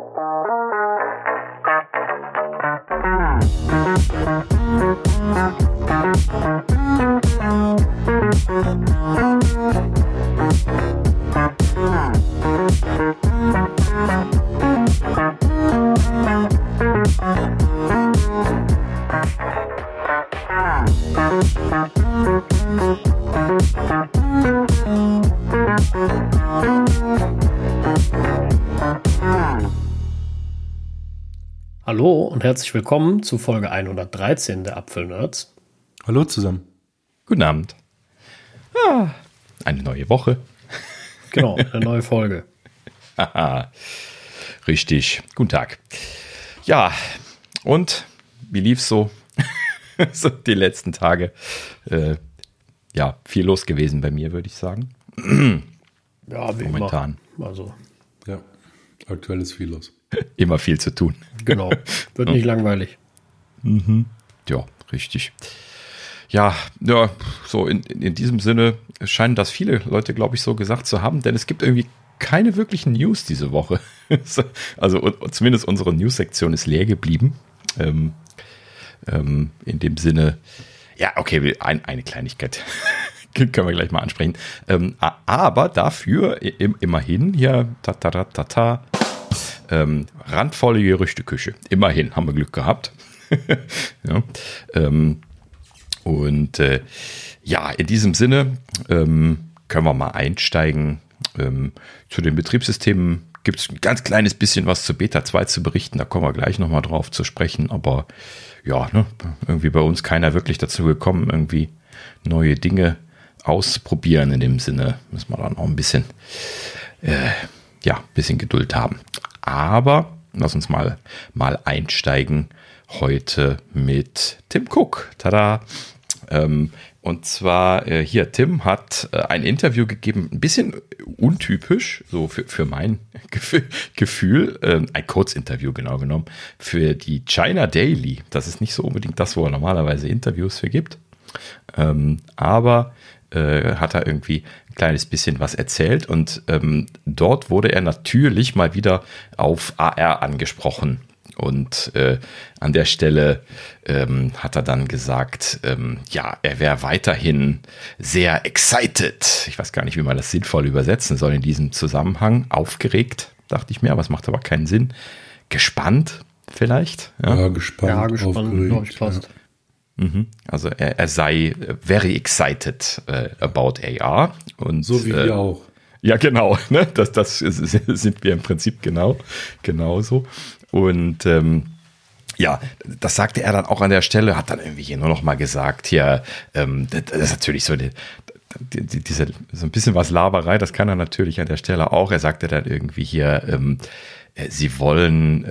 Hallo und herzlich willkommen zu Folge 113 der Apfelnerds. Hallo zusammen. Guten Abend. Eine neue Woche. Genau, eine neue Folge. Haha, richtig. Guten Tag. Ja, und wie lief's so? So die letzten Tage. Ja, viel los gewesen bei mir, würde ich sagen. Ja, wie Momentan. immer. Also, Ja, aktuell ist viel los. Immer viel zu tun. genau, wird nicht langweilig. Ja, richtig. Ja, so in diesem Sinne scheinen das viele Leute, glaube ich, so gesagt zu haben, denn es gibt irgendwie keine wirklichen News diese Woche. Also zumindest unsere News-Sektion ist leer geblieben. In dem Sinne, ja, okay, eine Kleinigkeit können wir gleich mal ansprechen. Aber dafür immerhin hier, randvolle Gerüchteküche. Immerhin haben wir Glück gehabt. Ja, ja, in diesem Sinne können wir mal einsteigen. Zu den Betriebssystemen gibt es ein ganz kleines bisschen was zu Beta 2 zu berichten. Da kommen wir gleich nochmal drauf zu sprechen. Aber ja, irgendwie bei uns keiner wirklich dazu gekommen, irgendwie neue Dinge auszuprobieren. In dem Sinne müssen wir dann auch ein bisschen, bisschen Geduld haben. Aber lass uns mal einsteigen heute mit Tim Cook. Tada! Und zwar hier, Tim hat ein Interview gegeben, ein bisschen untypisch, so für mein Gefühl, ein Kurzinterview genau genommen, für die China Daily. Das ist nicht so unbedingt das, wo er normalerweise Interviews für gibt. Aber hat er irgendwie ein kleines bisschen was erzählt und dort wurde er natürlich mal wieder auf AR angesprochen. Und an der Stelle hat er dann gesagt, ja, er wäre weiterhin sehr excited. Ich weiß gar nicht, wie man das sinnvoll übersetzen soll in diesem Zusammenhang. Aufgeregt, dachte ich mir, aber es macht aber keinen Sinn. Gespannt vielleicht. Ja, gespannt, glaube ich, passt. Ja. Also er sei very excited about AR. Und, so wie wir auch. Ja, genau. Ne? Das sind wir im Prinzip genauso. Und ja, das sagte er dann auch an der Stelle, hat dann irgendwie hier nur noch mal gesagt, hier, das ist natürlich so diese so ein bisschen was Laberei, das kann er natürlich an der Stelle auch. Er sagte dann irgendwie hier, sie wollen,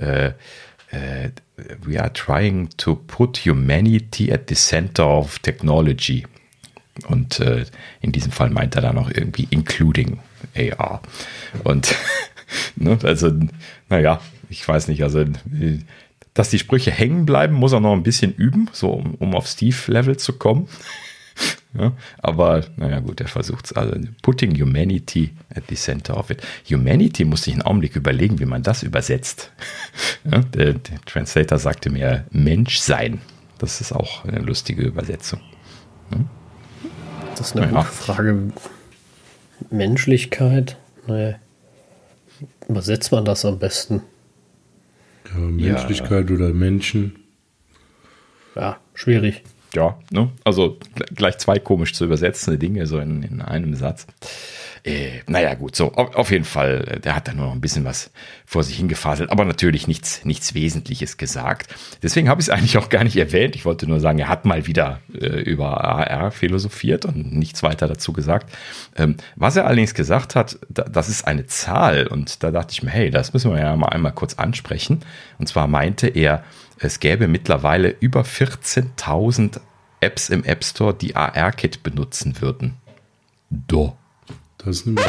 we are trying to put humanity at the center of technology. Und in diesem Fall meint er dann auch irgendwie including AR. Und ne, also, naja, ich weiß nicht, also dass die Sprüche hängen bleiben, muss er noch ein bisschen üben, so um auf Steve-Level zu kommen. Ja, aber naja gut, er versucht es. Also putting humanity at the center of it. Humanity musste ich einen Augenblick überlegen, wie man das übersetzt. Ja, der Translator sagte mir Mensch sein. Das ist auch eine lustige Übersetzung. Ja. Das ist eine gute Frage. Menschlichkeit? Naja. Übersetzt man das am besten? Ja, Menschlichkeit oder Menschen. Ja, schwierig. Ja, ne? Also gleich zwei komisch zu übersetzende Dinge so in einem Satz. Naja, gut, so auf jeden Fall, der hat da nur noch ein bisschen was vor sich hingefaselt, aber natürlich nichts Wesentliches gesagt. Deswegen habe ich es eigentlich auch gar nicht erwähnt. Ich wollte nur sagen, er hat mal wieder über AR philosophiert und nichts weiter dazu gesagt. Was er allerdings gesagt hat, das ist eine Zahl und da dachte ich mir, hey, das müssen wir ja mal einmal kurz ansprechen. Und zwar meinte er, es gäbe mittlerweile über 14.000 Apps im App Store, die AR-Kit benutzen würden. Das ist eine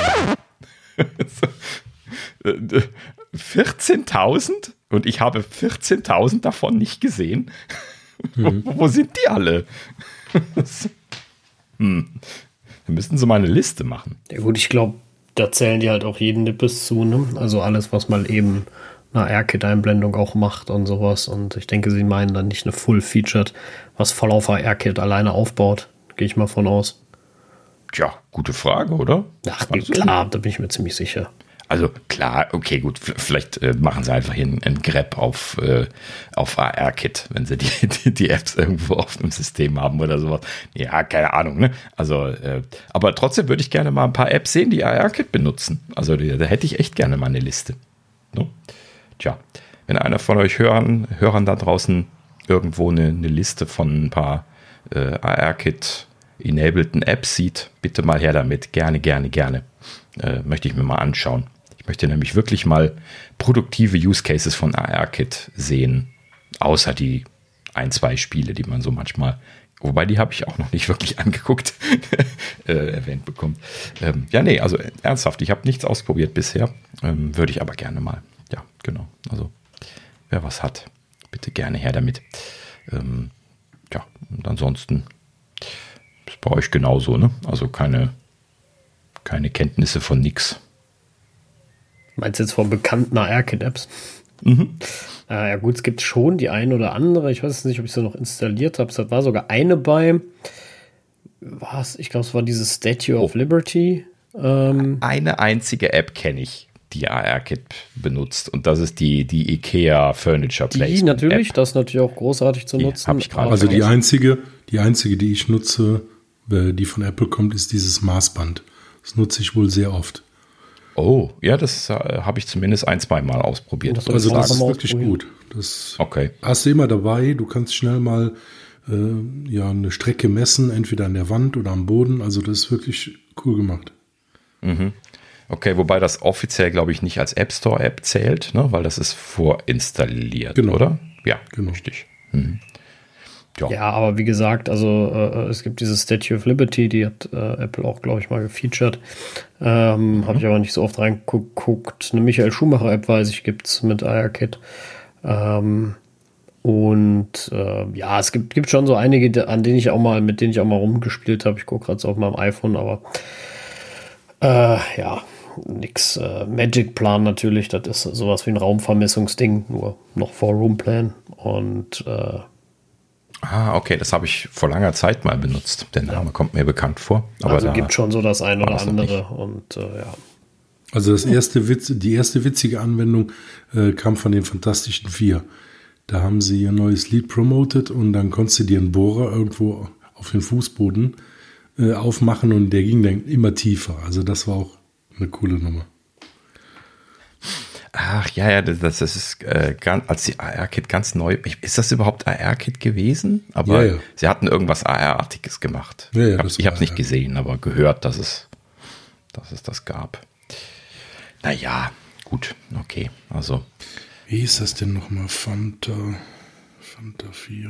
14.000? Und ich habe 14.000 davon nicht gesehen. Wo sind die alle? Wir müssten so mal eine Liste machen. Ja gut, ich glaube, da zählen die halt auch jeden Nippes zu, ne? Also alles, was mal eben eine ARKit-Einblendung auch macht und sowas. Und ich denke, sie meinen dann nicht eine Full-Featured, was voll auf ARKit alleine aufbaut. Gehe ich mal von aus. Tja, gute Frage, oder? Ach, klar, da bin ich mir ziemlich sicher. Also klar, okay, gut, vielleicht machen sie einfach hier einen Grab auf ARKit, wenn sie die Apps irgendwo auf dem System haben oder sowas. Ja, keine Ahnung, ne? Also, aber trotzdem würde ich gerne mal ein paar Apps sehen, die ARKit benutzen. Also da hätte ich echt gerne mal eine Liste. Ne? Tja, wenn einer von euch Hörern da draußen irgendwo eine Liste von ein paar ARKit-enableden Apps sieht, bitte mal her damit. Gerne. Möchte ich mir mal anschauen. Ich möchte nämlich wirklich mal produktive Use Cases von ARKit sehen. Außer die 1-2 Spiele, die man so manchmal, wobei die habe ich auch noch nicht wirklich angeguckt, erwähnt bekommt. Also ernsthaft, ich habe nichts ausprobiert bisher. Würde ich aber gerne mal. Ja, genau. Also wer was hat, bitte gerne her damit. Und ansonsten ist bei euch genauso, ne? Also keine Kenntnisse von nix. Meinst du jetzt von bekannten ARKit-Apps? Mhm. Ja gut, es gibt schon die eine oder andere. Ich weiß nicht, ob ich sie noch installiert habe. Es war sogar eine bei. Ich glaube, es war dieses Statue of Liberty. Eine einzige App kenne ich, die ARKit benutzt. Und das ist die IKEA Furniture Placement. Die natürlich, App. das ist natürlich auch großartig zu nutzen. Hab ich gerade Also die einzige, die ich nutze, die von Apple kommt, ist dieses Maßband. Das nutze ich wohl sehr oft. Oh, ja, das habe ich zumindest 1-2 Mal ausprobiert. Das ist wirklich gut. Das hast du immer dabei. Du kannst schnell mal eine Strecke messen, entweder an der Wand oder am Boden. Also das ist wirklich cool gemacht. Mhm. Okay, wobei das offiziell, glaube ich, nicht als App Store App zählt, ne? Weil das ist vorinstalliert, genau. Oder? Ja, genau. Richtig. Mhm. Ja, aber wie gesagt, also es gibt diese Statue of Liberty, die hat Apple auch, glaube ich, mal gefeatured. Habe ich aber nicht so oft reingeguckt. Eine Michael Schumacher-App, weiß ich, gibt es mit ARKit. Es gibt schon so einige, mit denen ich auch mal rumgespielt habe. Ich gucke gerade so auf meinem iPhone, aber nix. Magic Plan natürlich, das ist sowas wie ein Raumvermessungsding, nur noch vor Roomplan. Und okay, das habe ich vor langer Zeit mal benutzt. Der Name kommt mir bekannt vor. Aber also gibt schon so das eine oder andere. Und Also die erste witzige Anwendung kam von den Fantastischen Vier. Da haben sie ihr neues Lied promotet und dann konntest du dir einen Bohrer irgendwo auf den Fußboden aufmachen und der ging dann immer tiefer. Also das war auch eine coole Nummer. Ach ja, das ist als die ARKit ganz neu. Ist das überhaupt ARKit gewesen? Aber sie hatten irgendwas AR-artiges gemacht. Ja, ich habe es nicht gesehen, aber gehört, dass es das gab. Naja, gut, okay. Also. Wie hieß das denn nochmal? Fanta 4.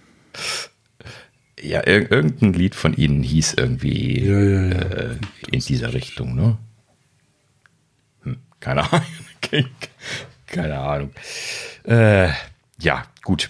Ja, irgendein Lied von ihnen hieß irgendwie in dieser Richtung, ne? Keine Ahnung. Keine Ahnung. Gut.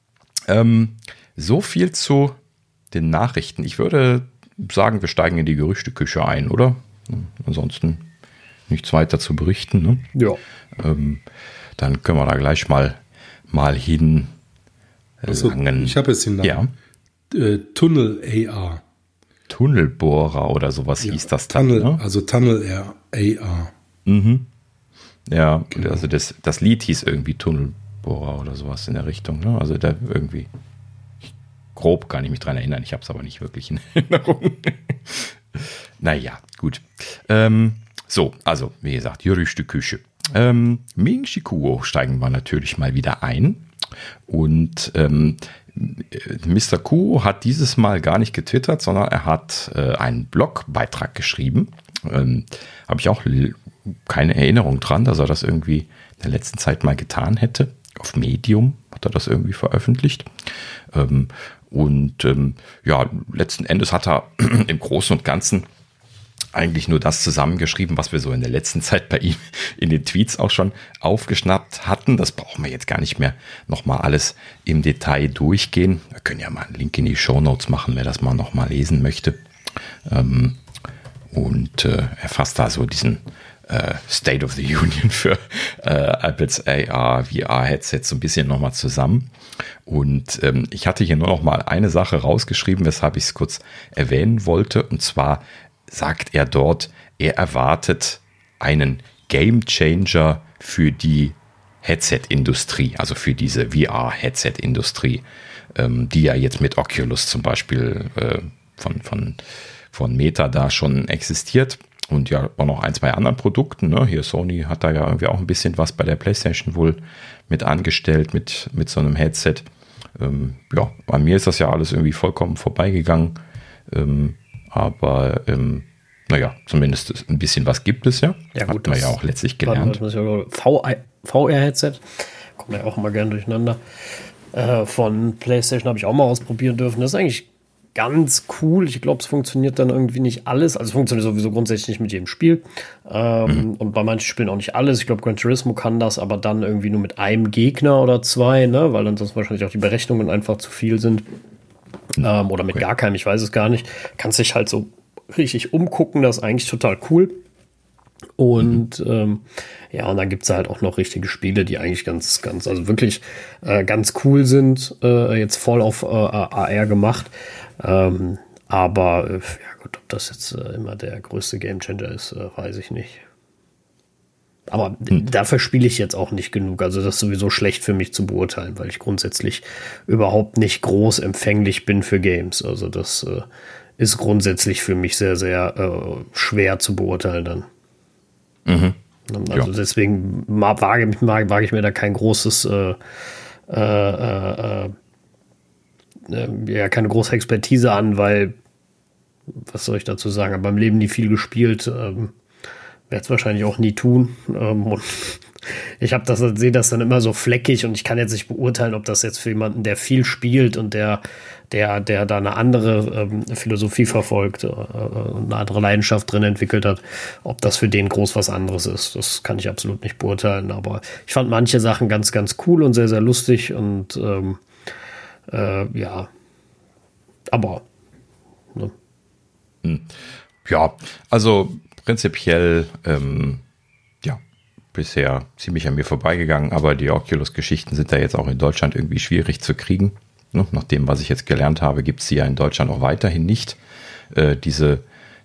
So viel zu den Nachrichten. Ich würde sagen, wir steigen in die Gerüchteküche ein, oder? Ansonsten nichts weiter zu berichten. Ne? Ja. Dann können wir da gleich mal hin. Ich habe jetzt den Namen. Ja. Tunnel AR. Tunnelbohrer oder sowas hieß das dann. Ne? Also Tunnel AR. Mhm. Ja, genau. Also das Lied hieß irgendwie Tunnelbohrer oder sowas in der Richtung. Ne? Also da irgendwie, grob kann ich mich dran erinnern, ich habe es aber nicht wirklich in Erinnerung. Naja, gut. Also wie gesagt, Gerüchteküche. Ming-Chi Kuo steigen wir natürlich mal wieder ein. Und Mr. Kuo hat dieses Mal gar nicht getwittert, sondern er hat einen Blogbeitrag geschrieben. Habe ich auch keine Erinnerung dran, dass er das irgendwie in der letzten Zeit mal getan hätte. Auf Medium hat er das irgendwie veröffentlicht. Letzten Endes hat er im Großen und Ganzen eigentlich nur das zusammengeschrieben, was wir so in der letzten Zeit bei ihm in den Tweets auch schon aufgeschnappt hatten. Das brauchen wir jetzt gar nicht mehr nochmal alles im Detail durchgehen. Wir können ja mal einen Link in die Shownotes machen, wer das mal nochmal lesen möchte. Er fasst da so diesen State of the Union für Apples AR, VR-Headset so ein bisschen nochmal zusammen. Und ich hatte hier nur noch mal eine Sache rausgeschrieben, weshalb ich es kurz erwähnen wollte. Und zwar sagt er dort, er erwartet einen Gamechanger für die Headset-Industrie, also für diese VR-Headset-Industrie, die ja jetzt mit Oculus zum Beispiel von Meta da schon existiert. Und ja, auch noch 1, 2 anderen Produkten. Ne? Hier Sony hat da ja irgendwie auch ein bisschen was bei der PlayStation wohl mit angestellt, mit so einem Headset. Ja, an mir ist das ja alles irgendwie vollkommen vorbeigegangen. Aber naja, zumindest ein bisschen was gibt es ja. Ja, gut, hat man ja auch letztlich gelernt. VR-Headset, kommt ja auch immer gerne durcheinander. Von PlayStation habe ich auch mal ausprobieren dürfen. Das ist eigentlich ganz cool. Ich glaube, es funktioniert dann irgendwie nicht alles. Also es funktioniert sowieso grundsätzlich nicht mit jedem Spiel. Und bei manchen Spielen auch nicht alles. Ich glaube, Gran Turismo kann das, aber dann irgendwie nur mit einem Gegner oder 2, ne? Weil dann sonst wahrscheinlich auch die Berechnungen einfach zu viel sind. Oder mit gar keinem, ich weiß es gar nicht. Kannst dich halt so richtig umgucken, das ist eigentlich total cool. Und ja, und dann gibt es halt auch noch richtige Spiele, die eigentlich ganz, also wirklich ganz cool sind, jetzt voll auf AR gemacht. Aber ja gut, ob das jetzt immer der größte Gamechanger ist, weiß ich nicht. Aber dafür spiele ich jetzt auch nicht genug. Also das ist sowieso schlecht für mich zu beurteilen, weil ich grundsätzlich überhaupt nicht groß empfänglich bin für Games. Also das ist grundsätzlich für mich sehr, sehr schwer zu beurteilen dann. Also deswegen wage ich mir da kein großes ja, keine große Expertise an, weil, was soll ich dazu sagen, beim Leben nie viel gespielt, werde es wahrscheinlich auch nie tun. Und ich sehe das dann immer so fleckig und ich kann jetzt nicht beurteilen, ob das jetzt für jemanden, der viel spielt und der da eine andere Philosophie verfolgt, eine andere Leidenschaft drin entwickelt hat, ob das für den groß was anderes ist. Das kann ich absolut nicht beurteilen, aber ich fand manche Sachen ganz, ganz cool und sehr, sehr lustig und ja, aber ne. Ja, also prinzipiell ja, bisher ziemlich an mir vorbeigegangen, aber die Oculus-Geschichten sind da jetzt auch in Deutschland irgendwie schwierig zu kriegen. Ne? Nach dem, was ich jetzt gelernt habe, gibt es sie ja in Deutschland auch weiterhin nicht. Dieses,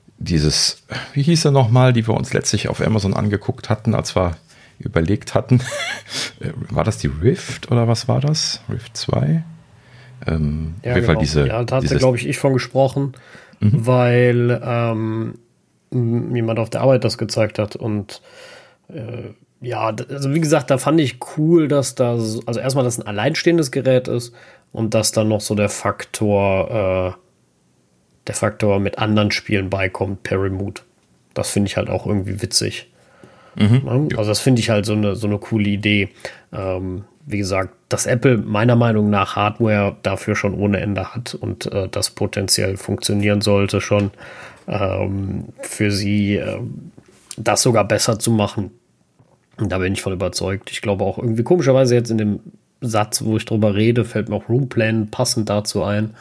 wie hieß er nochmal, die wir uns letztlich auf Amazon angeguckt hatten, als wir überlegt hatten. War das die Rift oder was war das? Rift 2? Ja, genau. Da hatte, glaube ich, von gesprochen, weil jemand auf der Arbeit das gezeigt hat und ja, also wie gesagt, da fand ich cool, dass also erstmal, dass ein alleinstehendes Gerät ist und dass dann noch so der Faktor mit anderen Spielen beikommt per Remote. Das finde ich halt auch irgendwie witzig. Also das finde ich halt so eine coole Idee. Wie gesagt, dass Apple meiner Meinung nach Hardware dafür schon ohne Ende hat und das potenziell funktionieren sollte schon für sie das sogar besser zu machen. Und da bin ich von überzeugt. Ich glaube auch irgendwie komischerweise jetzt in dem Satz, wo ich drüber rede, fällt mir auch Roomplan passend dazu ein,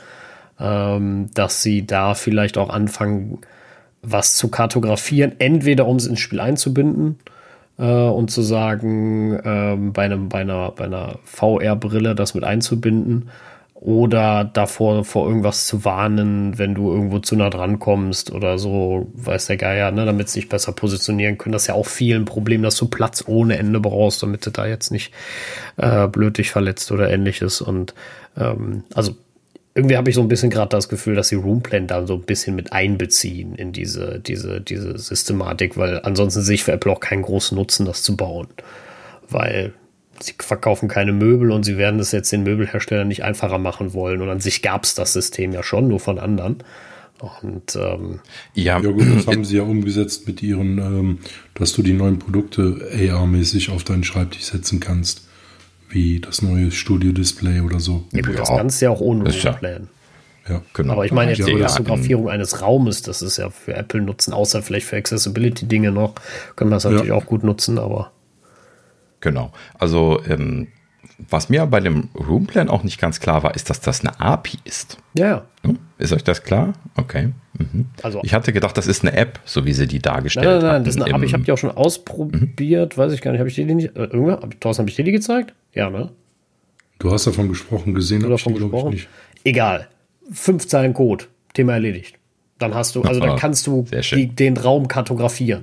dass sie da vielleicht auch anfangen, was zu kartografieren, entweder um es ins Spiel einzubinden und zu sagen, bei einer VR-Brille das mit einzubinden oder davor vor irgendwas zu warnen, wenn du irgendwo zu nah dran kommst oder so, weiß der Geier, ne, damit sie sich besser positionieren können. Das ist ja auch viel ein Problem, dass du Platz ohne Ende brauchst, damit du da jetzt nicht blöd dich verletzt oder ähnliches. Und also irgendwie habe ich so ein bisschen gerade das Gefühl, dass sie Roomplan da so ein bisschen mit einbeziehen in diese Systematik, weil ansonsten sehe ich für Apple auch keinen großen Nutzen, das zu bauen. Weil sie verkaufen keine Möbel und sie werden es jetzt den Möbelherstellern nicht einfacher machen wollen. Und an sich gab es das System ja schon, nur von anderen. Und ja gut, das haben sie ja umgesetzt mit ihren, dass du die neuen Produkte AR-mäßig auf deinen Schreibtisch setzen kannst. Wie das neue Studio-Display oder so. Ja, gut, das kannst du ja auch ohne Roomplan. Ja, genau. Aber ich meine jetzt die Fotografierung eines Raumes, das ist ja für Apple nutzen, außer vielleicht für Accessibility-Dinge noch. Können wir das natürlich auch gut nutzen, aber. Genau. Also, was mir bei dem Roomplan auch nicht ganz klar war, ist, dass das eine API ist. Ja. Ist euch das klar? Okay. Mhm. Also, ich hatte gedacht, das ist eine App, so wie sie die dargestellt haben. Nein, das ist eine App. Ich habe die auch schon ausprobiert. Weiß ich gar nicht. Habe ich die nicht? Thorsten, habe ich dir die gezeigt? Ja, ne? Du hast davon gesprochen, gesehen habe ich die, glaube ich, nicht. Egal. 5 Zeilen Code. Thema erledigt. Dann hast du, also dann kannst du den Raum kartografieren.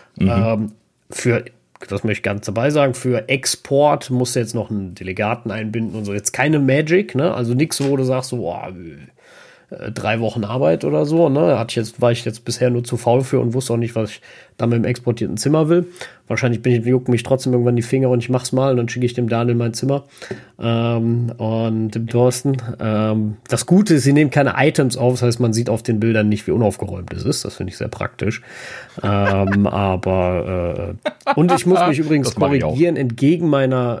Das möchte ich ganz dabei sagen, für Export musst du jetzt noch einen Delegaten einbinden und so. Jetzt keine Magic, ne? Also nichts, wo du sagst so, 3 Wochen Arbeit oder so, ne? War ich jetzt bisher nur zu faul für und wusste auch nicht, was ich da mit dem exportierten Zimmer will. Wahrscheinlich jucken mich trotzdem irgendwann die Finger und ich mach's mal und dann schicke ich dem Daniel mein Zimmer und dem Thorsten. Das Gute ist, sie nehmen keine Items auf, das heißt, man sieht auf den Bildern nicht, wie unaufgeräumt es ist. Das finde ich sehr praktisch. Und ich muss mich übrigens korrigieren, entgegen meiner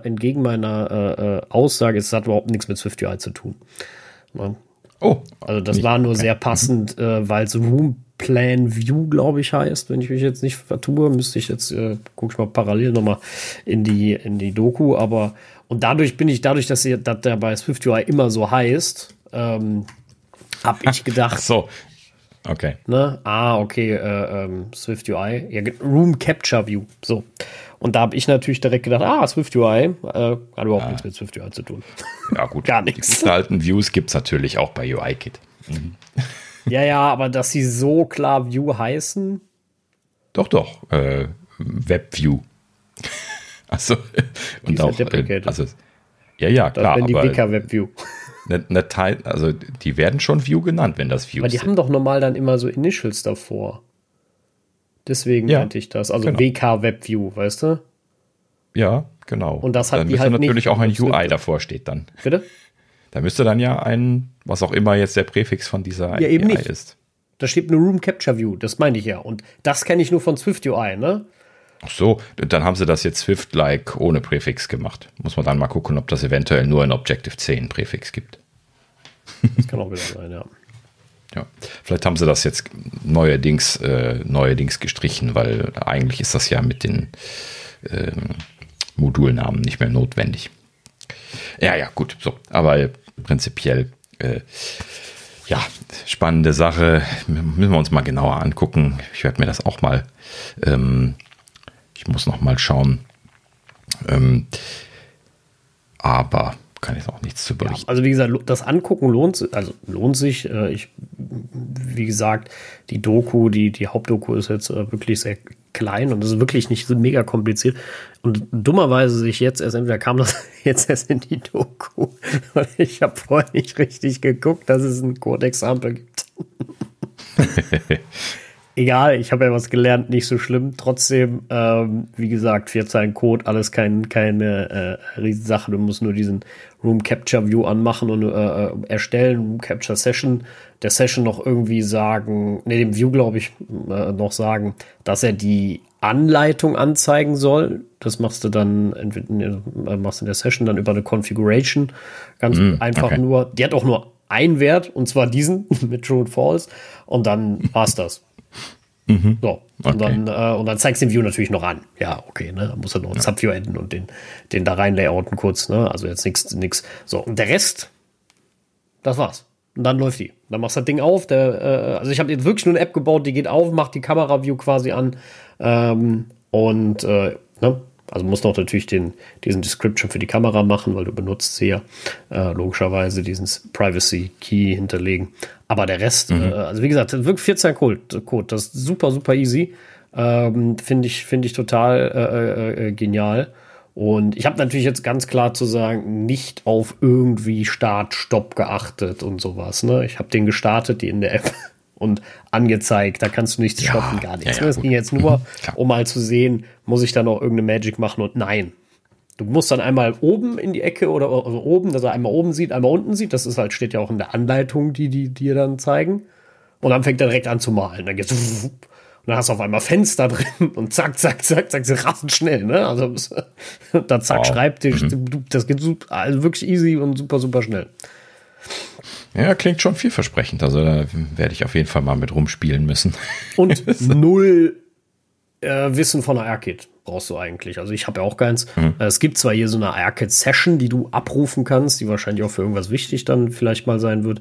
Aussage, es hat überhaupt nichts mit SwiftUI zu tun. Ja. Oh, also das war nur sehr passend, weil es Room Plan View, glaube ich, heißt, wenn ich mich jetzt nicht vertue, müsste ich jetzt, guck ich mal parallel nochmal in die Doku, aber und dadurch, dass der bei SwiftUI immer so heißt, habe ich gedacht. Ach so. Okay. Ne? Okay, SwiftUI, ja, Room Capture View, so. Und da habe ich natürlich direkt gedacht, SwiftUI, hat überhaupt nichts mit SwiftUI zu tun. Ja, gut. Gar nichts. Die alten Views gibt es natürlich auch bei UIKit. Mhm. Ja, aber dass sie so klar View heißen? Doch. WebView. Also, und auch. Also, ja, klar. Das die Wika WebView. Also, die werden schon View genannt, wenn das View ist. Aber die haben doch normal dann immer so Initials davor. Deswegen meinte ich das. Also genau. WK WebView, weißt du? Ja, genau. Und das hat dann die halt natürlich nicht. Auch ein UI davor steht dann. Bitte? Da müsste dann ja was auch immer jetzt der Präfix von dieser API eben nicht. ist. Da steht eine Room Capture View, das meine ich ja. Und das kenne ich nur von SwiftUI, ne? Ach so, dann haben sie das jetzt Swift-like ohne Präfix gemacht. Muss man dann mal gucken, ob das eventuell nur in Objective-C einen Präfix gibt. Das kann auch wieder sein, ja. Ja, vielleicht haben sie das jetzt neuerdings gestrichen, weil eigentlich ist das ja mit den Modulnamen nicht mehr notwendig. Ja, gut, so. Aber prinzipiell, spannende Sache. Müssen wir uns mal genauer angucken. Ich werde mir das auch mal, ich muss noch mal schauen. Aber kann jetzt auch nichts zu berichten. Ja, also wie gesagt, das Angucken lohnt sich. Wie gesagt, die Doku, die Hauptdoku ist jetzt wirklich sehr klein und das ist wirklich nicht so mega kompliziert. Und dummerweise entweder kam das jetzt erst in die Doku, weil ich habe vorher nicht richtig geguckt, dass es ein Code-Example gibt. Egal, ich habe ja was gelernt, nicht so schlimm. Trotzdem, wie gesagt, 4 Zeilen Code, alles keine Riesensache. Du musst nur diesen Room Capture View anmachen und erstellen, Room Capture Session. Der Session noch irgendwie sagen, dem View glaube ich, noch sagen, dass er die Anleitung anzeigen soll. Das machst du dann machst in der Session dann über eine Configuration. Ganz einfach nur, die hat auch nur einen Wert, und zwar diesen mit True und False. Und dann war's das. So, und dann zeigst du den View natürlich noch an. Ja, okay, ne? Da muss er noch ein Subview enden und den da rein layouten kurz, ne? Also jetzt nichts. So, und der Rest, das war's. Und dann läuft die. Dann machst du das Ding auf. Also ich habe jetzt wirklich nur eine App gebaut, die geht auf, macht die Kamera-View quasi an. Also musst noch natürlich diesen Description für die Kamera machen, weil du benutzt sie ja logischerweise diesen Privacy Key hinterlegen. Aber der Rest, also wie gesagt, wirklich 14 Code, das ist super, super easy. Finde ich total genial. Und ich habe natürlich jetzt ganz klar zu sagen, nicht auf irgendwie Start, Stopp geachtet und sowas. Ne? Ich habe den gestartet, die in der App und angezeigt. Da kannst du nichts stoppen, gar nichts. Es ging jetzt nur, um mal zu sehen, muss ich da noch irgendeine Magic machen und nein. Du musst dann einmal oben in die Ecke oder also oben, dass er einmal oben sieht, einmal unten sieht. Das ist halt, steht ja auch in der Anleitung, die dir dann zeigen. Und dann fängt er direkt an zu malen. Dann geht's und dann hast du auf einmal Fenster drin und zack, rasend schnell, ne? Also dann zack, Schreibtisch, das geht super, also wirklich easy und super, super schnell. Ja, klingt schon vielversprechend. Also da werde ich auf jeden Fall mal mit rumspielen müssen. Und null Wissen von einer ARKit brauchst du eigentlich. Also ich habe ja auch keins. Es gibt zwar hier so eine ARKit-Session, die du abrufen kannst, die wahrscheinlich auch für irgendwas wichtig dann vielleicht mal sein wird.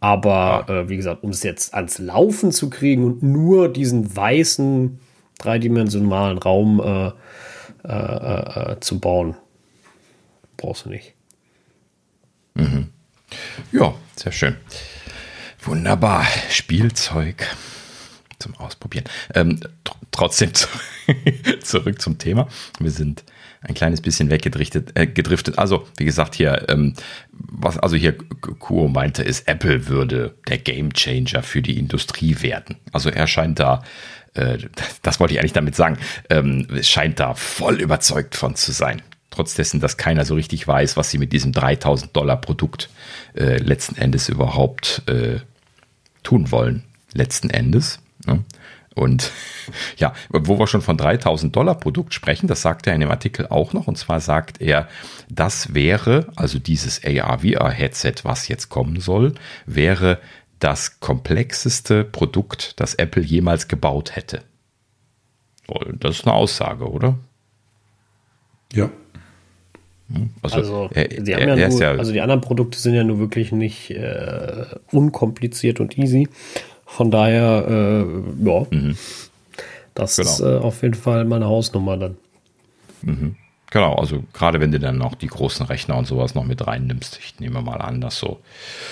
Aber wie gesagt, um es jetzt ans Laufen zu kriegen und nur diesen weißen, dreidimensionalen Raum zu bauen, brauchst du nicht. Mhm. Ja, sehr schön. Wunderbar. Spielzeug zum Ausprobieren. Trotzdem zurück zum Thema. Wir sind ein kleines bisschen weggedriftet. Also, wie gesagt, hier, was also hier Kuo meinte, ist, Apple würde der Gamechanger für die Industrie werden. Also er scheint da, das wollte ich eigentlich damit sagen, scheint da voll überzeugt von zu sein. Trotz dessen, dass keiner so richtig weiß, was sie mit diesem $3.000 Produkt letzten Endes überhaupt tun wollen. Letzten Endes. Ne? Und ja, wo wir schon von $3.000 Produkt sprechen, das sagt er in dem Artikel auch noch. Und zwar sagt er, das wäre, also dieses AR-VR-Headset, was jetzt kommen soll, wäre das komplexeste Produkt, das Apple jemals gebaut hätte. Das ist eine Aussage, oder? Ja. Also die anderen Produkte sind ja nur wirklich nicht unkompliziert und easy. Von daher, ja, das ist auf jeden Fall meine Hausnummer dann. Mhm. Genau, also gerade wenn du dann auch die großen Rechner und sowas noch mit reinnimmst, ich nehme mal an, dass so,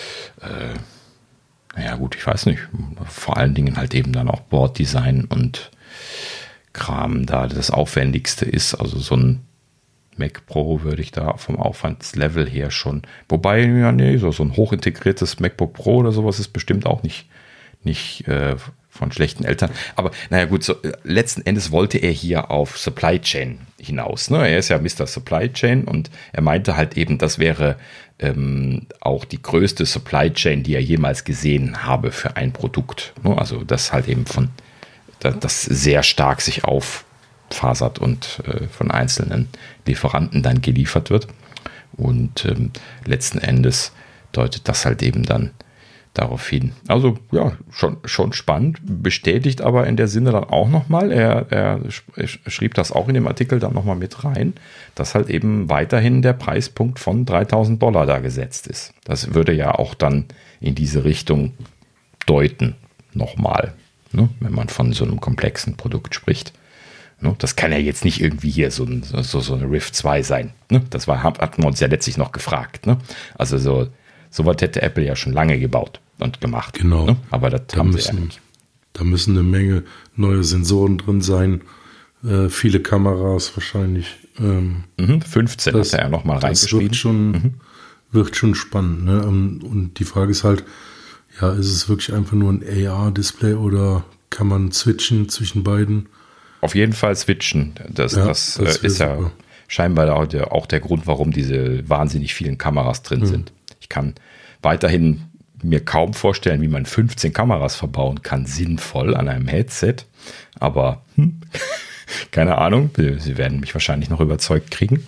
naja gut, ich weiß nicht, vor allen Dingen halt eben dann auch Boarddesign und Kram da das Aufwendigste ist, also so ein Mac Pro würde ich da vom Aufwandslevel her schon, wobei, ja, nee, so ein hochintegriertes MacBook Pro oder sowas ist bestimmt auch nicht von schlechten Eltern. Aber naja gut, so, letzten Endes wollte er hier auf Supply Chain hinaus. Ne? Er ist ja Mr. Supply Chain und er meinte halt eben, das wäre auch die größte Supply Chain, die er jemals gesehen habe für ein Produkt. Ne? Also das halt eben das sehr stark sich auffasert und von einzelnen Lieferanten dann geliefert wird. Und letzten Endes deutet das halt eben dann darauf hin. Also ja, schon spannend, bestätigt aber in der Sinne dann auch nochmal, er schrieb das auch in dem Artikel dann nochmal mit rein, dass halt eben weiterhin der Preispunkt von $3.000 da gesetzt ist. Das würde ja auch dann in diese Richtung deuten, nochmal, ne, wenn man von so einem komplexen Produkt spricht. Ne, das kann ja jetzt nicht irgendwie hier so eine Rift 2 sein. Ne? Das hatten wir uns ja letztlich noch gefragt. Ne? Also sowas hätte Apple ja schon lange gebaut und gemacht. Genau. Ne? Aber das haben sie ja nicht. Da müssen eine Menge neue Sensoren drin sein. Viele Kameras wahrscheinlich. 15 hat er ja nochmal reingeschrieben. Wird schon spannend. Ne? Und die Frage ist halt, ja, ist es wirklich einfach nur ein AR-Display oder kann man switchen zwischen beiden? Auf jeden Fall switchen. Das ist ja scheinbar auch der Grund, warum diese wahnsinnig vielen Kameras drin sind. Ich kann weiterhin mir kaum vorstellen, wie man 15 Kameras verbauen kann, sinnvoll an einem Headset. Aber keine Ahnung, sie werden mich wahrscheinlich noch überzeugt kriegen.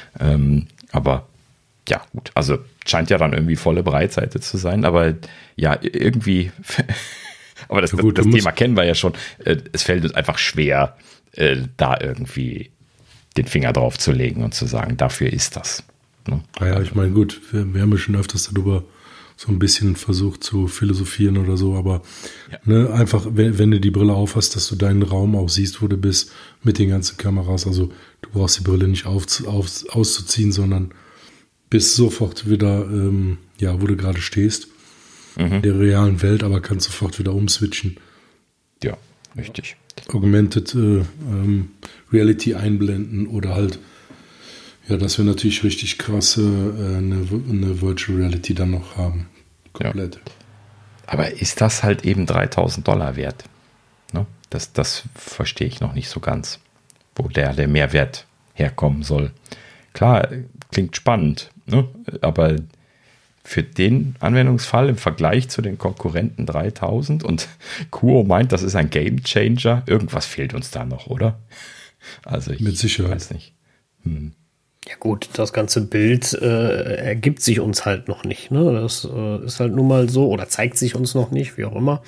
Aber ja, gut, also scheint ja dann irgendwie volle Breitseite zu sein. Aber ja, irgendwie, aber das Thema kennen wir ja schon. Es fällt uns einfach schwer, da irgendwie den Finger drauf zu legen und zu sagen, dafür ist das. Ne? Naja, ich meine, gut, wir haben ja schon öfters darüber so ein bisschen versucht zu philosophieren oder so, aber ja. Ne, einfach, wenn du die Brille aufhast, dass du deinen Raum auch siehst, wo du bist, mit den ganzen Kameras. Also du brauchst die Brille nicht auszuziehen, sondern bist sofort wieder, wo du gerade stehst, in der realen Welt, aber kannst sofort wieder umswitchen. Ja, richtig. Augmented Reality einblenden oder halt, ja, dass wir natürlich richtig krasse eine Virtual Reality dann noch haben. Komplett. Ja. Aber ist das halt eben $3.000 wert? Ne? Das verstehe ich noch nicht so ganz, wo der Mehrwert herkommen soll. Klar, klingt spannend, ne? Aber für den Anwendungsfall im Vergleich zu den Konkurrenten 3.000 und Kuo meint, das ist ein Game Changer, irgendwas fehlt uns da noch, oder? Also ich mit Sicherheit. Weiß nicht. Ja gut, das ganze Bild ergibt sich uns halt noch nicht. Ne? Das ist halt nun mal so oder zeigt sich uns noch nicht, wie auch immer.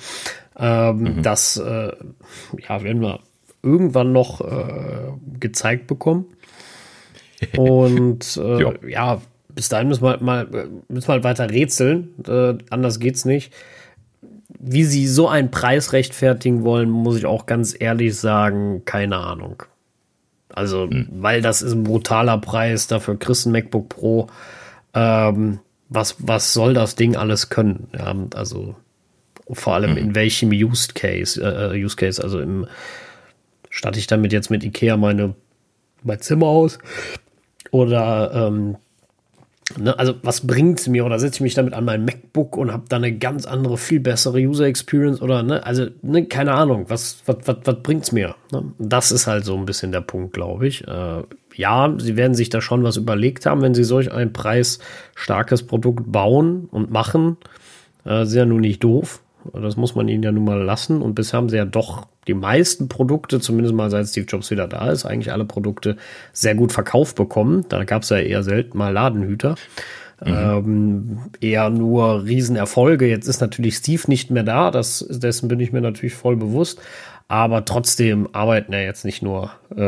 Das werden wir irgendwann noch gezeigt bekommen. Und bis dahin müssen wir halt weiter rätseln. Anders geht's nicht. Wie sie so einen Preis rechtfertigen wollen, muss ich auch ganz ehrlich sagen, keine Ahnung. Also, weil das ist ein brutaler Preis, dafür kriegst du ein MacBook Pro. Was soll das Ding alles können? Ja, also vor allem in welchem Use Case, also statte ich damit jetzt mit Ikea mein Zimmer aus? Oder also was bringt's mir? Oder setze ich mich damit an mein MacBook und habe da eine ganz andere, viel bessere User Experience? Oder keine Ahnung, was bringt's mir? Ne? Das ist halt so ein bisschen der Punkt, glaube ich. Ja, sie werden sich da schon was überlegt haben, wenn sie solch ein preisstarkes Produkt bauen und machen. Ist ja nun nicht doof. Das muss man ihnen ja nun mal lassen. Und bisher haben sie ja doch die meisten Produkte, zumindest mal seit Steve Jobs wieder da ist, eigentlich alle Produkte sehr gut verkauft bekommen. Da gab es ja eher selten mal Ladenhüter. Eher nur Riesenerfolge. Jetzt ist natürlich Steve nicht mehr da. Dessen bin ich mir natürlich voll bewusst. Aber trotzdem arbeiten ja jetzt nicht nur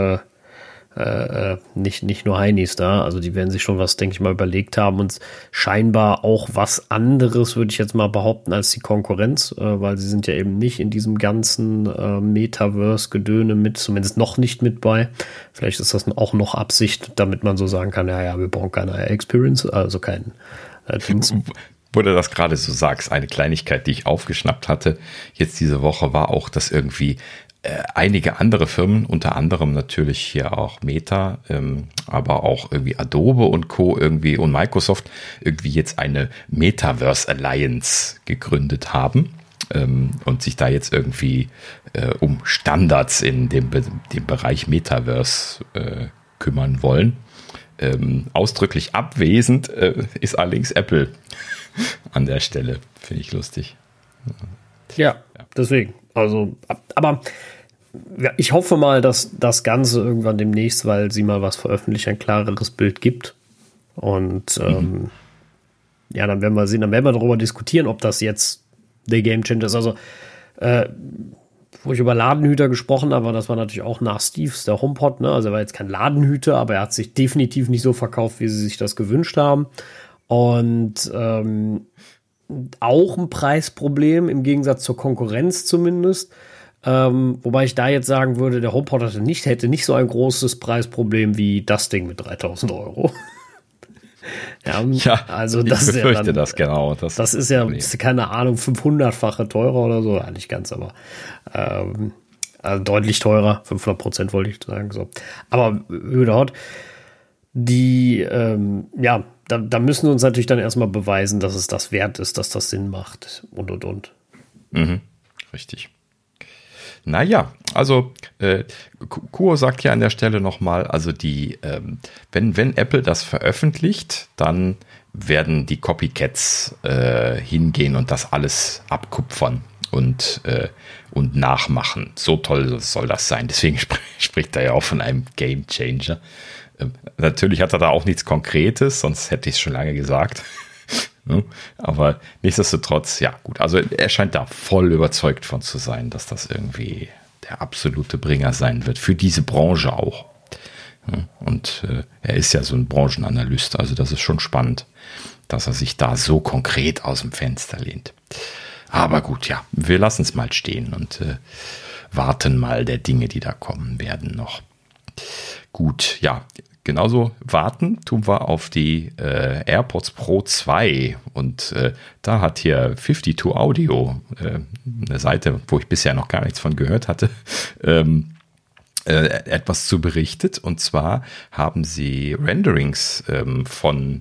nicht nur Heinis da, also die werden sich schon was, denke ich mal, überlegt haben und scheinbar auch was anderes, würde ich jetzt mal behaupten, als die Konkurrenz, weil sie sind ja eben nicht in diesem ganzen Metaverse-Gedöne mit, zumindest noch nicht mit bei. Vielleicht ist das auch noch Absicht, damit man so sagen kann, ja, wir brauchen keine Experience, also keinen Dienst. Wo du das gerade so sagst, eine Kleinigkeit, die ich aufgeschnappt hatte, jetzt diese Woche war auch, dass irgendwie einige andere Firmen, unter anderem natürlich hier auch Meta, aber auch irgendwie Adobe und Co. irgendwie und Microsoft irgendwie jetzt eine Metaverse Alliance gegründet haben und sich da jetzt irgendwie um Standards in dem Bereich Metaverse kümmern wollen. Ausdrücklich abwesend ist allerdings Apple an der Stelle. Finde ich lustig. Ja, deswegen. Also, aber ich hoffe mal, dass das Ganze irgendwann demnächst, weil sie mal was veröffentlichen, ein klareres Bild gibt. Und ja, dann werden wir sehen, dann werden wir darüber diskutieren, ob das jetzt der Game Changer ist. Also, wo ich über Ladenhüter gesprochen habe, das war natürlich auch nach Steves, der HomePod, ne? Also er war jetzt kein Ladenhüter, aber er hat sich definitiv nicht so verkauft, wie sie sich das gewünscht haben. Und auch ein Preisproblem im Gegensatz zur Konkurrenz zumindest. Wobei ich da jetzt sagen würde, der HomePod hätte nicht so ein großes Preisproblem wie das Ding mit 3.000 Euro. Ja, also ich das befürchte ist ja dann, das genau. Das ist ja, keine Ahnung, 500-fache teurer oder so. Ja, nicht ganz, aber also deutlich teurer. 500% wollte ich sagen. So. Aber überhaupt, da müssen wir uns natürlich dann erstmal beweisen, dass es das wert ist, dass das Sinn macht und. Mhm, richtig. Naja, also Kuo sagt ja an der Stelle nochmal, also wenn Apple das veröffentlicht, dann werden die Copycats hingehen und das alles abkupfern und nachmachen. So toll soll das sein. Deswegen spricht er ja auch von einem Game Changer. Natürlich hat er da auch nichts Konkretes, sonst hätte ich es schon lange gesagt. Aber nichtsdestotrotz, ja gut, also er scheint da voll überzeugt von zu sein, dass das irgendwie der absolute Bringer sein wird, für diese Branche auch. Und er ist ja so ein Branchenanalyst, also das ist schon spannend, dass er sich da so konkret aus dem Fenster lehnt. Aber gut, ja, wir lassen es mal stehen und warten mal der Dinge, die da kommen werden noch. Gut, ja, genauso warten tun wir auf die AirPods Pro 2 und da hat hier 52 Audio, eine Seite, wo ich bisher noch gar nichts von gehört hatte, etwas zu berichtet, und zwar haben sie Renderings von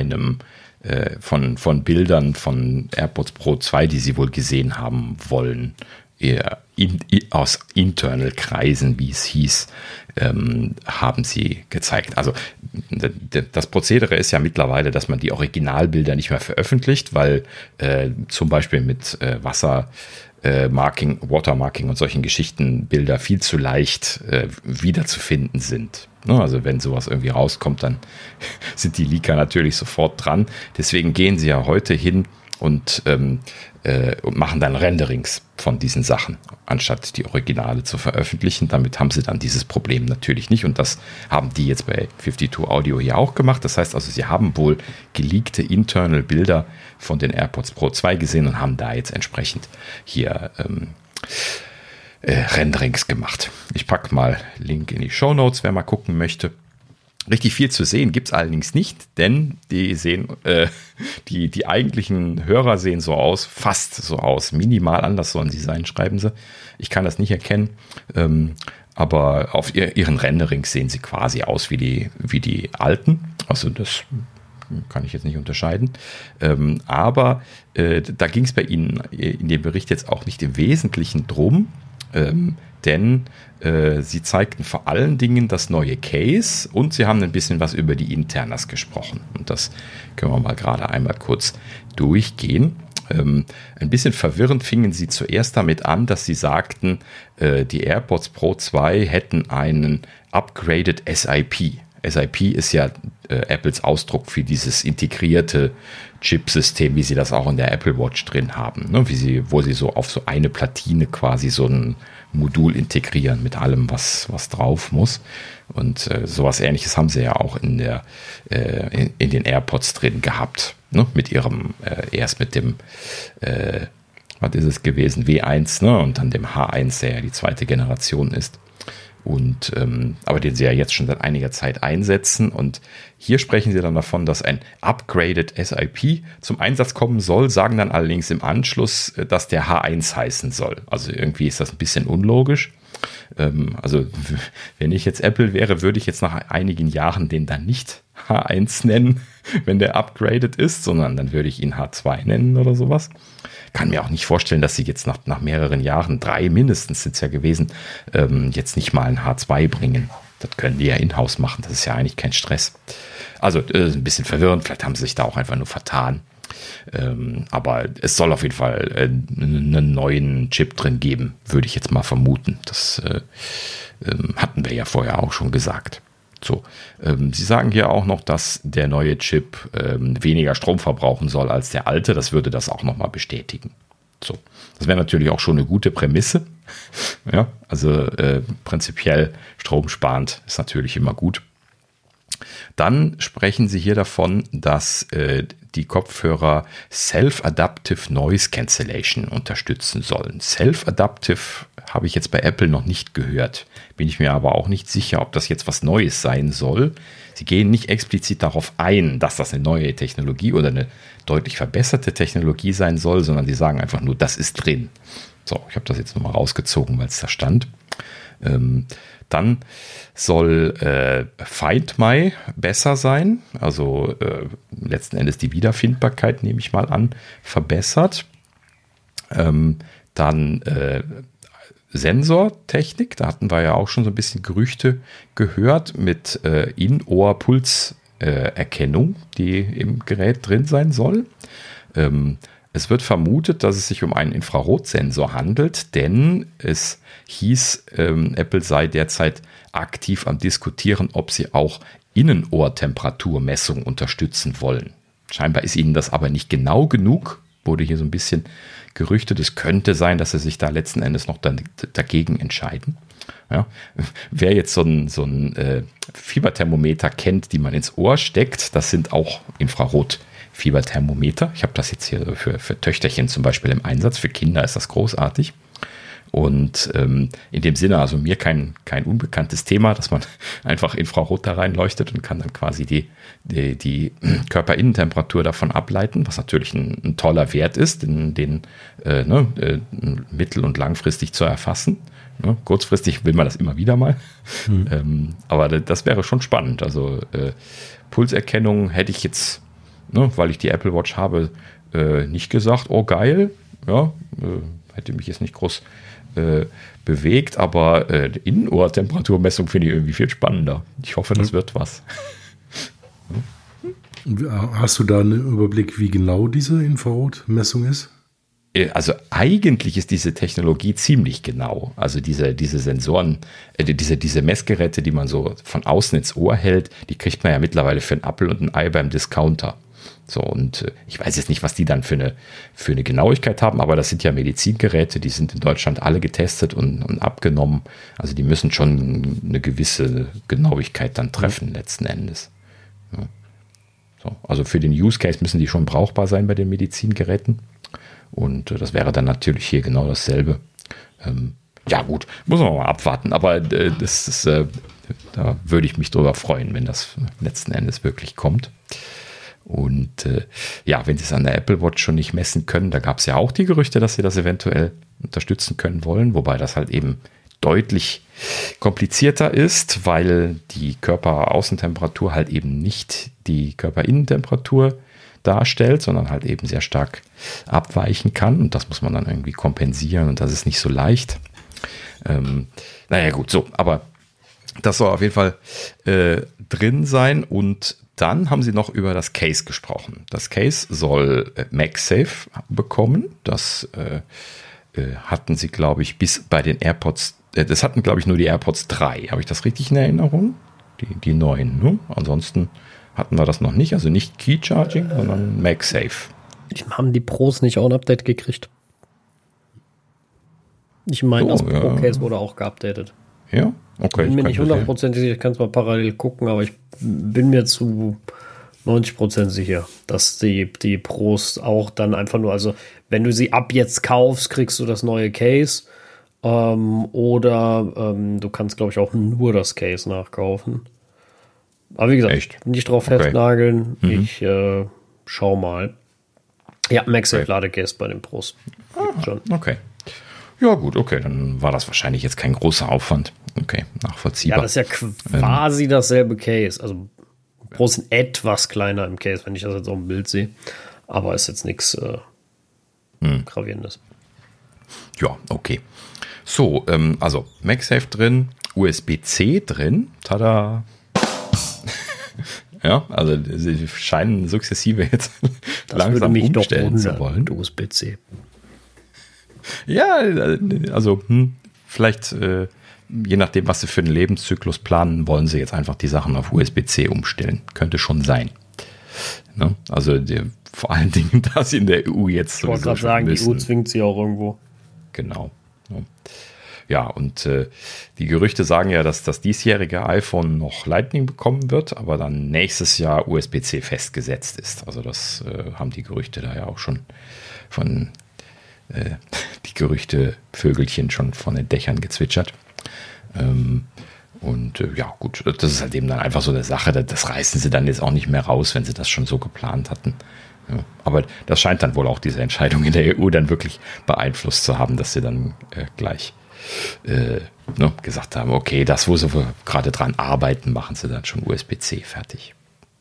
Bildern von AirPods Pro 2, die sie wohl gesehen haben wollen, aus Internal-Kreisen, wie es hieß, haben sie gezeigt. Also das Prozedere ist ja mittlerweile, dass man die Originalbilder nicht mehr veröffentlicht, weil zum Beispiel mit Watermarking und solchen Geschichten Bilder viel zu leicht wiederzufinden sind. Also wenn sowas irgendwie rauskommt, dann sind die Leaker natürlich sofort dran. Deswegen gehen sie ja heute hin und machen dann Renderings von diesen Sachen, anstatt die Originale zu veröffentlichen. Damit haben sie dann dieses Problem natürlich nicht. Und das haben die jetzt bei 52 Audio hier auch gemacht. Das heißt also, sie haben wohl geleakte Internal-Bilder von den AirPods Pro 2 gesehen und haben da jetzt entsprechend hier Renderings gemacht. Ich packe mal Link in die Shownotes, wer mal gucken möchte. Richtig viel zu sehen gibt es allerdings nicht, denn die sehen, die eigentlichen Hörer sehen so aus, fast so aus, minimal anders sollen sie sein, schreiben sie. Ich kann das nicht erkennen, aber auf ihren Renderings sehen sie quasi aus wie die alten. Also das kann ich jetzt nicht unterscheiden. Aber da ging es bei Ihnen in dem Bericht jetzt auch nicht im Wesentlichen drum, denn sie zeigten vor allen Dingen das neue Case und sie haben ein bisschen was über die Internas gesprochen. Und das können wir mal gerade einmal kurz durchgehen. Ein bisschen verwirrend fingen sie zuerst damit an, dass sie sagten, die AirPods Pro 2 hätten einen upgraded SiP. SiP ist ja Apples Ausdruck für dieses integrierte Chipsystem, wie sie das auch in der Apple Watch drin haben, ne? Wo sie so auf so eine Platine quasi so ein Modul integrieren mit allem, was drauf muss. Und sowas Ähnliches haben sie ja auch in den AirPods drin gehabt, ne? Mit ihrem, erst mit dem, was ist es gewesen, W1, ne? Und dann dem H1, der ja die zweite Generation ist. Und aber den sie ja jetzt schon seit einiger Zeit einsetzen. Und hier sprechen sie dann davon, dass ein upgraded SiP zum Einsatz kommen soll, sagen dann allerdings im Anschluss, dass der H1 heißen soll. Also irgendwie ist das ein bisschen unlogisch. Also wenn ich jetzt Apple wäre, würde ich jetzt nach einigen Jahren den dann nicht H1 nennen, wenn der upgraded ist, sondern dann würde ich ihn H2 nennen oder sowas. Kann mir auch nicht vorstellen, dass sie jetzt nach mehreren Jahren, 3 mindestens sind es ja gewesen, jetzt nicht mal ein H2 bringen. Das können die ja in-house machen, das ist ja eigentlich kein Stress. Also ein bisschen verwirrend, vielleicht haben sie sich da auch einfach nur vertan. Aber es soll auf jeden Fall einen neuen Chip drin geben, würde ich jetzt mal vermuten. Das hatten wir ja vorher auch schon gesagt. So, sie sagen hier auch noch, dass der neue Chip weniger Strom verbrauchen soll als der alte. Das würde das auch nochmal bestätigen. So, das wäre natürlich auch schon eine gute Prämisse. Ja, also prinzipiell stromsparend ist natürlich immer gut. Dann sprechen sie hier davon, dass die Kopfhörer Self-Adaptive Noise Cancellation unterstützen sollen. Self-Adaptive habe ich jetzt bei Apple noch nicht gehört. Bin ich mir aber auch nicht sicher, ob das jetzt was Neues sein soll. Sie gehen nicht explizit darauf ein, dass das eine neue Technologie oder eine deutlich verbesserte Technologie sein soll, sondern sie sagen einfach nur, das ist drin. So, ich habe das jetzt nochmal rausgezogen, weil es da stand. Dann soll Find My besser sein, also letzten Endes die Wiederfindbarkeit, nehme ich mal an, verbessert. Dann Sensortechnik, da hatten wir ja auch schon so ein bisschen Gerüchte gehört mit In-Ohr-Puls-Erkennung, die im Gerät drin sein soll. Es wird vermutet, dass es sich um einen Infrarotsensor handelt, denn es hieß, Apple sei derzeit aktiv am Diskutieren, ob sie auch Innenohrtemperaturmessung unterstützen wollen. Scheinbar ist ihnen das aber nicht genau genug, wurde hier so ein bisschen gerüchtet. Es könnte sein, dass sie sich da letzten Endes noch dagegen entscheiden. Ja. Wer jetzt so ein Fieberthermometer kennt, die man ins Ohr steckt, das sind auch Infrarot-Fieberthermometer. Ich habe das jetzt hier für Töchterchen zum Beispiel im Einsatz. Für Kinder ist das großartig. Und in dem Sinne, also mir kein unbekanntes Thema, dass man einfach Infrarot da reinleuchtet und kann dann quasi die Körperinnentemperatur davon ableiten, was natürlich ein toller Wert ist, den mittel- und langfristig zu erfassen. Ne? Kurzfristig will man das immer wieder mal. Aber das wäre schon spannend. Also Pulserkennung hätte ich jetzt, weil ich die Apple Watch habe, nicht gesagt, oh geil, ja, hätte mich jetzt nicht groß bewegt, aber Innenohrtemperaturmessung finde ich irgendwie viel spannender. Ich hoffe, das wird was. Hast du da einen Überblick, wie genau diese Infrarotmessung ist? Also eigentlich ist diese Technologie ziemlich genau. Also diese Sensoren, diese Messgeräte, die man so von außen ins Ohr hält, die kriegt man ja mittlerweile für einen Apfel und ein Ei beim Discounter. So, und ich weiß jetzt nicht, was die dann für eine Genauigkeit haben, aber das sind ja Medizingeräte, die sind in Deutschland alle getestet und abgenommen. Also die müssen schon eine gewisse Genauigkeit dann treffen, letzten Endes. Ja. So, also für den Use Case müssen die schon brauchbar sein bei den Medizingeräten. Und das wäre dann natürlich hier genau dasselbe. Ja gut, muss man mal abwarten, aber da würde ich mich drüber freuen, wenn das letzten Endes wirklich kommt. Und ja, wenn sie es an der Apple Watch schon nicht messen können, da gab es ja auch die Gerüchte, dass sie das eventuell unterstützen können wollen, wobei das halt eben deutlich komplizierter ist, weil die Körperaußentemperatur halt eben nicht die Körperinnentemperatur darstellt, sondern halt eben sehr stark abweichen kann und das muss man dann irgendwie kompensieren und das ist nicht so leicht. Naja gut, so, aber das soll auf jeden Fall drin sein und dann haben sie noch über das Case gesprochen. Das Case soll MagSafe bekommen. Das hatten sie, glaube ich, bis bei den AirPods, das hatten, glaube ich, nur die AirPods 3. Habe ich das richtig in Erinnerung? Die neuen, ne? Ansonsten hatten wir das noch nicht. Also nicht Key Charging, sondern MagSafe. Haben die Pros nicht auch ein Update gekriegt? Ich meine, das Pro-Case wurde auch geupdatet. Ja, okay. Ich bin mir nicht 100% sicher, ich kann es mal parallel gucken, aber ich bin mir zu 90% sicher, dass die Pros auch dann einfach nur, also wenn du sie ab jetzt kaufst, kriegst du das neue Case oder du kannst, glaube ich, auch nur das Case nachkaufen. Aber wie gesagt, nicht drauf festnageln, ich schau mal. Ja, MagSafe Ladecase bei den Pros. Schon. Okay. Ja gut, okay, dann war das wahrscheinlich jetzt kein großer Aufwand. Okay, nachvollziehbar. Ja, das ist ja quasi dasselbe Case. Also Pros sind etwas kleiner im Case, wenn ich das jetzt auf dem Bild sehe. Aber ist jetzt nichts Gravierendes. Ja, okay. So, also MagSafe drin, USB-C drin. Tada! Ja, also sie scheinen sukzessive jetzt das langsam umstellen zu wollen. USB-C. Ja, also vielleicht, je nachdem, was sie für einen Lebenszyklus planen, wollen sie jetzt einfach die Sachen auf USB-C umstellen. Könnte schon sein. Ne? Also vor allen Dingen, da sie in der EU jetzt ich wollte gerade sagen, müssen. Die EU zwingt sie auch irgendwo. Genau. Ja, und die Gerüchte sagen ja, dass das diesjährige iPhone noch Lightning bekommen wird, aber dann nächstes Jahr USB-C festgesetzt ist. Also das haben die Gerüchte da ja auch schon von die Gerüchte-Vögelchen schon von den Dächern gezwitschert. Ja, gut, das ist halt eben dann einfach so eine Sache, das reißen sie dann jetzt auch nicht mehr raus, wenn sie das schon so geplant hatten. Ja, aber das scheint dann wohl auch diese Entscheidung in der EU dann wirklich beeinflusst zu haben, dass sie dann gleich gesagt haben, okay, das, wo sie gerade dran arbeiten, machen sie dann schon USB-C fertig.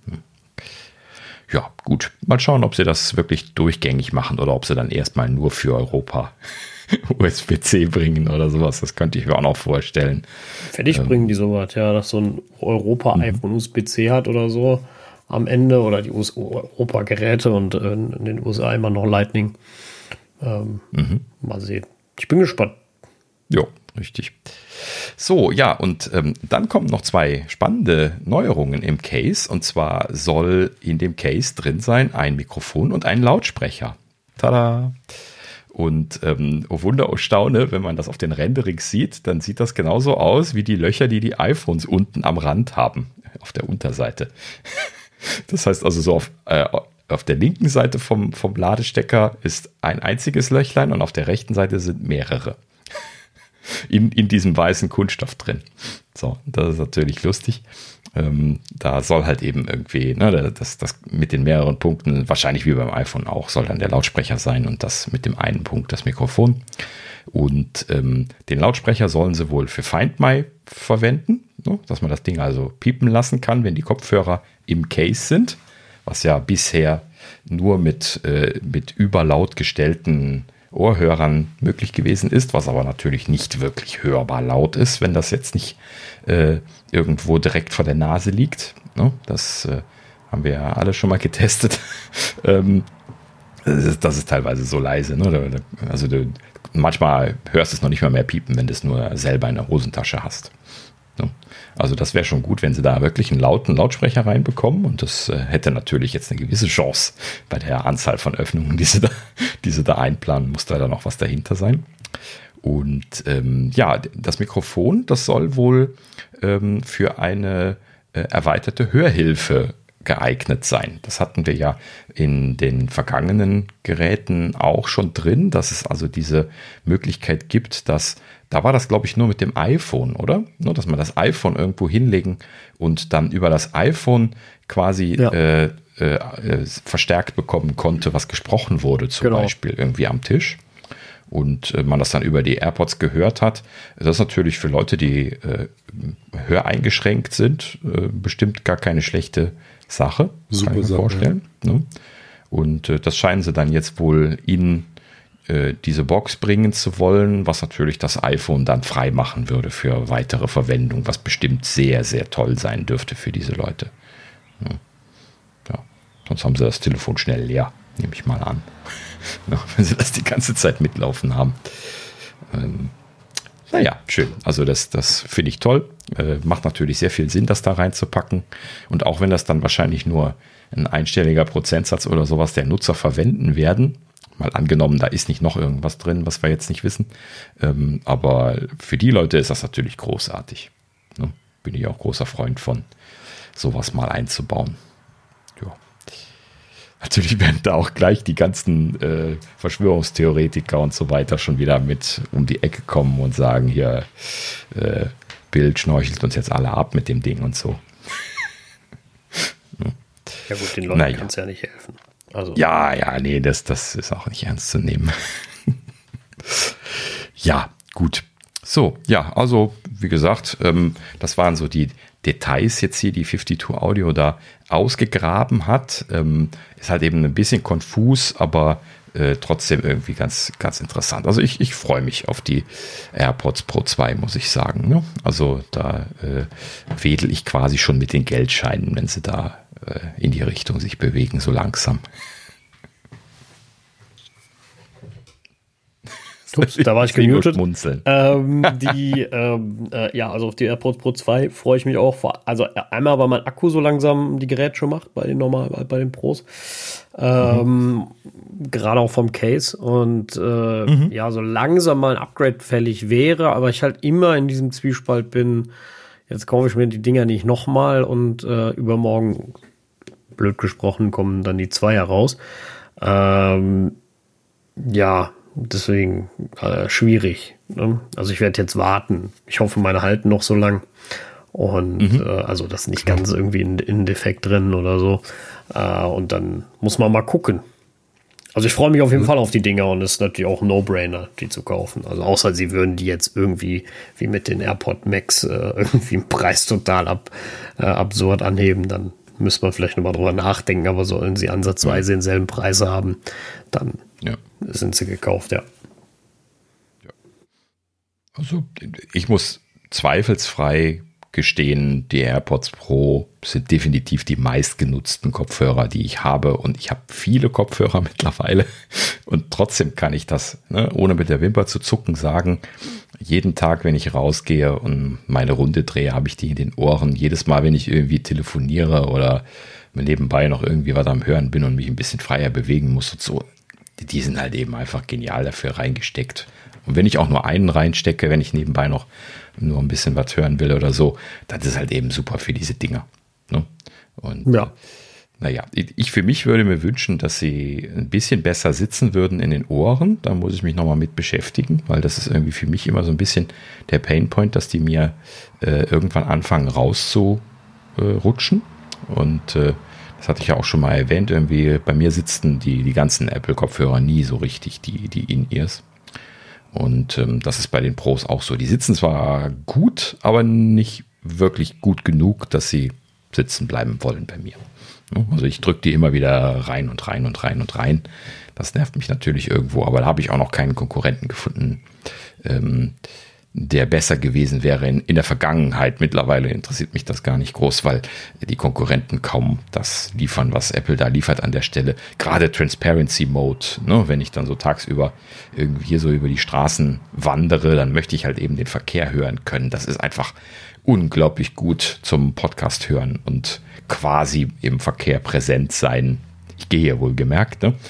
Ja, gut. Mal schauen, ob sie das wirklich durchgängig machen oder ob sie dann erstmal nur für Europa USB-C bringen oder sowas. Das könnte ich mir auch noch vorstellen. Fertig bringen die sowas, ja, dass so ein Europa-iPhone USB-C hat oder so am Ende oder die Europa-Geräte und in den USA immer noch Lightning. Mal sehen. Ich bin gespannt. Jo, richtig. So, ja, und dann kommen noch zwei spannende Neuerungen im Case. Und zwar soll in dem Case drin sein ein Mikrofon und ein Lautsprecher. Tada! Und oh Wunder, oh Staune, wenn man das auf den Renderings sieht, dann sieht das genauso aus wie die Löcher, die die iPhones unten am Rand haben, auf der Unterseite. Das heißt also so auf der linken Seite vom Ladestecker ist ein einziges Löchlein und auf der rechten Seite sind mehrere. In diesem weißen Kunststoff drin. So, das ist natürlich lustig. Da soll halt eben irgendwie, das mit den mehreren Punkten, wahrscheinlich wie beim iPhone auch, soll dann der Lautsprecher sein und das mit dem einen Punkt das Mikrofon. Und den Lautsprecher sollen sie wohl für Find My verwenden, dass man das Ding also piepen lassen kann, wenn die Kopfhörer im Case sind, was ja bisher nur mit überlaut gestellten Ohrhörern möglich gewesen ist, was aber natürlich nicht wirklich hörbar laut ist, wenn das jetzt nicht irgendwo direkt vor der Nase liegt. Das haben wir ja alle schon mal getestet. Das ist teilweise so leise. Also manchmal hörst du es noch nicht mal mehr piepen, wenn du es nur selber in der Hosentasche hast. Also das wäre schon gut, wenn sie da wirklich einen lauten Lautsprecher reinbekommen, und das hätte natürlich jetzt eine gewisse Chance bei der Anzahl von Öffnungen, die sie da einplanen, muss da noch was dahinter sein. Und das Mikrofon, das soll wohl für eine erweiterte Hörhilfe geeignet sein. Das hatten wir ja in den vergangenen Geräten auch schon drin, dass es also diese Möglichkeit gibt, dass, da war das glaube ich nur mit dem iPhone, oder? Nur, dass man das iPhone irgendwo hinlegen und dann über das iPhone quasi verstärkt bekommen konnte, was gesprochen wurde, zum Beispiel irgendwie am Tisch. Und man das dann über die AirPods gehört hat. Das ist natürlich für Leute, die höreingeschränkt sind, bestimmt gar keine schlechte Sache. Super kann ich mir vorstellen. Ja. Ne? Und das scheinen sie dann jetzt wohl in diese Box bringen zu wollen, was natürlich das iPhone dann frei machen würde für weitere Verwendung, was bestimmt sehr, sehr toll sein dürfte für diese Leute. Ja. Sonst haben sie das Telefon schnell leer, nehme ich mal an. Wenn sie das die ganze Zeit mitlaufen haben. Schön. Also das finde ich toll. Macht natürlich sehr viel Sinn, das da reinzupacken. Und auch wenn das dann wahrscheinlich nur ein einstelliger Prozentsatz oder sowas der Nutzer verwenden werden, mal angenommen, da ist nicht noch irgendwas drin, was wir jetzt nicht wissen. Aber für die Leute ist das natürlich großartig. Bin ich auch großer Freund von, sowas mal einzubauen. Ja. Natürlich werden da auch gleich die ganzen Verschwörungstheoretiker und so weiter schon wieder mit um die Ecke kommen und sagen, hier, Bild schnorchelt uns jetzt alle ab mit dem Ding und so. Ja gut, den Leuten kann es ja nicht helfen. Also. Nee, das ist auch nicht ernst zu nehmen. Ja, gut. So, ja, also wie gesagt, das waren so die Details jetzt hier, die 52 Audio da ausgegraben hat. Ist halt eben ein bisschen konfus, aber trotzdem irgendwie ganz, ganz interessant. Also ich freue mich auf die AirPods Pro 2, muss ich sagen. Ne? Also da wedel ich quasi schon mit den Geldscheinen, wenn sie da in die Richtung sich bewegen, so langsam. Ups, da war ich gemutet. Also auf die AirPods Pro 2 freue ich mich auch. Also einmal, weil mein Akku so langsam die Geräte macht, bei den Pros. Gerade auch vom Case. Und so langsam mal ein Upgrade fällig wäre, aber ich halt immer in diesem Zwiespalt bin, jetzt kaufe ich mir die Dinger nicht nochmal und übermorgen, blöd gesprochen, kommen dann die Zweier raus. Deswegen schwierig. Ne? Also ich werde jetzt warten. Ich hoffe, meine halten noch so lang. Und also das ist nicht ganz irgendwie in Defekt drin oder so. Und dann muss man mal gucken. Also ich freue mich auf jeden Fall auf die Dinger und es ist natürlich auch ein No-Brainer, die zu kaufen. Also außer sie würden die jetzt irgendwie, wie mit den AirPod Max, irgendwie im Preis total absurd anheben, dann müsste man vielleicht nochmal drüber nachdenken, aber sollen sie ansatzweise denselben Preis haben, dann sind sie gekauft, ja. Also ich muss zweifelsfrei gestehen, die AirPods Pro sind definitiv die meistgenutzten Kopfhörer, die ich habe, und ich habe viele Kopfhörer mittlerweile und trotzdem kann ich das, ohne mit der Wimper zu zucken, sagen, jeden Tag, wenn ich rausgehe und meine Runde drehe, habe ich die in den Ohren. Jedes Mal, wenn ich irgendwie telefoniere oder nebenbei noch irgendwie was am Hören bin und mich ein bisschen freier bewegen muss und so, die sind halt eben einfach genial dafür reingesteckt. Und wenn ich auch nur einen reinstecke, wenn ich nebenbei noch nur ein bisschen was hören will oder so, das ist halt eben super für diese Dinger. Ne? Und ich für mich würde mir wünschen, dass sie ein bisschen besser sitzen würden in den Ohren. Da muss ich mich nochmal mit beschäftigen, weil das ist irgendwie für mich immer so ein bisschen der Painpoint, dass die mir irgendwann anfangen rauszurutschen. Und das hatte ich ja auch schon mal erwähnt, irgendwie bei mir sitzen die ganzen Apple-Kopfhörer nie so richtig, die In-Ears. Und das ist bei den Pros auch so. Die sitzen zwar gut, aber nicht wirklich gut genug, dass sie sitzen bleiben wollen bei mir. Also ich drücke die immer wieder rein und rein und rein und rein. Das nervt mich natürlich irgendwo, aber da habe ich auch noch keinen Konkurrenten gefunden, der besser gewesen wäre in der Vergangenheit. Mittlerweile interessiert mich das gar nicht groß, weil die Konkurrenten kaum das liefern, was Apple da liefert an der Stelle. Gerade Transparency Mode, wenn ich dann so tagsüber irgendwie hier so über die Straßen wandere, dann möchte ich halt eben den Verkehr hören können. Das ist einfach unglaublich gut zum Podcast hören und quasi im Verkehr präsent sein. Ich gehe ja wohl gemerkt, ne?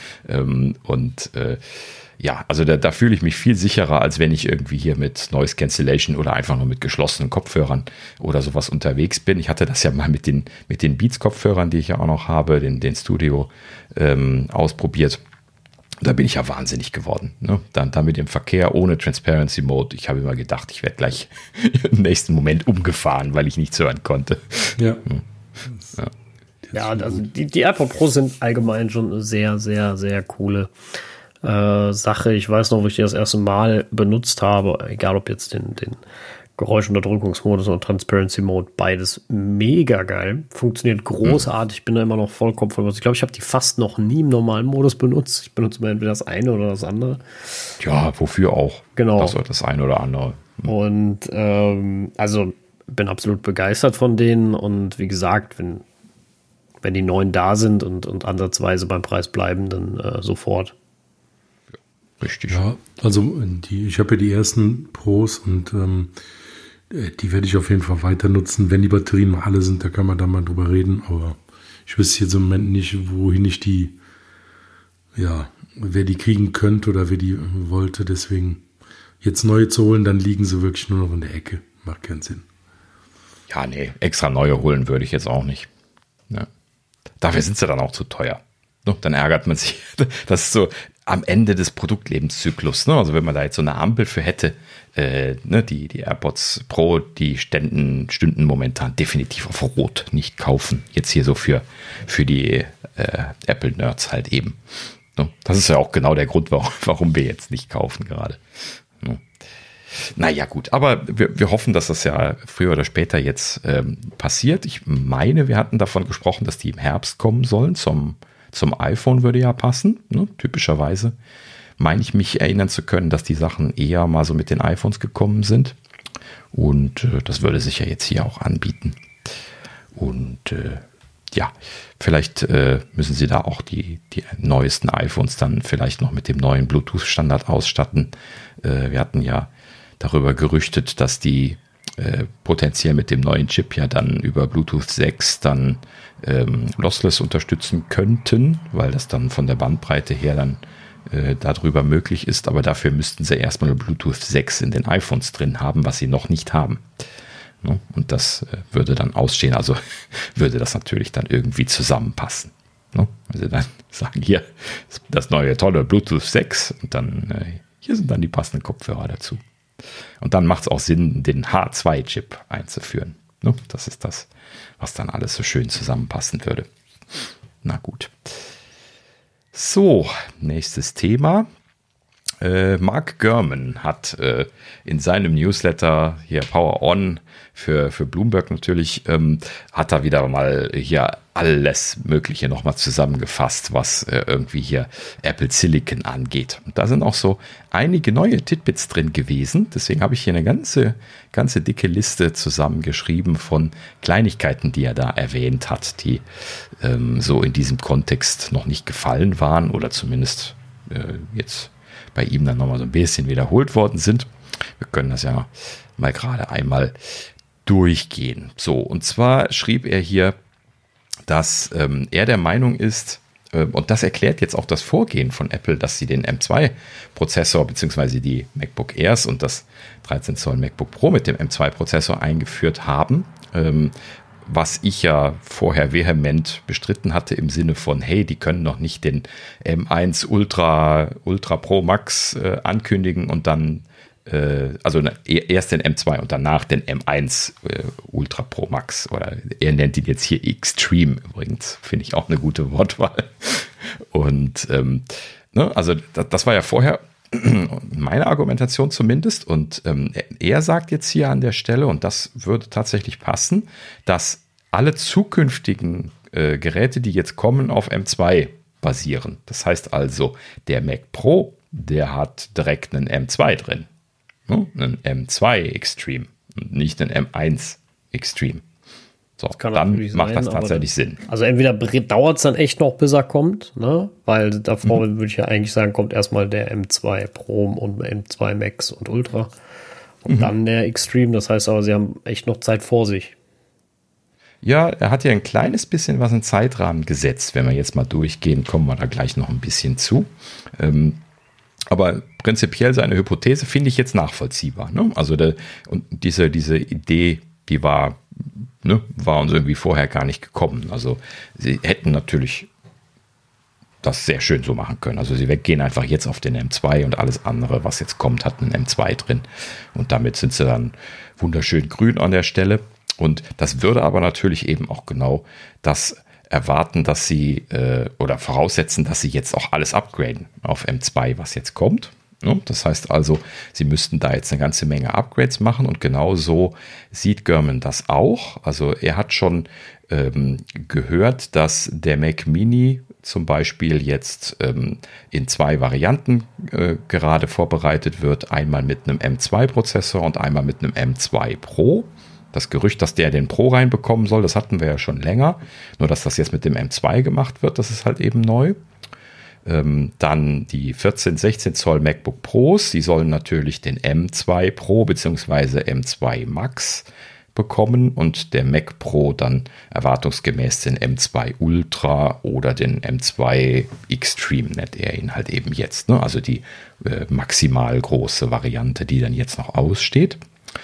Ja, also da fühle ich mich viel sicherer, als wenn ich irgendwie hier mit Noise Cancellation oder einfach nur mit geschlossenen Kopfhörern oder sowas unterwegs bin. Ich hatte das ja mal mit den Beats-Kopfhörern, die ich ja auch noch habe, den Studio ausprobiert. Da bin ich ja wahnsinnig geworden. Ne? Dann mit dem Verkehr ohne Transparency Mode. Ich habe immer gedacht, ich werde gleich im nächsten Moment umgefahren, weil ich nichts hören konnte. Ja. Ja, also die AirPods Pro sind allgemein schon eine sehr, sehr, sehr coole Sache. Ich weiß noch, wo ich die das erste Mal benutzt habe, egal ob jetzt den Geräuschunterdrückungsmodus oder Transparency Mode, beides mega geil. Funktioniert großartig. Ich bin da immer noch vollkommen voll. Ich glaube, ich habe die fast noch nie im normalen Modus benutzt. Ich benutze immer entweder das eine oder das andere. Ja, wofür auch? Genau. Das eine oder andere. Und also bin absolut begeistert von denen. Und wie gesagt, wenn die neuen da sind und ansatzweise beim Preis bleiben, dann sofort. Richtig. Ja, also ich habe ja die ersten Pros und die werde ich auf jeden Fall weiter nutzen. Wenn die Batterien mal alle sind, da kann man da mal drüber reden. Aber ich wüsste jetzt im Moment nicht, wohin ich die, ja, wer die kriegen könnte oder wer die wollte. Deswegen jetzt neue zu holen, dann liegen sie wirklich nur noch in der Ecke. Macht keinen Sinn. Ja, nee, extra neue holen würde ich jetzt auch nicht. Ja. Dafür sind sie dann auch zu teuer. Dann ärgert man sich. Das ist so am Ende des Produktlebenszyklus. Ne? Also wenn man da jetzt so eine Ampel für hätte, die AirPods Pro, die stünden momentan definitiv auf Rot, nicht kaufen. Jetzt hier so für die Apple-Nerds halt eben. Ne? Das ist ja auch genau der Grund, warum wir jetzt nicht kaufen gerade. Ne? Naja, gut, aber wir hoffen, dass das ja früher oder später jetzt passiert. Ich meine, wir hatten davon gesprochen, dass die im Herbst kommen sollen. Zum iPhone würde ja passen, ne? Typischerweise. Meine ich mich erinnern zu können, dass die Sachen eher mal so mit den iPhones gekommen sind. Und das würde sich ja jetzt hier auch anbieten. Und ja, vielleicht müssen sie da auch die neuesten iPhones dann vielleicht noch mit dem neuen Bluetooth-Standard ausstatten. Wir hatten ja darüber gerüchtet, dass die potenziell mit dem neuen Chip ja dann über Bluetooth 6 dann Lossless unterstützen könnten, weil das dann von der Bandbreite her dann darüber möglich ist, aber dafür müssten sie erstmal Bluetooth 6 in den iPhones drin haben, was sie noch nicht haben. Ne? Und das würde dann ausstehen, also würde das natürlich dann irgendwie zusammenpassen. Ne? Also dann sagen, hier das neue tolle Bluetooth 6 und dann hier sind dann die passenden Kopfhörer dazu. Und dann macht es auch Sinn, den H2-Chip einzuführen. Ne? Das ist das, was dann alles so schön zusammenpassen würde. Na gut. So, nächstes Thema. Mark Gurman hat in seinem Newsletter hier Power On für Bloomberg natürlich, hat er wieder mal hier alles Mögliche nochmal zusammengefasst, was irgendwie hier Apple Silicon angeht. Und da sind auch so einige neue Tidbits drin gewesen. Deswegen habe ich hier eine ganze dicke Liste zusammengeschrieben von Kleinigkeiten, die er da erwähnt hat, die so in diesem Kontext noch nicht gefallen waren oder zumindest jetzt bei ihm dann nochmal so ein bisschen wiederholt worden sind. Wir können das ja mal gerade einmal durchgehen. So, und zwar schrieb er hier, dass er der Meinung ist, und das erklärt jetzt auch das Vorgehen von Apple, dass sie den M2-Prozessor bzw. die MacBook Airs und das 13 Zoll MacBook Pro mit dem M2-Prozessor eingeführt haben, was ich ja vorher vehement bestritten hatte im Sinne von, hey, die können noch nicht den M1 Ultra Pro Max ankündigen und dann also erst den M2 und danach den M1 Ultra Pro Max, oder er nennt ihn jetzt hier Extreme übrigens, finde ich auch eine gute Wortwahl. Und also das war ja vorher meine Argumentation zumindest, und er sagt jetzt hier an der Stelle, und das würde tatsächlich passen, dass alle zukünftigen Geräte, die jetzt kommen, auf M2 basieren. Das heißt also, der Mac Pro, der hat direkt einen M2 drin. Einen M2 Extreme und nicht einen M1 Extreme. So, dann macht das tatsächlich Sinn. Also entweder dauert es dann echt noch, bis er kommt, ne? Weil davor würde ich ja eigentlich sagen, kommt erstmal der M2 Pro und M2 Max und Ultra. Und dann der Extreme, das heißt aber, sie haben echt noch Zeit vor sich. Ja, er hat ja ein kleines bisschen was in Zeitrahmen gesetzt. Wenn wir jetzt mal durchgehen, kommen wir da gleich noch ein bisschen zu. Aber prinzipiell seine Hypothese finde ich jetzt nachvollziehbar. Ne? Also und diese Idee, die war uns irgendwie vorher gar nicht gekommen. Also sie hätten natürlich das sehr schön so machen können. Also sie gehen einfach jetzt auf den M2 und alles andere, was jetzt kommt, hat einen M2 drin. Und damit sind sie dann wunderschön grün an der Stelle. Und das würde aber natürlich eben auch genau das erwarten, dass sie oder voraussetzen, dass sie jetzt auch alles upgraden auf M2, was jetzt kommt. Das heißt also, sie müssten da jetzt eine ganze Menge Upgrades machen und genau so sieht Gurman das auch. Also er hat schon gehört, dass der Mac Mini zum Beispiel jetzt in 2 Varianten gerade vorbereitet wird. Einmal mit einem M2-Prozessor und einmal mit einem M2 Pro. Das Gerücht, dass der den Pro reinbekommen soll, das hatten wir ja schon länger. Nur, dass das jetzt mit dem M2 gemacht wird, das ist halt eben neu. Dann die 14, 16 Zoll MacBook Pros, die sollen natürlich den M2 Pro bzw. M2 Max bekommen und der Mac Pro dann erwartungsgemäß den M2 Ultra oder den M2 Extreme, nennt er ihn halt eben jetzt. Ne? Also die maximal große Variante, die dann jetzt noch aussteht.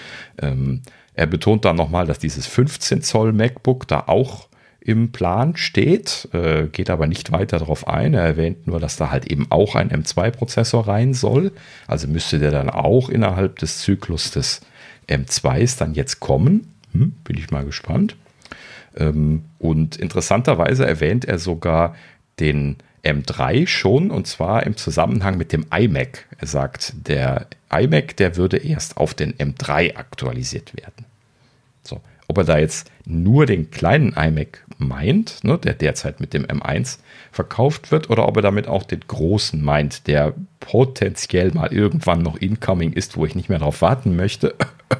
Er betont dann nochmal, dass dieses 15 Zoll MacBook da auch im Plan steht, geht aber nicht weiter darauf ein. Er erwähnt nur, dass da halt eben auch ein M2-Prozessor rein soll. Also müsste der dann auch innerhalb des Zyklus des M2s dann jetzt kommen. Bin ich mal gespannt. Und interessanterweise erwähnt er sogar den M3 schon, und zwar im Zusammenhang mit dem iMac. Er sagt, der iMac, der würde erst auf den M3 aktualisiert werden. So. Ob er da jetzt nur den kleinen iMac meint, ne, der derzeit mit dem M1 verkauft wird, oder ob er damit auch den großen meint, der potenziell mal irgendwann noch incoming ist, wo ich nicht mehr drauf warten möchte.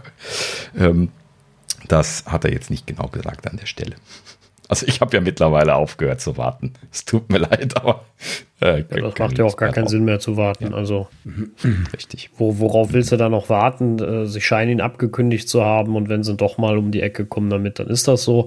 Das hat er jetzt nicht genau gesagt an der Stelle. Also ich habe ja mittlerweile aufgehört zu warten. Es tut mir leid, aber das macht ja auch gar keinen Sinn mehr zu warten. Ja. Also richtig. Worauf willst du da noch warten? Sie scheinen ihn abgekündigt zu haben, und wenn sie doch mal um die Ecke kommen damit, dann ist das so.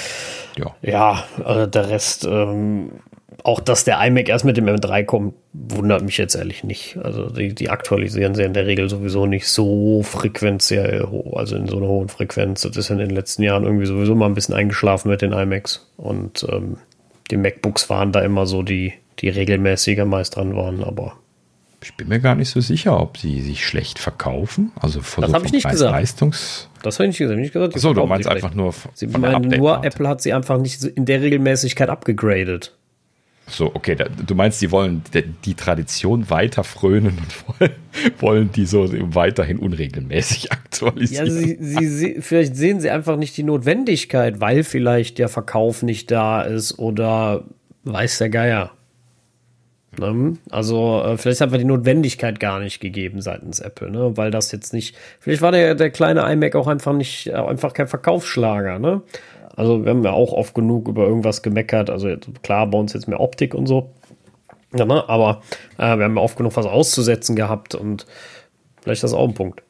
Ja, der Rest, auch dass der iMac erst mit dem M3 kommt, wundert mich jetzt ehrlich nicht. Also die aktualisieren sie in der Regel sowieso nicht so frequenziell, also in so einer hohen Frequenz. Das ist in den letzten Jahren irgendwie sowieso mal ein bisschen eingeschlafen mit den iMacs. Und die MacBooks waren da immer so, die regelmäßiger meist dran waren, aber ich bin mir gar nicht so sicher, ob sie sich schlecht verkaufen. Also das habe ich nicht gesagt. Das habe ich nicht gesagt. Achso, du meinst einfach nur Sie meinen nur, Apple hat sie einfach nicht in der Regelmäßigkeit abgegradet. So, okay, du meinst, sie wollen die Tradition weiter frönen und wollen die so weiterhin unregelmäßig aktualisieren. Ja, vielleicht sehen sie einfach nicht die Notwendigkeit, weil vielleicht der Verkauf nicht da ist oder weiß der Geier. Ne? Also vielleicht ist einfach die Notwendigkeit gar nicht gegeben seitens Apple, ne? Weil das jetzt nicht, vielleicht war der kleine iMac auch einfach kein Verkaufsschlager, ne? Also wir haben ja auch oft genug über irgendwas gemeckert, also klar, bei uns jetzt mehr Optik und so, ja, ne? Aber wir haben ja oft genug was auszusetzen gehabt, und vielleicht ist das auch ein Punkt.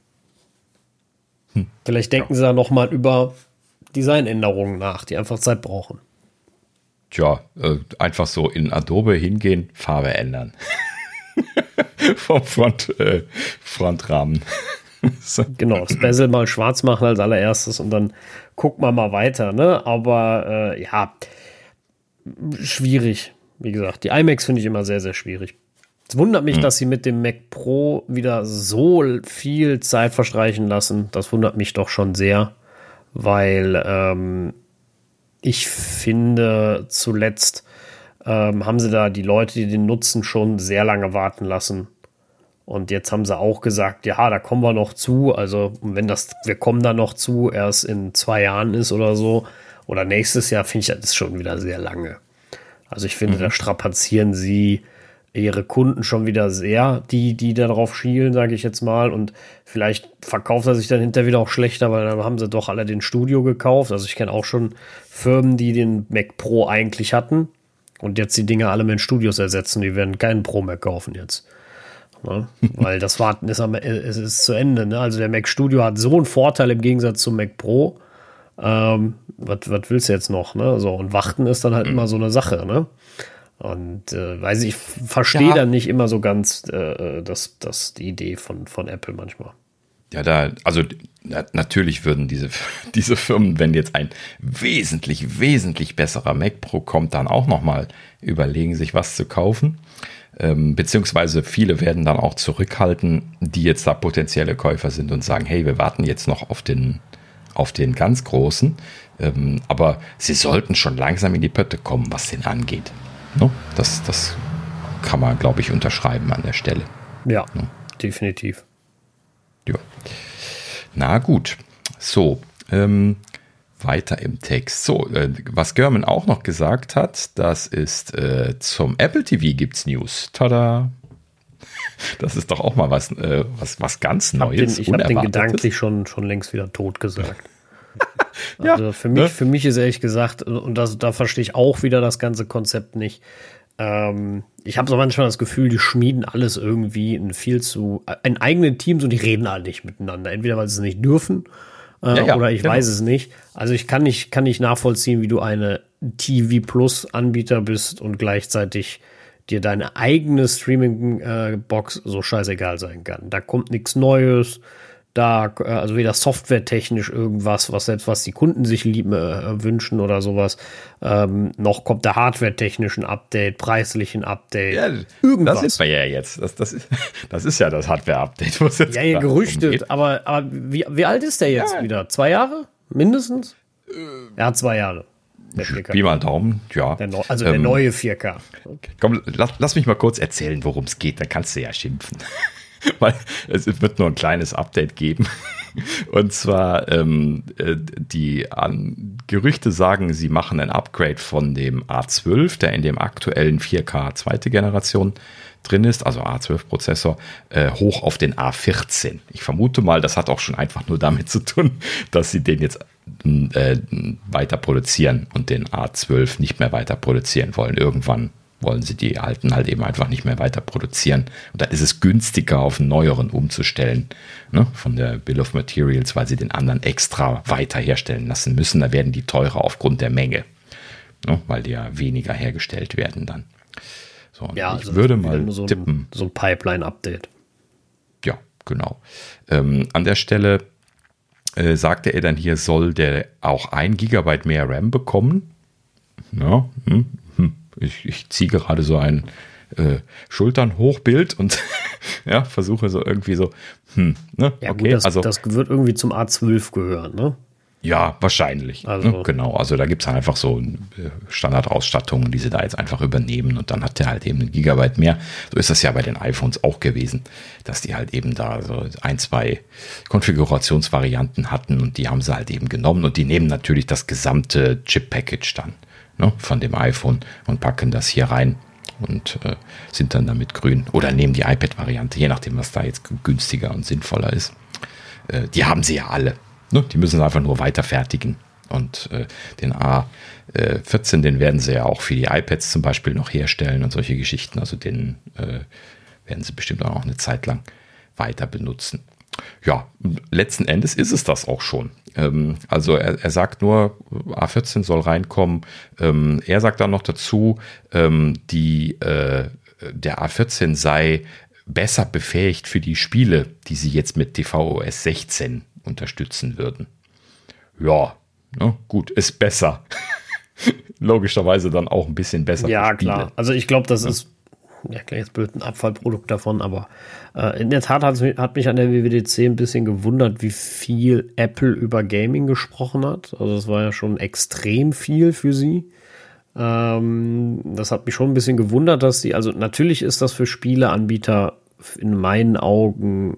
Vielleicht denken sie da nochmal über Designänderungen nach, die einfach Zeit brauchen. Tja, einfach so in Adobe hingehen, Farbe ändern. Vom Frontrahmen. So. Genau, das Bezel mal schwarz machen als allererstes und dann gucken wir mal weiter, ne? Aber ja, schwierig. Wie gesagt, die iMacs finde ich immer sehr, sehr schwierig. Es wundert mich, dass sie mit dem Mac Pro wieder so viel Zeit verstreichen lassen. Das wundert mich doch schon sehr, weil ich finde, zuletzt haben sie da die Leute, die den nutzen, schon sehr lange warten lassen. Und jetzt haben sie auch gesagt, ja, da kommen wir noch zu. Also wir kommen da noch zu, erst in 2 Jahren ist oder so, oder nächstes Jahr, finde ich, das ist schon wieder sehr lange. Also ich finde, da strapazieren sie ihre Kunden schon wieder sehr, die darauf schielen, sage ich jetzt mal. Und vielleicht verkauft er sich dann hinterher wieder auch schlechter, weil dann haben sie doch alle den Studio gekauft. Also ich kenne auch schon Firmen, die den Mac Pro eigentlich hatten und jetzt die Dinge alle mit Studios ersetzen. Die werden keinen Pro mehr kaufen jetzt. Ne? Weil das Warten es ist zu Ende. Ne? Also der Mac Studio hat so einen Vorteil im Gegensatz zum Mac Pro. Was willst du jetzt noch? Ne? So, und Warten ist dann halt immer so eine Sache. Ne? Und weiß ich verstehe dann nicht immer so ganz die Idee von Apple manchmal. Ja, natürlich würden diese Firmen, wenn jetzt ein wesentlich, wesentlich besserer Mac Pro kommt, dann auch nochmal überlegen, sich was zu kaufen. Beziehungsweise viele werden dann auch zurückhalten, die jetzt da potenzielle Käufer sind und sagen, hey, wir warten jetzt noch auf den ganz Großen. Aber sie sollten schon langsam in die Pötte kommen, was den angeht. No? Das kann man, glaube ich, unterschreiben an der Stelle. Ja, no? Definitiv. Ja. Na gut. So, weiter im Text. So, was Görman auch noch gesagt hat, das ist zum Apple TV gibt's News. Tada! Das ist doch auch mal was ganz Neues. Ich habe den gedanklich schon längst wieder tot gesagt. Also ja, für mich ist ehrlich gesagt, und da verstehe ich auch wieder das ganze Konzept nicht. Ich habe so manchmal das Gefühl, die schmieden alles irgendwie in eigenen Teams und die reden alle nicht miteinander. Entweder weil sie es nicht dürfen oder ich weiß es nicht. Also ich kann nicht nachvollziehen, wie du eine TV Plus Anbieter bist und gleichzeitig dir deine eigene Streaming-Box so scheißegal sein kann. Da kommt nichts Neues. Also weder softwaretechnisch irgendwas, was die Kunden sich wünschen oder sowas, noch kommt der hardwaretechnisch ein Update, preislich ein Update. Ja, irgendwas. Das ist ja jetzt. Das ist ja das Hardware-Update. Ja, gerüchtet, aber wie alt ist der jetzt wieder? 2 Jahre? Mindestens? Er hat 2 Jahre. Pi mal Daumen, ja. Der neue 4K. Komm, lass mich mal kurz erzählen, worum es geht, dann kannst du ja schimpfen. Weil es wird nur ein kleines Update geben. Und zwar die Gerüchte sagen, sie machen ein Upgrade von dem A12, der in dem aktuellen 4K zweite Generation drin ist, also A12-Prozessor, hoch auf den A14. Ich vermute mal, das hat auch schon einfach nur damit zu tun, dass sie den jetzt weiter produzieren und den A12 nicht mehr weiter produzieren wollen. Irgendwann wollen sie die alten halt eben einfach nicht mehr weiter produzieren. Und dann ist es günstiger, auf einen neueren umzustellen, ne, von der Bill of Materials, weil sie den anderen extra weiter herstellen lassen müssen. Da werden die teurer aufgrund der Menge, ne, weil die ja weniger hergestellt werden dann. So, ja, ich würde mal tippen. So ein Pipeline-Update. Ja, genau. An der Stelle sagte er dann hier, soll der auch 1 GB mehr RAM bekommen? Ja, Ich ziehe gerade so ein Schultern-Hochbild und ja, versuche so irgendwie so, ne? Ja, okay, gut, das wird irgendwie zum A12 gehören, ne? Ja, wahrscheinlich. Also. Ne? Genau, also da gibt es einfach so Standardausstattungen, die sie da jetzt einfach übernehmen und dann hat der halt eben 1 Gigabyte mehr. So ist das ja bei den iPhones auch gewesen, dass die halt eben da so 1, 2 Konfigurationsvarianten hatten und die haben sie halt eben genommen und die nehmen natürlich das gesamte Chip-Package dann, ne, von dem iPhone und packen das hier rein und sind dann damit grün. Oder nehmen die iPad-Variante, je nachdem, was da jetzt günstiger und sinnvoller ist. Die haben sie ja alle. Ne? Die müssen sie einfach nur weiter fertigen. Und den A14, den werden sie ja auch für die iPads zum Beispiel noch herstellen und solche Geschichten. Also den werden sie bestimmt auch noch eine Zeit lang weiter benutzen. Ja, letzten Endes ist es das auch schon. Also er sagt nur, A14 soll reinkommen. Er sagt dann noch dazu, der A14 sei besser befähigt für die Spiele, die sie jetzt mit tvOS 16 unterstützen würden. Ja, ne, gut, ist besser. Logischerweise dann auch ein bisschen besser. Ja, für Spiele. Klar. Also ich glaube, das ist ja klar, jetzt blöd ein Abfallprodukt davon, aber in der Tat hat mich an der WWDC ein bisschen gewundert, wie viel Apple über Gaming gesprochen hat. Also es war ja schon extrem viel für sie. Das hat mich schon ein bisschen gewundert, dass sie, also natürlich ist das für Spieleanbieter in meinen Augen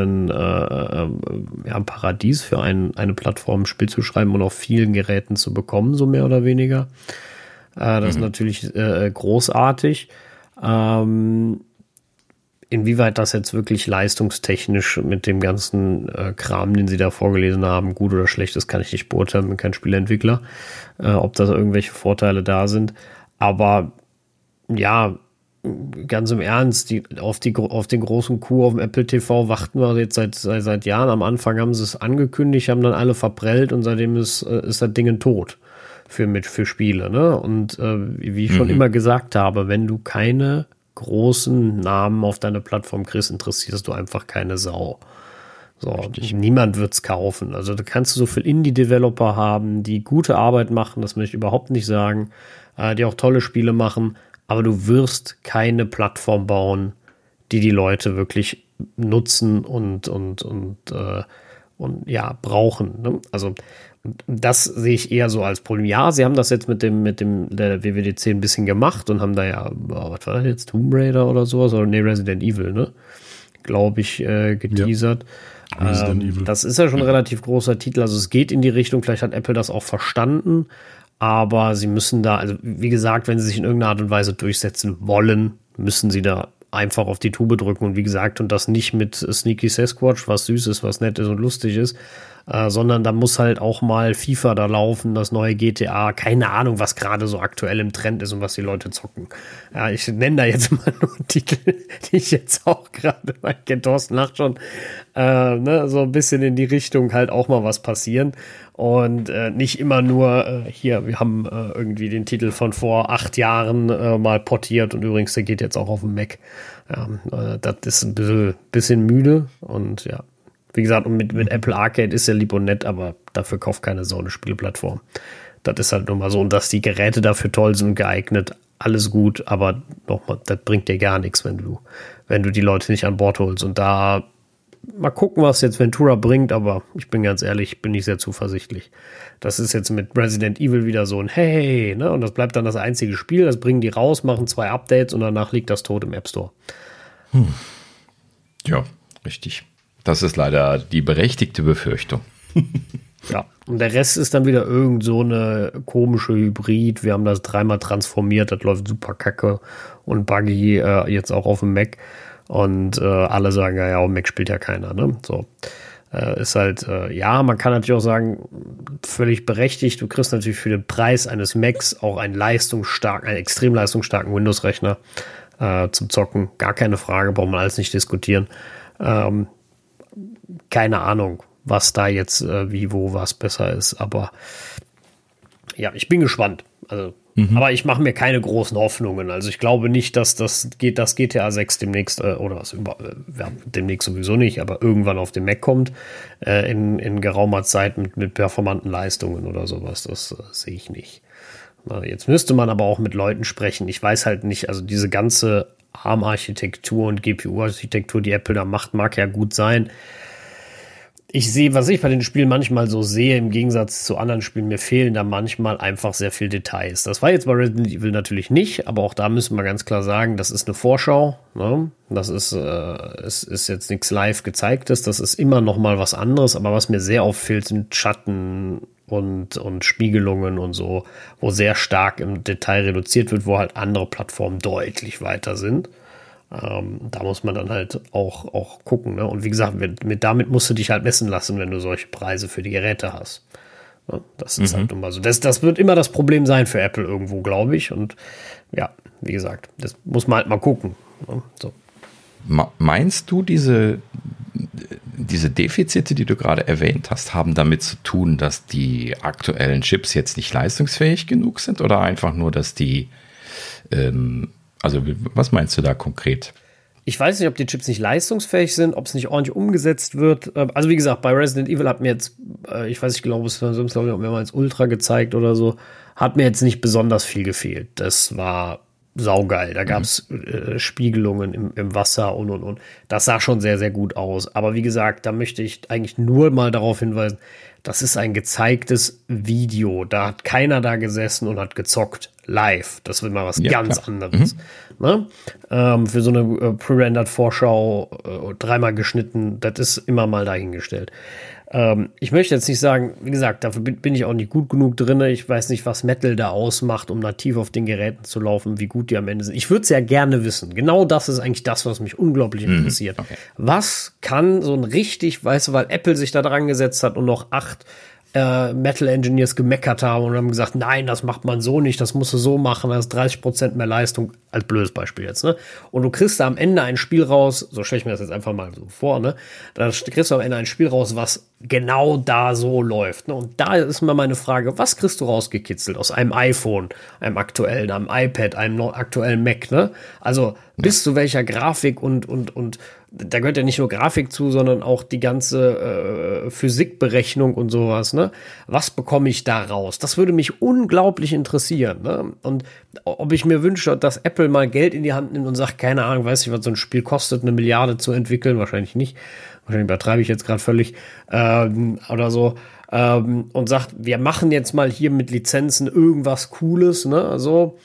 ein Paradies für eine Plattform, ein Spiel zu schreiben und auf vielen Geräten zu bekommen, so mehr oder weniger. Das ist natürlich großartig. Inwieweit das jetzt wirklich leistungstechnisch mit dem ganzen Kram, den sie da vorgelesen haben, gut oder schlecht ist, kann ich nicht beurteilen, bin kein Spieleentwickler, ob da irgendwelche Vorteile da sind. Aber ja, ganz im Ernst, auf den großen Coup auf dem Apple TV warten wir jetzt seit Jahren. Am Anfang haben sie es angekündigt, haben dann alle verprellt und seitdem ist das Ding tot für Spiele. Ne? Und wie ich schon immer gesagt habe, wenn du keine großen Namen auf deine Plattform kriegst, interessierst du einfach keine Sau. So, niemand wird's kaufen. Also da kannst du so viel Indie-Developer haben, die gute Arbeit machen, das möchte ich überhaupt nicht sagen, die auch tolle Spiele machen, aber du wirst keine Plattform bauen, die Leute wirklich nutzen und ja, brauchen. Ne? Also das sehe ich eher so als Problem. Ja, sie haben das jetzt mit der WWDC ein bisschen gemacht und haben da ja, was war das jetzt, Tomb Raider oder sowas, oder nee, Resident Evil, ne? Glaube ich, geteasert. Ja. Das ist ja schon ein relativ großer Titel, also es geht in die Richtung, vielleicht hat Apple das auch verstanden, aber sie müssen da, also wie gesagt, wenn sie sich in irgendeiner Art und Weise durchsetzen wollen, müssen sie da einfach auf die Tube drücken und wie gesagt, und das nicht mit Sneaky Sasquatch, was süß ist, was nett ist und lustig ist, sondern da muss halt auch mal FIFA da laufen, das neue GTA, keine Ahnung, was gerade so aktuell im Trend ist und was die Leute zocken. Ja, ich nenne da jetzt mal nur Titel, die ich jetzt auch gerade, mein Thorsten lacht schon, ne, so ein bisschen in die Richtung halt auch mal was passieren und nicht immer nur hier, wir haben irgendwie den Titel von vor 8 Jahren mal portiert und übrigens, der geht jetzt auch auf dem Mac. Ja, das ist ein bisschen müde und ja. Wie gesagt, und mit Apple Arcade ist ja lieb und nett, aber dafür kauft keine so eine Spielplattform. Das ist halt nun mal so. Und dass die Geräte dafür toll sind und geeignet, alles gut, aber nochmal, das bringt dir gar nichts, wenn du die Leute nicht an Bord holst. Und da mal gucken, was jetzt Ventura bringt, aber ich bin ganz ehrlich, bin nicht sehr zuversichtlich. Das ist jetzt mit Resident Evil wieder so ein Hey, ne? Und das bleibt dann das einzige Spiel, das bringen die raus, machen 2 Updates und danach liegt das tot im App Store. Ja, richtig. Das ist leider die berechtigte Befürchtung. Ja, und der Rest ist dann wieder irgend so eine komische Hybrid. Wir haben das 3-mal transformiert, das läuft super kacke und buggy, jetzt auch auf dem Mac. Und alle sagen, ja, auf dem Mac spielt ja keiner, ne? So. Ist halt, ja, man kann natürlich auch sagen, völlig berechtigt, du kriegst natürlich für den Preis eines Macs auch einen extrem leistungsstarken Windows-Rechner zum Zocken. Gar keine Frage, braucht man alles nicht diskutieren. Keine Ahnung, was da jetzt wie, wo, was besser ist, aber ja, ich bin gespannt. Also, aber ich mache mir keine großen Hoffnungen. Also ich glaube nicht, dass das GTA 6 demnächst oder was demnächst sowieso nicht, aber irgendwann auf den Mac kommt in geraumer Zeit mit performanten Leistungen oder sowas. Das sehe ich nicht. Na, jetzt müsste man aber auch mit Leuten sprechen. Ich weiß halt nicht, also diese ganze ARM-Architektur und GPU-Architektur, die Apple da macht, mag ja gut sein. Ich sehe, was ich bei den Spielen manchmal so sehe, im Gegensatz zu anderen Spielen, mir fehlen da manchmal einfach sehr viel Details. Das war jetzt bei Resident Evil natürlich nicht, aber auch da müssen wir ganz klar sagen, das ist eine Vorschau. Ne? Das ist, es ist jetzt nichts live gezeigtes, das ist immer noch mal was anderes, aber was mir sehr auffällt, sind Schatten und Spiegelungen und so, wo sehr stark im Detail reduziert wird, wo halt andere Plattformen deutlich weiter sind. Da muss man dann halt auch gucken. Ne? Und wie gesagt, damit musst du dich halt messen lassen, wenn du solche Preise für die Geräte hast. Ja, das ist halt immer so. Das wird immer das Problem sein für Apple irgendwo, glaube ich. Und ja, wie gesagt, das muss man halt mal gucken. Ne? So. Meinst du, diese Defizite, die du gerade erwähnt hast, haben damit zu tun, dass die aktuellen Chips jetzt nicht leistungsfähig genug sind oder einfach nur, dass die also was meinst du da konkret? Ich weiß nicht, ob die Chips nicht leistungsfähig sind, ob es nicht ordentlich umgesetzt wird. Also wie gesagt, bei Resident Evil hat mir jetzt, ich weiß nicht, glaube es mehrmals Ultra gezeigt oder so, hat mir jetzt nicht besonders viel gefehlt. Das war saugeil. Da gab es Spiegelungen im Wasser und. Das sah schon sehr, sehr gut aus. Aber wie gesagt, da möchte ich eigentlich nur mal darauf hinweisen, das ist ein gezeigtes Video. Da hat keiner da gesessen und hat gezockt live. Das wird mal was ganz anderes. Ne? Für so eine pre-rendered Vorschau 3-mal geschnitten, das ist immer mal dahingestellt. Ich möchte jetzt nicht sagen, wie gesagt, dafür bin ich auch nicht gut genug drin. Ich weiß nicht, was Metal da ausmacht, um nativ auf den Geräten zu laufen, wie gut die am Ende sind. Ich würde es ja gerne wissen. Genau das ist eigentlich das, was mich unglaublich interessiert. Okay. Was kann so ein richtig, weißt du, weil Apple sich da dran gesetzt hat und noch 8 Metal Engineers gemeckert haben und haben gesagt, nein, das macht man so nicht, das musst du so machen, das ist 30% mehr Leistung, als blödes Beispiel jetzt, ne? Und du kriegst da am Ende ein Spiel raus, so stelle ich mir das jetzt einfach mal so vor, ne? Da kriegst du am Ende ein Spiel raus, was genau da so läuft, ne? Und da ist mal meine Frage, was kriegst du rausgekitzelt aus einem iPhone, einem aktuellen, einem iPad, einem aktuellen Mac, ne? Also bis zu welcher Grafik und da gehört ja nicht nur Grafik zu, sondern auch die ganze Physikberechnung und sowas, ne? Was bekomme ich da raus? Das würde mich unglaublich interessieren, ne? Und ob ich mir wünsche, dass Apple mal Geld in die Hand nimmt und sagt, keine Ahnung, weiß ich, was so ein Spiel kostet, 1 Milliarde zu entwickeln, wahrscheinlich nicht. Wahrscheinlich übertreibe ich jetzt gerade völlig, oder so. Und sagt, wir machen jetzt mal hier mit Lizenzen irgendwas Cooles, ne? So,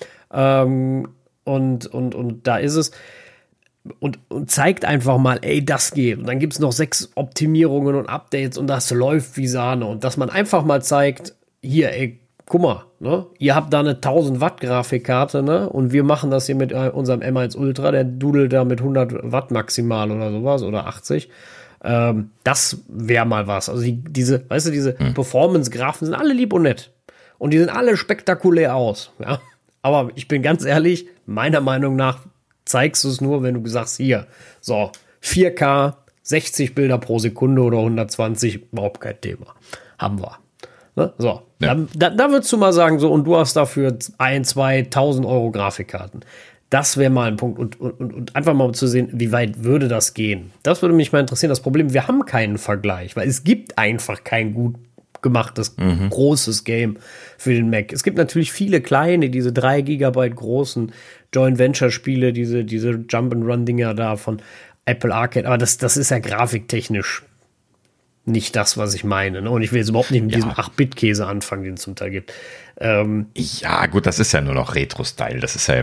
und da ist es. Und zeigt einfach mal, ey, das geht. Und dann gibt es noch 6 Optimierungen und Updates und das läuft wie Sahne. Und dass man einfach mal zeigt, hier, ey, guck mal, ne? Ihr habt da eine 1000 Watt Grafikkarte, ne? Und wir machen das hier mit unserem M1 Ultra, der dudelt da mit 100 Watt maximal oder sowas oder 80. Das wäre mal was. Also diese Performance-Graphen sind alle lieb und nett. Und die sehen alle spektakulär aus, ja. Aber ich bin ganz ehrlich, meiner Meinung nach zeigst du es nur, wenn du sagst, hier, so, 4K, 60 Bilder pro Sekunde oder 120, überhaupt kein Thema. Haben wir. Ne? So, ja. Da würdest du mal sagen, so, und du hast dafür 1.000-2.000 Euro Grafikkarten. Das wäre mal ein Punkt. Und einfach mal zu sehen, wie weit würde das gehen. Das würde mich mal interessieren. Das Problem, wir haben keinen Vergleich, weil es gibt einfach kein gut gemachtes, großes Game für den Mac. Es gibt natürlich viele kleine, diese 3 Gigabyte großen Joint-Venture-Spiele, diese Jump-and-Run-Dinger da von Apple Arcade, aber das ist ja grafiktechnisch nicht das, was ich meine. Ne? Und ich will jetzt überhaupt nicht mit diesem 8-Bit-Käse anfangen, den es zum Teil gibt. Ja, gut, das ist ja nur noch Retro-Style. Das ist ja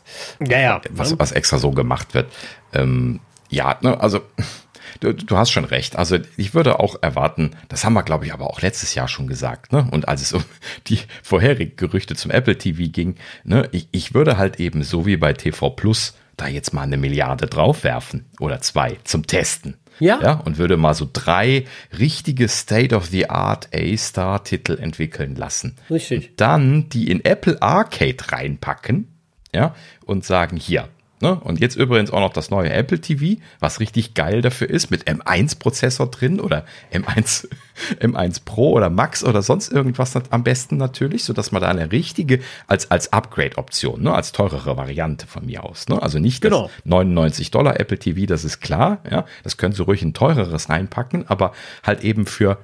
was extra so gemacht wird. Also Du hast schon recht. Also ich würde auch erwarten, das haben wir, glaube ich, aber auch letztes Jahr schon gesagt, ne? Und als es um die vorherigen Gerüchte zum Apple TV ging, ne? Ich würde halt eben so wie bei TV Plus da jetzt mal 1 Milliarde draufwerfen oder 2 zum Testen. Ja, und würde mal so 3 richtige State-of-the-Art A-Star-Titel entwickeln lassen. Richtig. Und dann die in Apple Arcade reinpacken, ja, und sagen, hier, ne? Und jetzt übrigens auch noch das neue Apple TV, was richtig geil dafür ist, mit M1-Prozessor drin oder M1 Pro oder Max oder sonst irgendwas am besten natürlich, sodass man da eine richtige, als Upgrade-Option, ne? Als teurere Variante von mir aus. Ne? Also nicht das $99 Apple TV, das ist klar, ja, das können Sie ruhig ein teureres reinpacken, aber halt eben für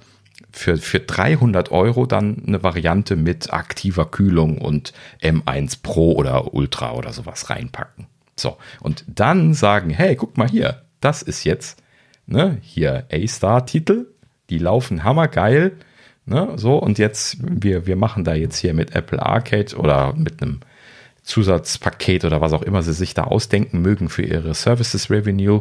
300 Euro dann eine Variante mit aktiver Kühlung und M1 Pro oder Ultra oder sowas reinpacken. So, und dann sagen, hey, guck mal hier, das ist jetzt, ne, hier A-Star-Titel, die laufen hammergeil, ne, so, und jetzt, wir machen da jetzt hier mit Apple Arcade oder mit einem Zusatzpaket oder was auch immer sie sich da ausdenken mögen für ihre Services Revenue,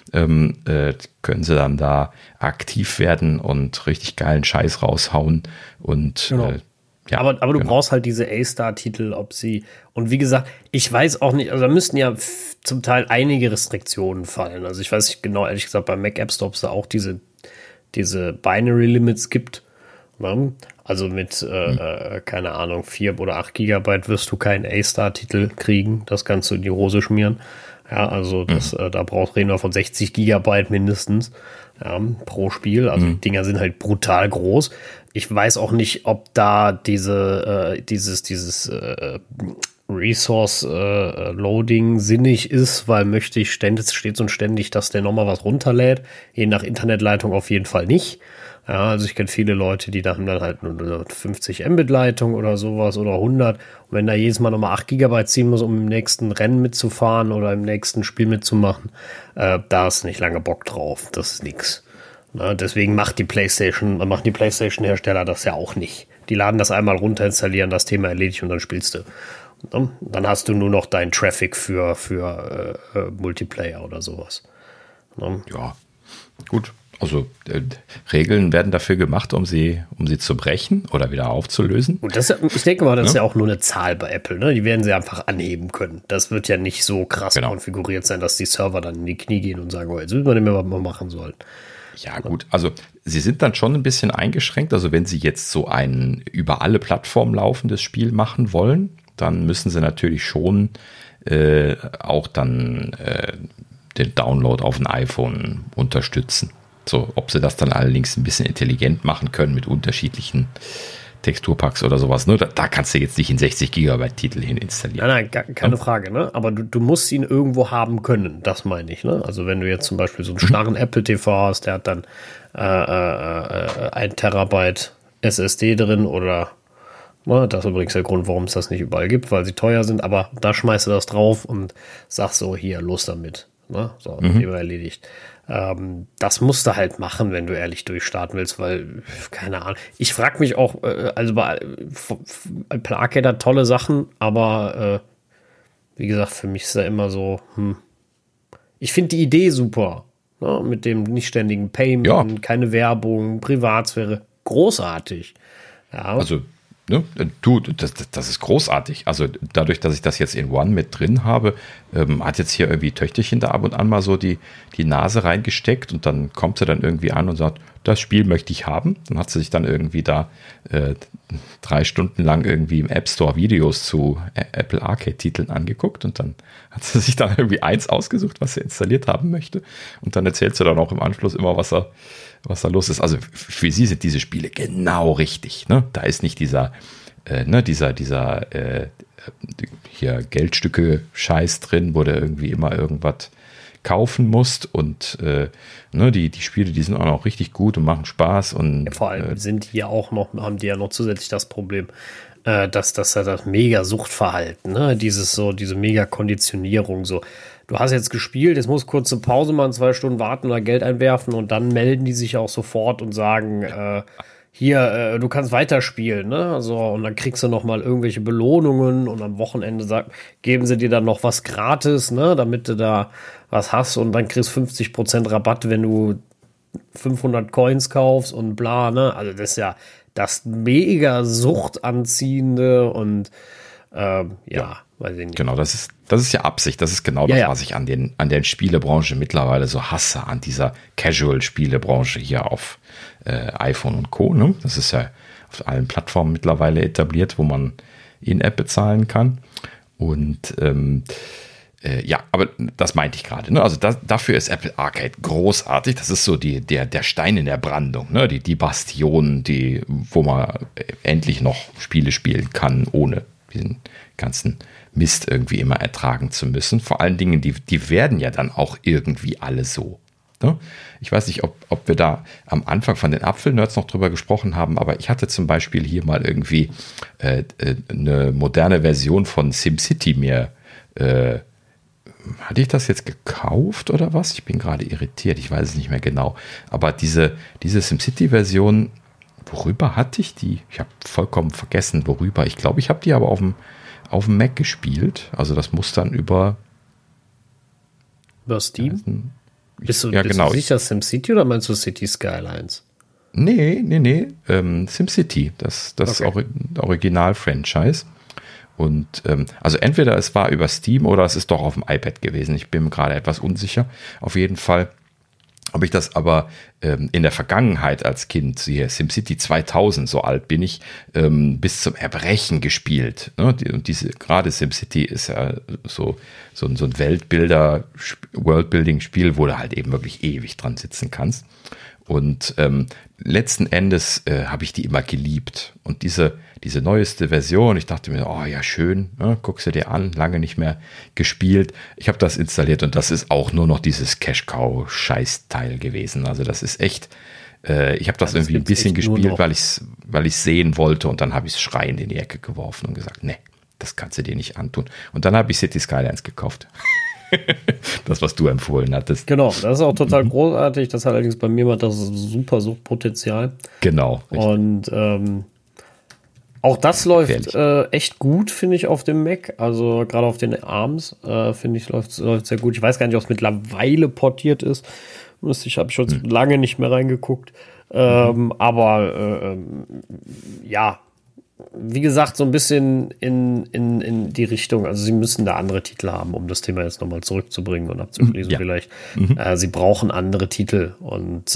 können sie dann da aktiv werden und richtig geilen Scheiß raushauen und genau. Ja, aber du brauchst halt diese A-Star-Titel, und wie gesagt, ich weiß auch nicht, also da müssten ja zum Teil einige Restriktionen fallen. Also ich weiß nicht genau, ehrlich gesagt, bei Mac App Store, ob es da auch diese Binary Limits gibt. Ne? Also mit, keine Ahnung, 4 oder 8 Gigabyte wirst du keinen A-Star-Titel kriegen. Das kannst du in die Hose schmieren. Ja, also da reden wir von 60 Gigabyte mindestens, ja, pro Spiel. Also die Dinger sind halt brutal groß. Ich weiß auch nicht, ob da dieses Resource Loading sinnig ist, weil steht so ständig, dass der nochmal was runterlädt. Je nach Internetleitung auf jeden Fall nicht. Ja, also ich kenne viele Leute, die da haben dann halt nur 50 Mbit-Leitung oder sowas oder 100. Und wenn da jedes Mal nochmal 8 Gigabyte ziehen muss, um im nächsten Rennen mitzufahren oder im nächsten Spiel mitzumachen, da ist nicht lange Bock drauf. Das ist nix. Na, deswegen machen die PlayStation-Hersteller das ja auch nicht. Die laden das einmal runter, installieren, das Thema erledigt und dann spielst du. Und dann hast du nur noch deinen Traffic für Multiplayer oder sowas. Na? Ja, gut. Also Regeln werden dafür gemacht, um sie zu brechen oder wieder aufzulösen. Und ich denke mal, das ist ja auch nur eine Zahl bei Apple. Ne? Die werden sie einfach anheben können. Das wird ja nicht so krass konfiguriert sein, dass die Server dann in die Knie gehen und sagen, oh, jetzt wissen wir nicht mehr, was wir machen sollen. Ja, gut. Also sie sind dann schon ein bisschen eingeschränkt. Also wenn sie jetzt so ein über alle Plattformen laufendes Spiel machen wollen, dann müssen sie natürlich schon auch dann den Download auf ein iPhone unterstützen. So, ob sie das dann allerdings ein bisschen intelligent machen können mit unterschiedlichen Texturpacks oder sowas. Ne? Da kannst du jetzt nicht in 60 Gigabyte Titel hin installieren. Nein, keine Frage, ne? Aber du musst ihn irgendwo haben können, das meine ich, ne? Also wenn du jetzt zum Beispiel so einen starren Apple TV hast, der hat dann 1 Terabyte SSD drin oder ne? Das ist übrigens der Grund, warum es das nicht überall gibt, weil sie teuer sind, aber da schmeißt du das drauf und sagst so, hier, los damit. Ne? So, Thema erledigt. Das musst du halt machen, wenn du ehrlich durchstarten willst, weil, keine Ahnung. Ich frage mich auch, also bei Apple Arcade hat tolle Sachen, aber wie gesagt, für mich ist da immer so, ich finde die Idee super, ne? Mit dem nicht ständigen Payment, keine Werbung, Privatsphäre, großartig. Ja. Also ne, das ist großartig. Also dadurch, dass ich das jetzt in One mit drin habe, hat jetzt hier irgendwie Töchterchen da ab und an mal so die Nase reingesteckt und dann kommt sie dann irgendwie an und sagt, das Spiel möchte ich haben. Dann hat sie sich dann irgendwie da 3 Stunden lang irgendwie im App Store Videos zu Apple Arcade-Titeln angeguckt und dann hat sie sich dann irgendwie eins ausgesucht, was sie installiert haben möchte und dann erzählt sie dann auch im Anschluss immer, was da los ist. Also für sie sind diese Spiele genau richtig. Ne? Da ist nicht dieser hier Geldstücke-Scheiß drin, wo du irgendwie immer irgendwas kaufen musst und die Spiele, die sind auch noch richtig gut und machen Spaß. Und ja, vor allem haben die ja noch zusätzlich das Problem, dass das Mega-Suchtverhalten, ne? Diese Mega-Konditionierung, so. Du hast jetzt gespielt, jetzt musst du kurz eine Pause machen, 2 Stunden warten oder Geld einwerfen und dann melden die sich auch sofort und sagen, du kannst weiterspielen, ne? So, und dann kriegst du noch mal irgendwelche Belohnungen und am Wochenende geben sie dir dann noch was gratis, ne? Damit du da was hast und dann kriegst 50% Rabatt, wenn du 500 Coins kaufst und bla, ne? Also das ist ja das mega Suchtanziehende und weiß ich nicht. Genau, das ist ja Absicht. Das ist genau das, was ich an der Spielebranche mittlerweile so hasse, an dieser Casual-Spielebranche hier auf iPhone und Co. Ne? Das ist ja auf allen Plattformen mittlerweile etabliert, wo man In-App bezahlen kann. Und aber das meinte ich gerade. Ne? Also dafür ist Apple Arcade großartig. Das ist so der Stein in der Brandung, ne? Die Bastion, wo man endlich noch Spiele spielen kann, ohne diesen ganzen Mist irgendwie immer ertragen zu müssen. Vor allen Dingen, die werden ja dann auch irgendwie alle so. Ne? Ich weiß nicht, ob wir da am Anfang von den Apfelnerds noch drüber gesprochen haben, aber ich hatte zum Beispiel hier mal irgendwie eine moderne Version von SimCity mir hatte ich das jetzt gekauft oder was? Ich bin gerade irritiert, ich weiß es nicht mehr genau. Aber diese SimCity-Version, worüber hatte ich die? Ich habe vollkommen vergessen, worüber. Ich glaube, ich habe die aber auf dem Mac gespielt. Also das muss dann über Steam? Bist du sicher SimCity oder meinst du City Skylines? Nee. SimCity, das okay. Original-Franchise. Und also entweder es war über Steam oder es ist doch auf dem iPad gewesen. Ich bin mir gerade etwas unsicher. Auf jeden Fall habe ich das aber in der Vergangenheit als Kind, hier SimCity 2000, so alt bin ich, bis zum Erbrechen gespielt. Ne? Und gerade SimCity ist ja so ein Worldbuilding-Spiel, wo du halt eben wirklich ewig dran sitzen kannst. Und letzten Endes habe ich die immer geliebt. Und diese neueste Version, ich dachte mir, oh ja, schön, ne? Guckst du dir an, lange nicht mehr gespielt. Ich habe das installiert und das ist auch nur noch dieses Cash-Cow-Scheißteil gewesen. Also das ist echt, ich habe das irgendwie ein bisschen gespielt, weil ich sehen wollte und dann habe ich es schreiend in die Ecke geworfen und gesagt, nee, das kannst du dir nicht antun. Und dann habe ich City Skylines gekauft. Das, was du empfohlen hattest. Genau, das ist auch total großartig. Das hat allerdings bei mir mal das super Suchtpotenzial. Genau. Richtig. Und auch das läuft echt gut, finde ich, auf dem Mac. Also gerade auf den ARMs, finde ich, läuft sehr gut. Ich weiß gar nicht, ob es mittlerweile portiert ist. Ich habe schon lange nicht mehr reingeguckt. Aber wie gesagt, so ein bisschen in die Richtung, also sie müssen da andere Titel haben, um das Thema jetzt nochmal zurückzubringen und abzuschließen vielleicht. Sie brauchen andere Titel und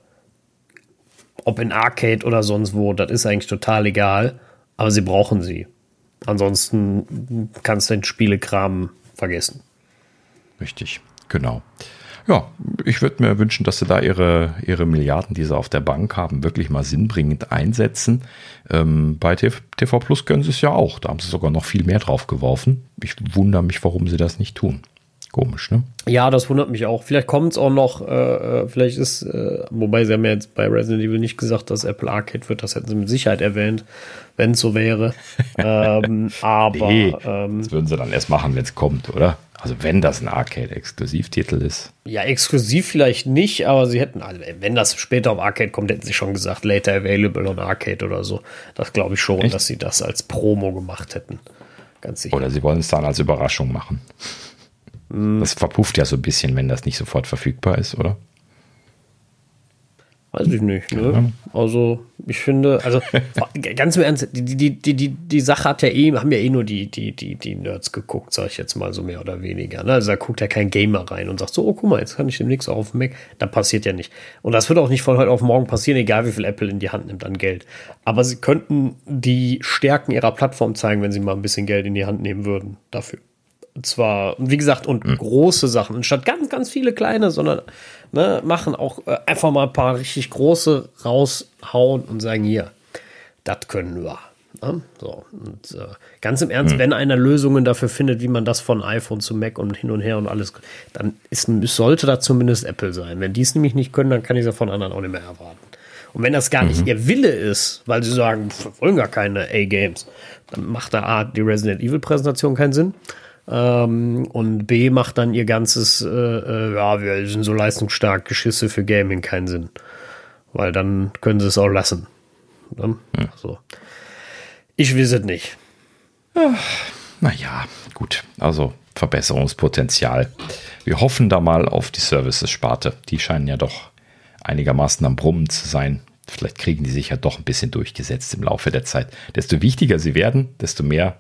ob in Arcade oder sonst wo, das ist eigentlich total egal, aber sie brauchen sie. Ansonsten kannst du den Spielekram vergessen. Richtig, genau. Ja, ich würde mir wünschen, dass sie da ihre Milliarden, die sie auf der Bank haben, wirklich mal sinnbringend einsetzen. Bei TV Plus können sie es ja auch. Da haben sie sogar noch viel mehr drauf geworfen. Ich wundere mich, warum sie das nicht tun. Komisch, ne? Ja, das wundert mich auch. Vielleicht kommt es auch noch, vielleicht ist, wobei sie haben ja jetzt bei Resident Evil nicht gesagt, dass Apple Arcade wird. Das hätten sie mit Sicherheit erwähnt, wenn es so wäre. Aber nee, das würden sie dann erst machen, wenn es kommt, oder? Also wenn das ein Arcade-Exklusivtitel ist. Ja, exklusiv vielleicht nicht, aber sie hätten, also wenn das später auf Arcade kommt, hätten sie schon gesagt, later available on Arcade oder so. Das glaube ich schon, echt? Dass sie das als Promo gemacht hätten. Ganz sicher. Oder sie wollen es dann als Überraschung machen. Das verpufft ja so ein bisschen, wenn das nicht sofort verfügbar ist, oder? Weiß ich nicht, ne? Ja. Also, ich finde, also ganz im Ernst, die Sache hat ja haben ja nur die Nerds geguckt, sag ich jetzt mal so mehr oder weniger. Ne? Also da guckt ja kein Gamer rein und sagt so, oh, guck mal, jetzt kann ich demnächst auch auf dem Mac. Da passiert ja nicht. Und das wird auch nicht von heute auf morgen passieren, egal wie viel Apple in die Hand nimmt an Geld. Aber sie könnten die Stärken ihrer Plattform zeigen, wenn sie mal ein bisschen Geld in die Hand nehmen würden dafür. Und zwar, wie gesagt, und große Sachen. Statt ganz, ganz viele kleine, sondern machen auch einfach mal ein paar richtig große raushauen und sagen, hier, das können wir. Ne? So, und ganz im Ernst, wenn einer Lösungen dafür findet, wie man das von iPhone zu Mac und hin und her und alles, dann sollte das zumindest Apple sein. Wenn die es nämlich nicht können, dann kann ich es von anderen auch nicht mehr erwarten. Und wenn das gar nicht ihr Wille ist, weil sie sagen, wir wollen gar keine A-Games, dann macht da A, die Resident Evil Präsentation keinen Sinn. Und B macht dann ihr ganzes, wir sind so leistungsstark, Geschisse für Gaming keinen Sinn. Weil dann können sie es auch lassen. Ne? Also, ich weiß es nicht. Naja, gut. Also Verbesserungspotenzial. Wir hoffen da mal auf die Services-Sparte. Die scheinen ja doch einigermaßen am Brummen zu sein. Vielleicht kriegen die sich ja doch ein bisschen durchgesetzt im Laufe der Zeit. Desto wichtiger sie werden, desto mehr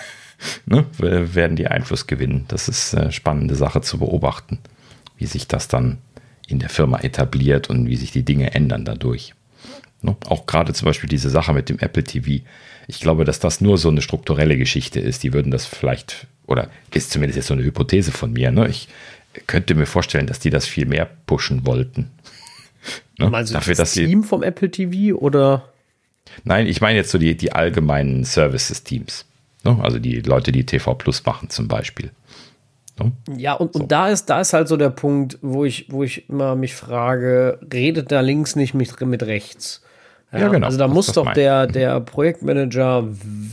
werden die Einfluss gewinnen. Das ist eine spannende Sache zu beobachten, wie sich das dann in der Firma etabliert und wie sich die Dinge ändern dadurch. Auch gerade zum Beispiel diese Sache mit dem Apple TV. Ich glaube, dass das nur so eine strukturelle Geschichte ist. Die würden das vielleicht, oder ist zumindest jetzt so eine Hypothese von mir, Ich könnte mir vorstellen, dass die das viel mehr pushen wollten. Meinst du dafür, das Team vom Apple TV oder? Nein, ich meine jetzt so die allgemeinen Services-Teams. Also die Leute, die TV Plus machen zum Beispiel. Ja, und da ist halt so der Punkt, wo ich immer mich frage, redet da links nicht mit rechts? Ja, genau. Also da muss doch der Projektmanager,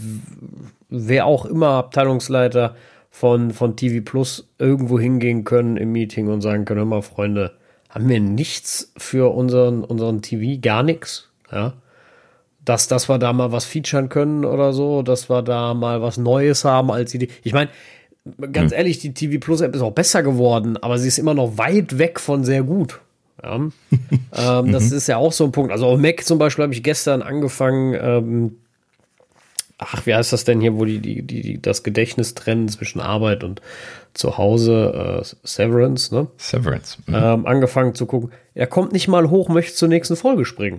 wer auch immer, Abteilungsleiter von TV Plus irgendwo hingehen können im Meeting und sagen können, hör mal, Freunde, haben wir nichts für unseren TV? Gar nichts? Ja. Dass wir da mal was featuren können oder so, dass wir da mal was Neues haben als Idee. Ich meine, ganz ehrlich, die TV Plus App ist auch besser geworden, aber sie ist immer noch weit weg von sehr gut. Ja. Das ist ja auch so ein Punkt. Also auf Mac zum Beispiel habe ich gestern angefangen, wie heißt das denn hier, wo die das Gedächtnis trennen zwischen Arbeit und zu Hause, Severance, ne? Severance. Angefangen zu gucken. Er kommt nicht mal hoch, möchte zur nächsten Folge springen.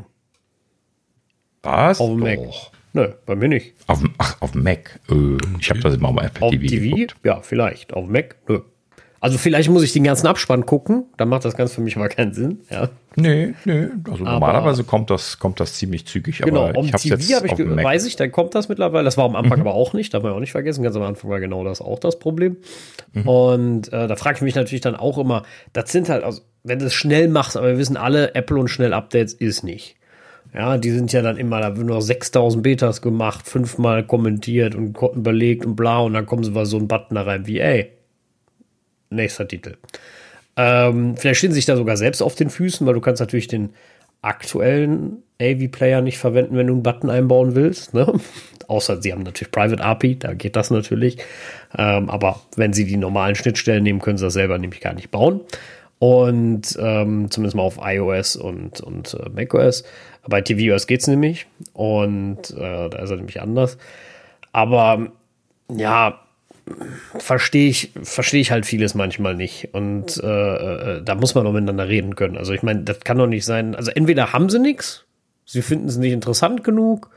Was? Auf dem Mac. Nö, bei mir nicht. Auf dem Mac? Ich habe das immer auf Apple TV geguckt. Ja, vielleicht. Auf dem Mac? Nö. Also vielleicht muss ich den ganzen Abspann gucken. Dann macht das Ganze für mich mal keinen Sinn. Ja. Nee. Also normalerweise kommt das ziemlich zügig. Genau, aber auf dem TV weiß ich, dann kommt das mittlerweile. Das war am Anfang aber auch nicht. Darf man auch nicht vergessen. Ganz am Anfang war genau das auch das Problem. Und da frage ich mich natürlich dann auch immer, das sind halt, also, wenn du es schnell machst, aber wir wissen alle, Apple und schnell Updates ist nicht. Ja, die sind ja dann immer, da werden noch 6000 Betas gemacht, 5-mal kommentiert und überlegt und bla, und dann kommen sie mal so einen Button da rein wie, nächster Titel. Vielleicht stehen sie sich da sogar selbst auf den Füßen, weil du kannst natürlich den aktuellen AV-Player nicht verwenden, wenn du einen Button einbauen willst, ne? Außer sie haben natürlich Private API, da geht das natürlich. Aber wenn sie die normalen Schnittstellen nehmen, können sie das selber nämlich gar nicht bauen. Und zumindest mal auf iOS und macOS. Bei tvOS geht's nämlich. Und da ist er nämlich anders. Aber ja, verstehe ich halt vieles manchmal nicht. Und da muss man auch miteinander reden können. Also ich meine, das kann doch nicht sein. Also entweder haben sie nichts, sie finden es nicht interessant genug,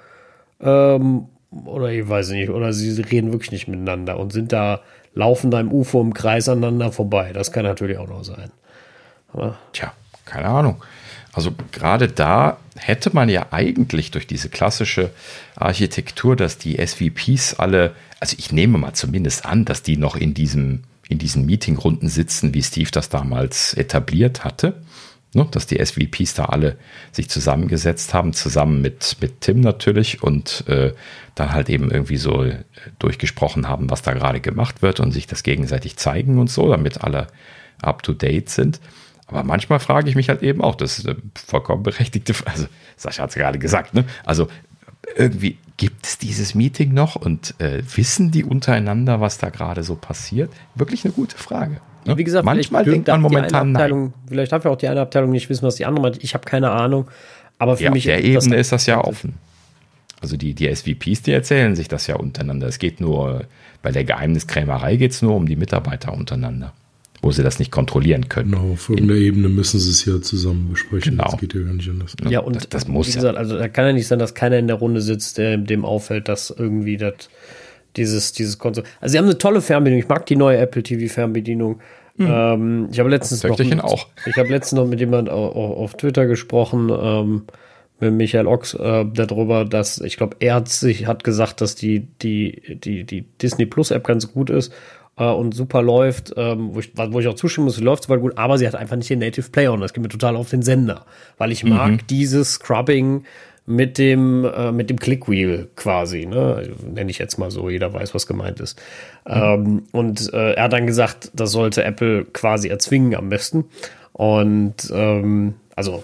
oder ich weiß nicht, oder sie reden wirklich nicht miteinander und laufen da im UFO im Kreis aneinander vorbei. Das kann natürlich auch noch sein. Aber tja, keine Ahnung. Also gerade da hätte man ja eigentlich durch diese klassische Architektur, dass die SVPs alle, also ich nehme mal zumindest an, dass die noch in diesen Meetingrunden sitzen, wie Steve das damals etabliert hatte, ne, dass die SVPs da alle sich zusammengesetzt haben, zusammen mit Tim natürlich und dann halt eben irgendwie so durchgesprochen haben, was da gerade gemacht wird und sich das gegenseitig zeigen und so, damit alle up to date sind. Aber manchmal frage ich mich halt eben auch, das ist eine vollkommen berechtigte Frage. Also, Sascha hat es gerade gesagt, ne? Also, irgendwie gibt es dieses Meeting noch und wissen die untereinander, was da gerade so passiert? Wirklich eine gute Frage. Ne? Wie gesagt, manchmal denkt man momentan nein. Vielleicht darf ja auch die eine Abteilung nicht wissen, was die andere macht. Ich habe keine Ahnung. Aber für mich auf der Ebene ist das ja offen. Also die SVPs, die erzählen sich das ja untereinander. Es geht nur, bei der Geheimniskrämerei geht es nur um die Mitarbeiter untereinander, wo sie das nicht kontrollieren können. Genau, auf irgendeiner Ebene müssen sie es ja zusammen besprechen. Genau. Das geht ja gar nicht anders. Ja, und das muss wie gesagt, also da kann ja nicht sein, dass keiner in der Runde sitzt, der dem auffällt, dass irgendwie dieses Konsole. Also sie haben eine tolle Fernbedienung. Ich mag die neue Apple TV Fernbedienung. Ich habe letztens noch mit jemand auf Twitter gesprochen, mit Michael Ochs, darüber, dass ich glaube, er hat gesagt, dass die Disney Plus App ganz gut ist und super läuft, wo ich auch zustimmen muss, sie läuft super gut, aber sie hat einfach nicht den Native Player und das geht mir total auf den Sender, weil ich mag dieses Scrubbing mit dem Clickwheel quasi, ne? Nenne ich jetzt mal so, jeder weiß, was gemeint ist. Und er hat dann gesagt, das sollte Apple quasi erzwingen am besten und also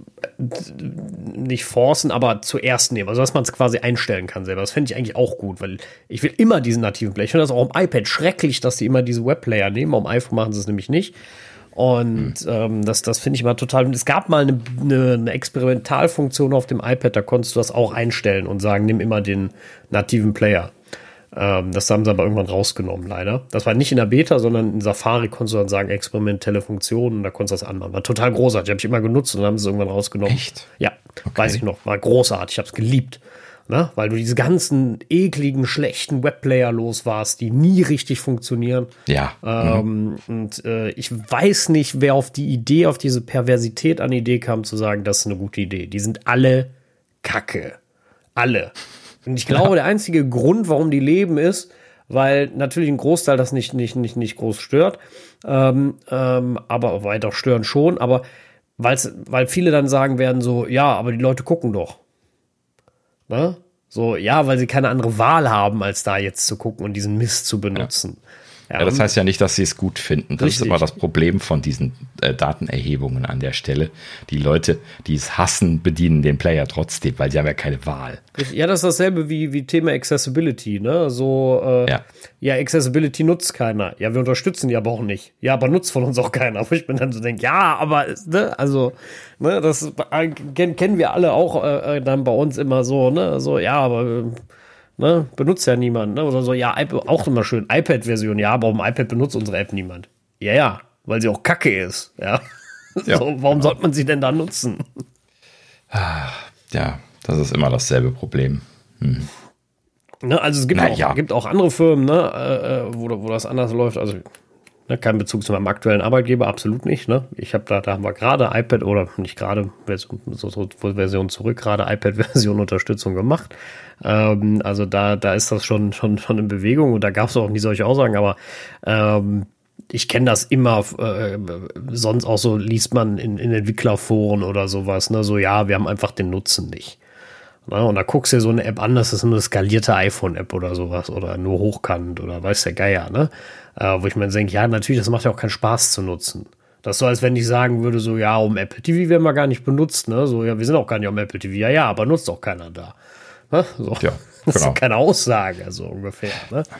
nicht forcen, aber zuerst nehmen. Also, dass man es quasi einstellen kann selber. Das fände ich eigentlich auch gut, weil ich will immer diesen nativen Player. Ich finde das auch am iPad schrecklich, dass die immer diese Webplayer nehmen. Am iPhone machen sie es nämlich nicht. Und das finde ich immer total. Es gab mal eine Experimentalfunktion auf dem iPad, da konntest du das auch einstellen und sagen, nimm immer den nativen Player. Das haben sie aber irgendwann rausgenommen, leider. Das war nicht in der Beta, sondern in Safari konntest du dann sagen, experimentelle Funktionen, da konntest du das anmachen. War total großartig, habe ich immer genutzt und dann haben sie es irgendwann rausgenommen. Echt? Ja, okay. Weiß ich noch, war großartig, ich habe es geliebt. Na, weil du diese ganzen ekligen, schlechten Webplayer los warst, die nie richtig funktionieren. Ja. Und ich weiß nicht, wer auf diese Perversität an Idee kam, zu sagen, das ist eine gute Idee. Die sind alle Kacke. Alle. Und ich glaube, der einzige Grund, warum die leben, ist, weil natürlich ein Großteil das nicht groß stört, aber weiter stören schon, aber weil viele dann sagen werden so, ja, aber die Leute gucken doch. Ne? So, ja, weil sie keine andere Wahl haben, als da jetzt zu gucken und diesen Mist zu benutzen. Ja, das heißt ja nicht, dass sie es gut finden. Das ist immer das Problem von diesen Datenerhebungen an der Stelle. Die Leute, die es hassen, bedienen den Player trotzdem, weil sie haben ja keine Wahl. Ja, das ist dasselbe wie Thema Accessibility, ne? So, ja, Accessibility nutzt keiner. Ja, wir unterstützen die aber auch nicht. Ja, aber nutzt von uns auch keiner. Wo ich mir dann so denke, ja, aber, ne, also, ne, das kennen wir alle auch dann bei uns immer so, ne? So, ja, aber ne, benutzt ja niemand, ne? Oder so, ja, auch immer schön, iPad-Version, ja, aber auf dem iPad benutzt unsere App niemand. Ja, weil sie auch kacke ist, ja. So, warum sollte man sie denn da nutzen? Ja, das ist immer dasselbe Problem. Ne, also es gibt auch andere Firmen, ne, wo das anders läuft, also ne, kein Bezug zu meinem aktuellen Arbeitgeber, absolut nicht, ne? Ich habe da haben wir gerade iPad oder nicht gerade Version zurück, gerade iPad-Version Unterstützung gemacht. Also da ist das schon in Bewegung und da gab es auch nie solche Aussagen, aber ich kenne das immer, sonst auch so liest man in Entwicklerforen oder sowas, ne, so ja, wir haben einfach den Nutzen nicht. Ne, und da guckst du dir so eine App an, das ist eine skalierte iPhone-App oder sowas oder nur hochkant oder weiß der Geier, ne? Wo ich mir denke, ja, natürlich, das macht ja auch keinen Spaß zu nutzen. Das ist so, als wenn ich sagen würde, so, ja, um Apple TV werden wir gar nicht benutzt, ne? So, ja, wir sind auch gar nicht um Apple TV. Ja, aber nutzt auch keiner da. Ne? So. Ja, Das ist keine Aussage, so ungefähr, ne?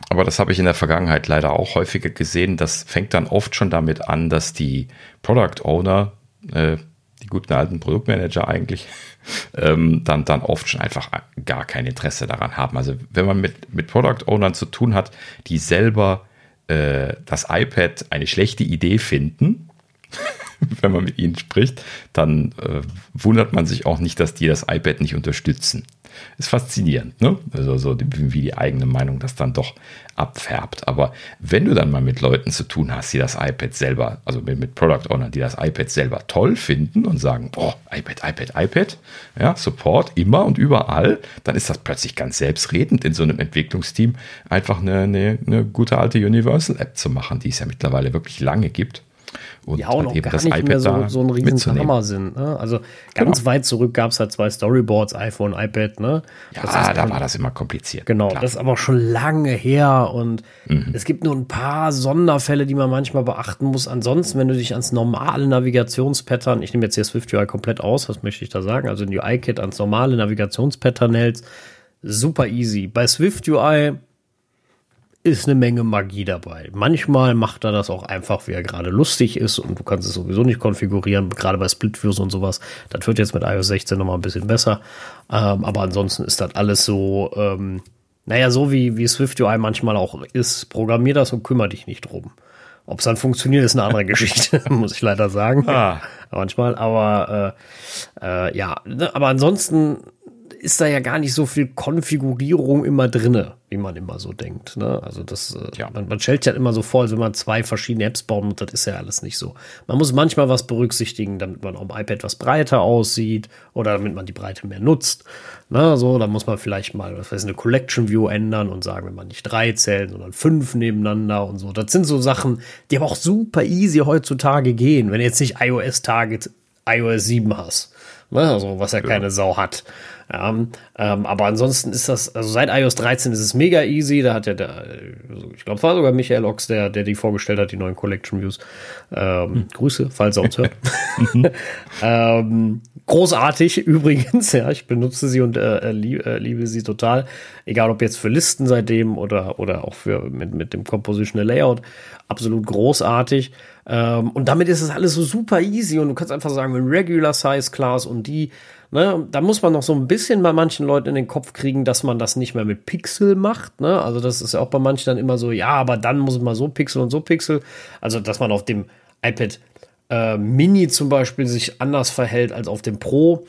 Aber das habe ich in der Vergangenheit leider auch häufiger gesehen. Das fängt dann oft schon damit an, dass die Product Owner, die guten alten Produktmanager eigentlich, dann oft schon einfach gar kein Interesse daran haben. Also wenn man mit Product Ownern zu tun hat, die selber das iPad eine schlechte Idee finden, wenn man mit ihnen spricht, dann wundert man sich auch nicht, dass die das iPad nicht unterstützen. Ist faszinierend, ne? Also so wie die eigene Meinung das dann doch abfärbt. Aber wenn du dann mal mit Leuten zu tun hast, die das iPad selber, also mit Product Ownern, die das iPad selber toll finden und sagen, boah, iPad, ja, Support immer und überall, dann ist das plötzlich ganz selbstredend in so einem Entwicklungsteam einfach eine gute alte Universal-App zu machen, die es ja mittlerweile wirklich lange gibt. Und ja, und auch eben gar das nicht iPad mehr da so ein riesen mitzunehmen. Hammer sind. Ne? Also ganz weit zurück gab es halt 2 Storyboards, iPhone, iPad. Ne? Ja, da war das immer kompliziert. Genau, klar. das ist aber schon lange her und es gibt nur ein paar Sonderfälle, die man manchmal beachten muss. Ansonsten, wenn du dich ans normale Navigationspattern, ich nehme jetzt hier SwiftUI komplett aus, was möchte ich da sagen? Also ein UI-Kit ans normale Navigationspattern hältst, super easy. Bei SwiftUI ist eine Menge Magie dabei. Manchmal macht er das auch einfach, wie er gerade lustig ist und du kannst es sowieso nicht konfigurieren, gerade bei Split-Views und sowas. Das wird jetzt mit iOS 16 nochmal ein bisschen besser. Aber ansonsten ist das alles so, so wie SwiftUI manchmal auch ist. Programmier das und kümmere dich nicht drum. Ob es dann funktioniert, ist eine andere Geschichte, muss ich leider sagen. Manchmal, aber aber ansonsten ist da ja gar nicht so viel Konfigurierung immer drinne, wie man immer so denkt. Ne? Also das, man stellt ja immer so vor, als wenn man 2 verschiedene Apps baut und das ist ja alles nicht so. Man muss manchmal was berücksichtigen, damit man auf dem iPad was breiter aussieht oder damit man die Breite mehr nutzt. Ne? So, da muss man vielleicht mal, eine Collection View ändern und sagen, wenn man nicht 3 zählt, sondern 5 nebeneinander und so. Das sind so Sachen, die aber auch super easy heutzutage gehen, wenn du jetzt nicht iOS Target iOS 7 hast. Ne? Also was ja keine Sau hat. Ja, aber ansonsten ist das, also seit iOS 13 ist es mega easy. Da hat ich glaube, es war sogar Michael Ochs, der die vorgestellt hat, die neuen Collection Views. Grüße, falls er uns hört. Großartig übrigens, ja, ich benutze sie und liebe sie total. Egal ob jetzt für Listen seitdem oder auch für mit dem Compositional Layout. Absolut großartig. Und damit ist es alles so super easy und du kannst einfach sagen, mit Regular Size Class und die, ne, da muss man noch so ein bisschen bei manchen Leuten in den Kopf kriegen, dass man das nicht mehr mit Pixel macht, ne, also das ist ja auch bei manchen dann immer so, ja, aber dann muss man so Pixel und so Pixel, also dass man auf dem iPad Mini zum Beispiel sich anders verhält als auf dem Pro,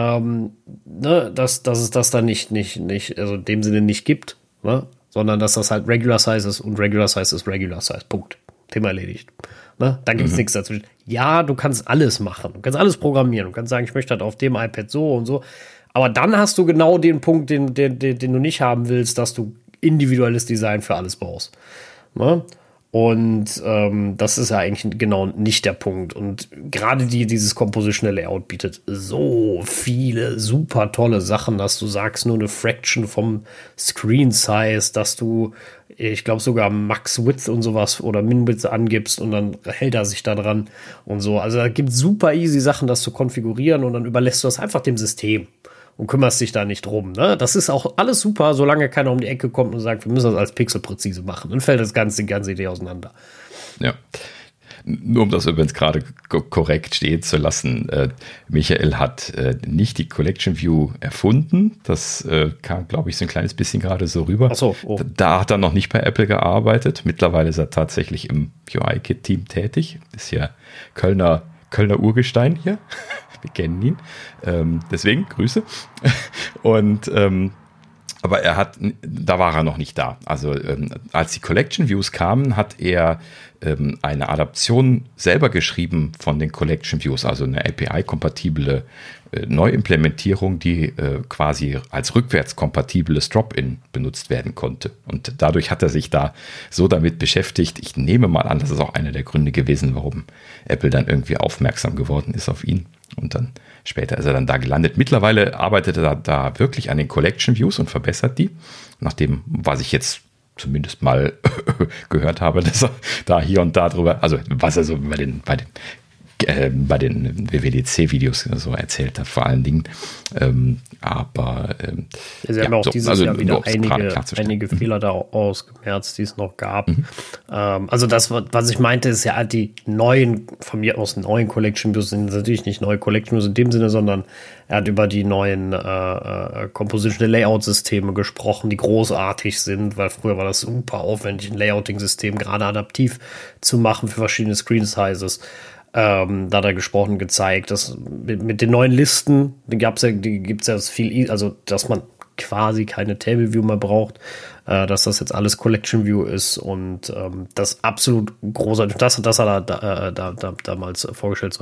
dass es das dann nicht, also in dem Sinne nicht gibt, ne, sondern dass das halt Regular Size ist und Regular Size ist Regular Size, Punkt, Thema erledigt. Ne? Da gibt es nichts dazwischen. Ja, du kannst alles machen. Du kannst alles programmieren. Du kannst sagen, ich möchte halt auf dem iPad so und so. Aber dann hast du genau den Punkt, den du nicht haben willst, dass du individuelles Design für alles brauchst. Ne? Und das ist ja eigentlich genau nicht der Punkt. Und gerade dieses Compositional Layout bietet so viele super tolle Sachen, dass du sagst, nur eine Fraction vom Screen Size, dass du, ich glaube, sogar Max Width und sowas oder Min Width angibst und dann hält er sich da dran und so. Also da gibt es super easy Sachen, das zu konfigurieren und dann überlässt du das einfach dem System und kümmerst dich da nicht drum. Ne? Das ist auch alles super, solange keiner um die Ecke kommt und sagt, wir müssen das als Pixel präzise machen. Dann fällt die ganze Idee auseinander. Ja. Nur um das übrigens gerade korrekt stehen zu lassen, Michael hat nicht die Collection View erfunden. Das kam, glaube ich, so ein kleines bisschen gerade so rüber. Ach so, oh. Da hat er noch nicht bei Apple gearbeitet. Mittlerweile ist er tatsächlich im UI-Kit-Team tätig. Ist ja Kölner Urgestein hier. Wir kennen ihn. Deswegen Grüße. Und aber da war er noch nicht da. Also als die Collection Views kamen, hat er eine Adaption selber geschrieben von den Collection Views, also eine API-kompatible Neuimplementierung, die quasi als rückwärtskompatibles Drop-in benutzt werden konnte. Und dadurch hat er sich da so damit beschäftigt. Ich nehme mal an, das ist auch einer der Gründe gewesen, warum Apple dann irgendwie aufmerksam geworden ist auf ihn. Und dann später ist er dann da gelandet. Mittlerweile arbeitet er da wirklich an den Collection Views und verbessert die. Nach dem, was ich jetzt zumindest mal gehört habe, dass er da hier und da drüber, also was er so bei den bei den WWDC-Videos so erzählt hat, vor allen Dingen. Sie haben auch dieses Jahr wieder einige Fehler da ausgemerzt, die es noch gab. Also das, was ich meinte, ist ja die neuen, von mir aus neuen Collection Views sind natürlich nicht neue Collection Views in dem Sinne, sondern er hat über die neuen Compositional Layout-Systeme gesprochen, die großartig sind, weil früher war das super aufwendig, ein Layouting-System gerade adaptiv zu machen für verschiedene Screen-Sizes. Da hat er gesprochen, gezeigt, dass mit den neuen Listen, die gibt es ja viel, also dass man quasi keine Table View mehr braucht, dass das jetzt alles Collection View ist und das absolut großartig. Das hat er damals vorgestellt,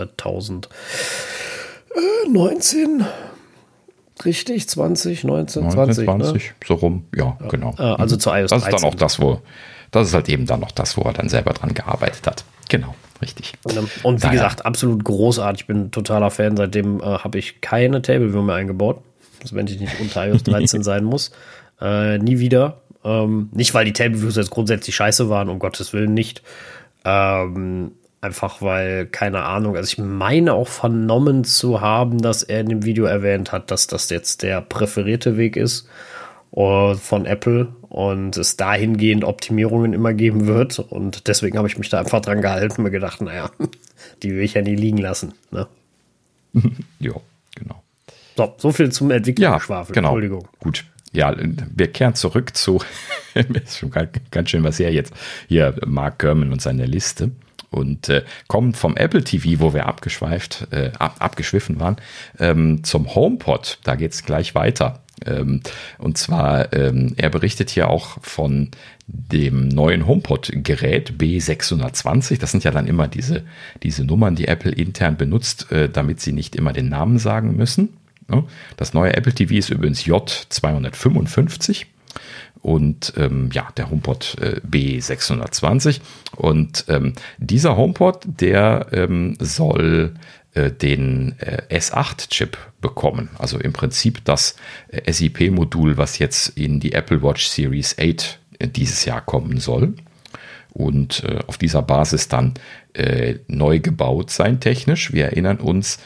2019. Richtig, 20, 19, 20. 20, ne? So rum, ja, genau. Also zu iOS 13. Das ist dann auch das ist halt eben dann noch das, wo er dann selber dran gearbeitet hat. Genau, richtig. Und wie gesagt, absolut großartig. Ich bin ein totaler Fan. Seitdem habe ich keine Table View mehr eingebaut. Also wenn ich nicht unter iOS 13 sein muss. Nie wieder. Nicht, weil die Table Views jetzt grundsätzlich scheiße waren, um Gottes Willen nicht. Einfach weil, keine Ahnung, also ich meine auch vernommen zu haben, dass er in dem Video erwähnt hat, dass das jetzt der präferierte Weg ist von Apple und es dahingehend Optimierungen immer geben wird. Und deswegen habe ich mich da einfach dran gehalten und mir gedacht, naja, die will ich ja nie liegen lassen. Ne? Ja, genau. So viel zum Entwicklungsschwafel. Genau. Entschuldigung. Gut. Ja, wir kehren zurück zu, ist schon ganz schön was her jetzt, hier Mark Gurman und seine Liste. Und kommen vom Apple TV, wo wir abgeschwiffen waren, zum HomePod. Da geht's gleich weiter. Und zwar, er berichtet hier auch von dem neuen HomePod-Gerät B620. Das sind ja dann immer diese Nummern, die Apple intern benutzt, damit sie nicht immer den Namen sagen müssen. Das neue Apple TV ist übrigens J255. Und der HomePod B620. Und dieser HomePod, der soll den S8-Chip bekommen. Also im Prinzip das SiP-Modul, was jetzt in die Apple Watch Series 8 dieses Jahr kommen soll. Und auf dieser Basis dann neu gebaut sein technisch. Wir erinnern uns,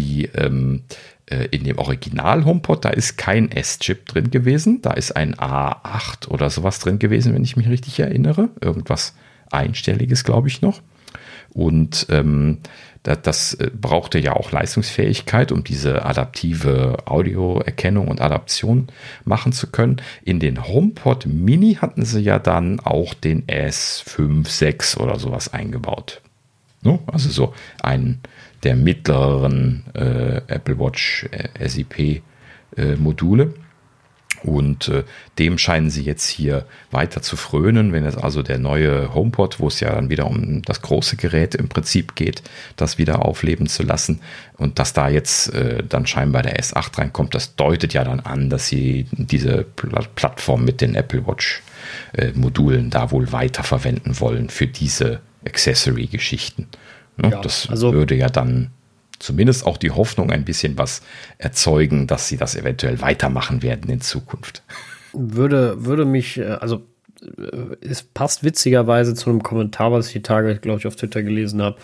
in dem Original HomePod, da ist kein S-Chip drin gewesen. Da ist ein A8 oder sowas drin gewesen, wenn ich mich richtig erinnere. Irgendwas Einstelliges, glaube ich, noch. Und das brauchte ja auch Leistungsfähigkeit, um diese adaptive Audioerkennung und Adaption machen zu können. In den HomePod Mini hatten sie ja dann auch den S5, 6 oder sowas eingebaut. No? Also so einen der mittleren Apple Watch SiP Module. Und dem scheinen sie jetzt hier weiter zu frönen, wenn es also der neue HomePod, wo es ja dann wieder um das große Gerät im Prinzip geht, das wieder aufleben zu lassen. Und dass da jetzt dann scheinbar der S8 reinkommt, das deutet ja dann an, dass sie diese Plattform mit den Apple Watch Modulen da wohl weiter verwenden wollen für diese Accessory-Geschichten. Ne? Ja, das würde ja dann zumindest auch die Hoffnung ein bisschen was erzeugen, dass sie das eventuell weitermachen werden in Zukunft. Würde mich, also es passt witzigerweise zu einem Kommentar, was ich die Tage, glaube ich, auf Twitter gelesen habe,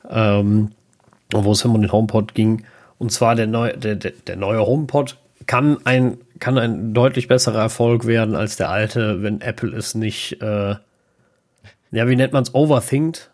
wo es um den HomePod ging. Und zwar der neue HomePod kann ein deutlich besserer Erfolg werden als der alte, wenn Apple es nicht, wie nennt man es, overthinkt,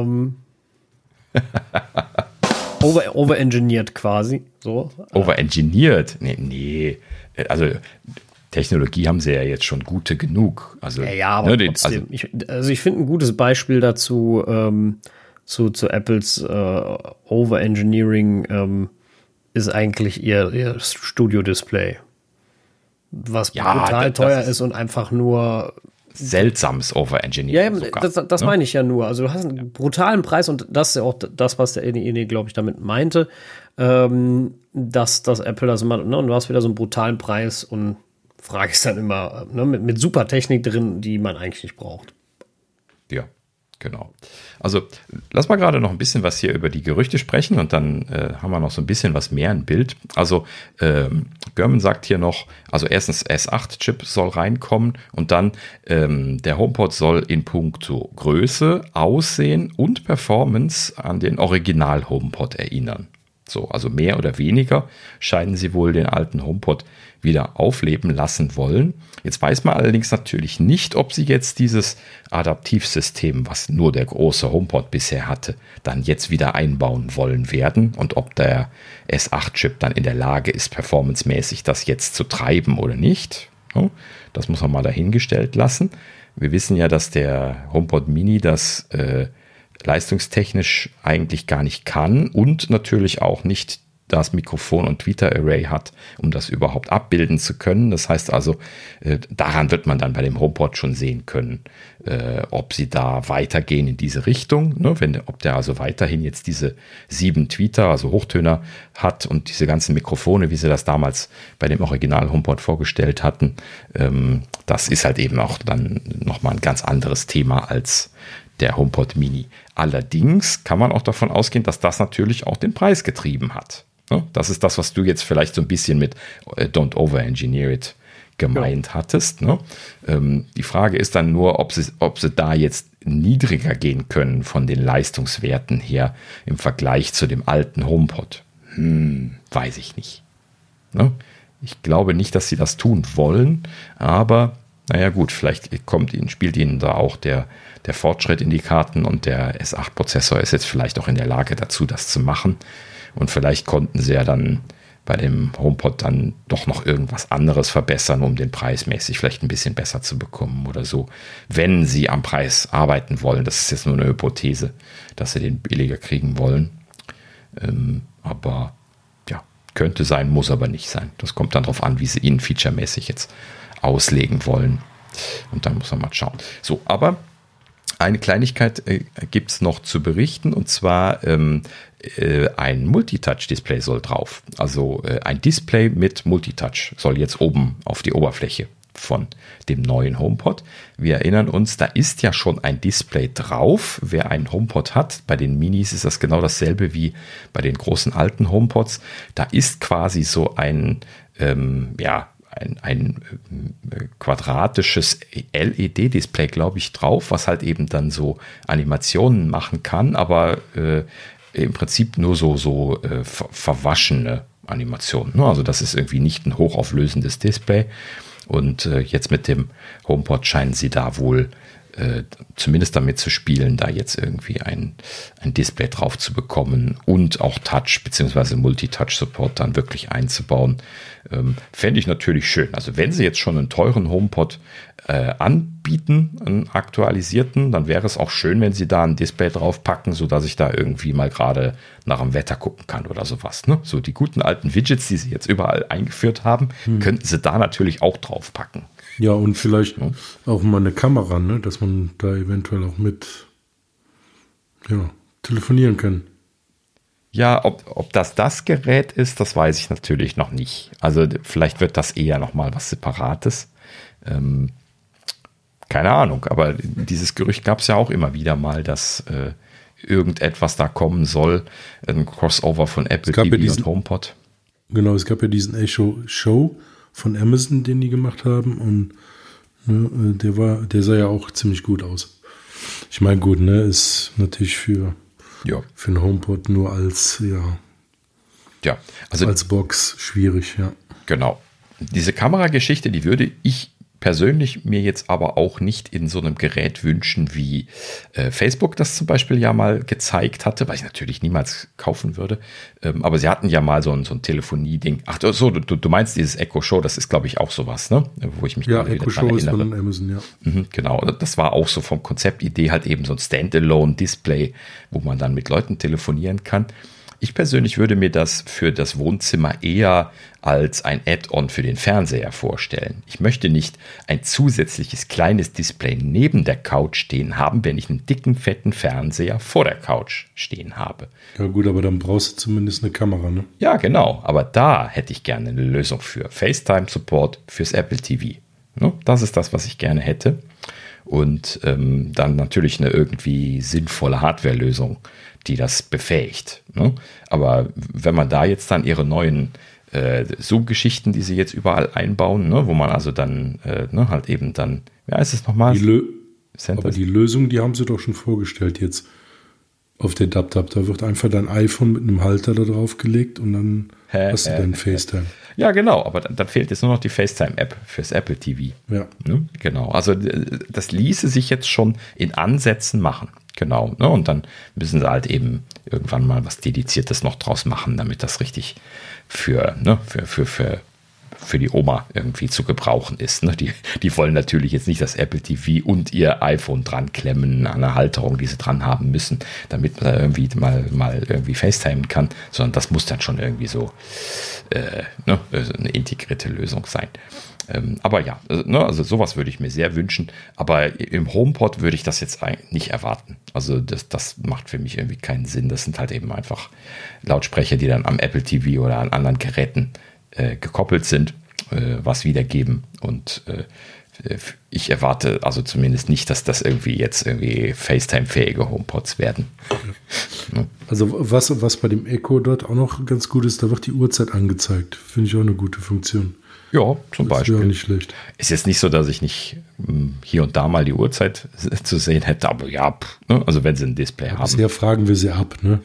overengineert quasi. So. Overengineert? Nee. Also Technologie haben sie ja jetzt schon gute genug. Also, aber trotzdem. Ich finde ein gutes Beispiel dazu, zu Apples Overengineering ist eigentlich ihr Studio-Display. Was brutal teuer ist und einfach nur seltsames Overengineering. Ja, das meine ich ja nur. Also du hast einen brutalen Preis und das ist ja auch das, was der Ine, glaube ich, damit meinte, dass Apple das immer, ne, und du hast wieder so einen brutalen Preis und frage ich dann immer, ne, mit super Technik drin, die man eigentlich nicht braucht. Ja, genau. Also lass mal gerade noch ein bisschen was hier über die Gerüchte sprechen und dann haben wir noch so ein bisschen was mehr im Bild. Also Görman sagt hier noch, also erstens S8-Chip soll reinkommen und dann der HomePod soll in puncto Größe, Aussehen und Performance an den Original-HomePod erinnern. So, also mehr oder weniger scheinen sie wohl den alten HomePod wieder aufleben lassen wollen. Jetzt weiß man allerdings natürlich nicht, ob sie jetzt dieses Adaptivsystem, was nur der große HomePod bisher hatte, dann jetzt wieder einbauen wollen werden und ob der S8-Chip dann in der Lage ist, performancemäßig das jetzt zu treiben oder nicht. Das muss man mal dahingestellt lassen. Wir wissen ja, dass der HomePod Mini das leistungstechnisch eigentlich gar nicht kann und natürlich auch nicht das Mikrofon und Tweeter-Array hat, um das überhaupt abbilden zu können. Das heißt also, daran wird man dann bei dem HomePod schon sehen können, ob sie da weitergehen in diese Richtung, ne? Ob der also weiterhin jetzt diese 7 Tweeter, also Hochtöner hat und diese ganzen Mikrofone, wie sie das damals bei dem Original HomePod vorgestellt hatten. Das ist halt eben auch dann nochmal ein ganz anderes Thema als der HomePod Mini. Allerdings kann man auch davon ausgehen, dass das natürlich auch den Preis getrieben hat. Das ist das, was du jetzt vielleicht so ein bisschen mit Don't Over-Engineer It gemeint hattest. Ne? Die Frage ist dann nur, ob sie da jetzt niedriger gehen können von den Leistungswerten her im Vergleich zu dem alten HomePod. Weiß ich nicht. Ne? Ich glaube nicht, dass sie das tun wollen, aber naja gut, vielleicht spielt ihnen da auch der Fortschritt in die Karten und der S8-Prozessor ist jetzt vielleicht auch in der Lage dazu, das zu machen. Und vielleicht konnten sie ja dann bei dem HomePod dann doch noch irgendwas anderes verbessern, um den Preis mäßig vielleicht ein bisschen besser zu bekommen oder so, wenn sie am Preis arbeiten wollen. Das ist jetzt nur eine Hypothese, dass sie den billiger kriegen wollen. Aber ja, könnte sein, muss aber nicht sein. Das kommt dann darauf an, wie sie ihn featuremäßig jetzt auslegen wollen. Und dann muss man mal schauen. So, aber eine Kleinigkeit gibt es noch zu berichten, und zwar ein Multitouch-Display soll drauf. Also ein Display mit Multitouch soll jetzt oben auf die Oberfläche von dem neuen HomePod. Wir erinnern uns, da ist ja schon ein Display drauf. Wer einen HomePod hat, bei den Minis ist das genau dasselbe wie bei den großen alten HomePods. Da ist quasi so ein quadratisches LED-Display, glaube ich, drauf, was halt eben dann so Animationen machen kann, aber im Prinzip nur so verwaschene Animationen. Also das ist irgendwie nicht ein hochauflösendes Display. Und jetzt mit dem HomePod scheinen sie da wohl zumindest damit zu spielen, da jetzt irgendwie ein Display drauf zu bekommen und auch Touch bzw. Multitouch-Support dann wirklich einzubauen. Fände ich natürlich schön. Also wenn sie jetzt schon einen teuren HomePod anbieten, einen aktualisierten, dann wäre es auch schön, wenn sie da ein Display drauf packen, sodass ich da irgendwie mal gerade nach dem Wetter gucken kann oder sowas. Ne? So die guten alten Widgets, die sie jetzt überall eingeführt haben, könnten sie da natürlich auch drauf packen. Ja, und vielleicht auch mal eine Kamera, ne? Dass man da eventuell auch mit telefonieren kann. Ja, ob das Gerät ist, das weiß ich natürlich noch nicht. Also vielleicht wird das eher nochmal was Separates. Keine Ahnung, aber dieses Gerücht gab es ja auch immer wieder mal, dass irgendetwas da kommen soll. Ein Crossover von Apple TV und HomePod. Genau, es gab ja diesen Echo Show von Amazon, den die gemacht haben, und der sah ja auch ziemlich gut aus. Ich meine, gut, ne, ist natürlich für einen HomePod nur als als Box schwierig, ja. Genau. Diese Kamerageschichte, die würde ich persönlich mir jetzt aber auch nicht in so einem Gerät wünschen, wie Facebook das zum Beispiel ja mal gezeigt hatte, was ich natürlich niemals kaufen würde. Aber sie hatten ja mal so ein Telefonie-Ding. Ach so, du meinst dieses Echo Show, das ist, glaube ich, auch sowas, ne? Wo ich mich gerade Echo Show ist von Amazon, ja. Genau, das war auch so vom Konzeptidee halt eben so ein Standalone-Display, wo man dann mit Leuten telefonieren kann. Ich persönlich würde mir das für das Wohnzimmer eher als ein Add-on für den Fernseher vorstellen. Ich möchte nicht ein zusätzliches kleines Display neben der Couch stehen haben, wenn ich einen dicken, fetten Fernseher vor der Couch stehen habe. Ja gut, aber dann brauchst du zumindest eine Kamera, ne? Ja, genau. Aber da hätte ich gerne eine Lösung für. FaceTime-Support fürs Apple TV. Das ist das, was ich gerne hätte. und dann natürlich eine irgendwie sinnvolle Hardwarelösung, die das befähigt. Ne? Aber wenn man da jetzt dann ihre neuen Zoom-Geschichten, die sie jetzt überall einbauen, ne, wo man also dann halt eben dann, ja, ist es nochmal? Aber die Lösung, die haben sie doch schon vorgestellt jetzt auf der DubDub. Da wird einfach dein iPhone mit einem Halter da drauf gelegt und dann hast du deinen FaceTime. Ja, genau, aber dann fehlt jetzt nur noch die FaceTime-App fürs Apple TV. Ja. Ne? Genau, also das ließe sich jetzt schon in Ansätzen machen. Genau, ne? Und dann müssen sie halt eben irgendwann mal was Dediziertes noch draus machen, damit das richtig für die Oma irgendwie zu gebrauchen ist. Ne? Die wollen natürlich jetzt nicht das Apple TV und ihr iPhone dran klemmen an einer Halterung, die sie dran haben müssen, damit man da irgendwie mal irgendwie FaceTimen kann, sondern das muss dann schon irgendwie so eine integrierte Lösung sein. Aber ja, also sowas würde ich mir sehr wünschen, aber im HomePod würde ich das jetzt eigentlich nicht erwarten. Also das macht für mich irgendwie keinen Sinn. Das sind halt eben einfach Lautsprecher, die dann am Apple TV oder an anderen Geräten gekoppelt sind, was wiedergeben, und ich erwarte also zumindest nicht, dass das irgendwie FaceTime-fähige HomePods werden. Ja. Also was bei dem Echo dort auch noch ganz gut ist, da wird die Uhrzeit angezeigt. Finde ich auch eine gute Funktion. Ja, zum Beispiel. Ist ja nicht schlecht. Ist jetzt nicht so, dass ich nicht hier und da mal die Uhrzeit zu sehen hätte, aber ja, ne? Also wenn sie ein Display haben. Bisher fragen wir sie ab, ne?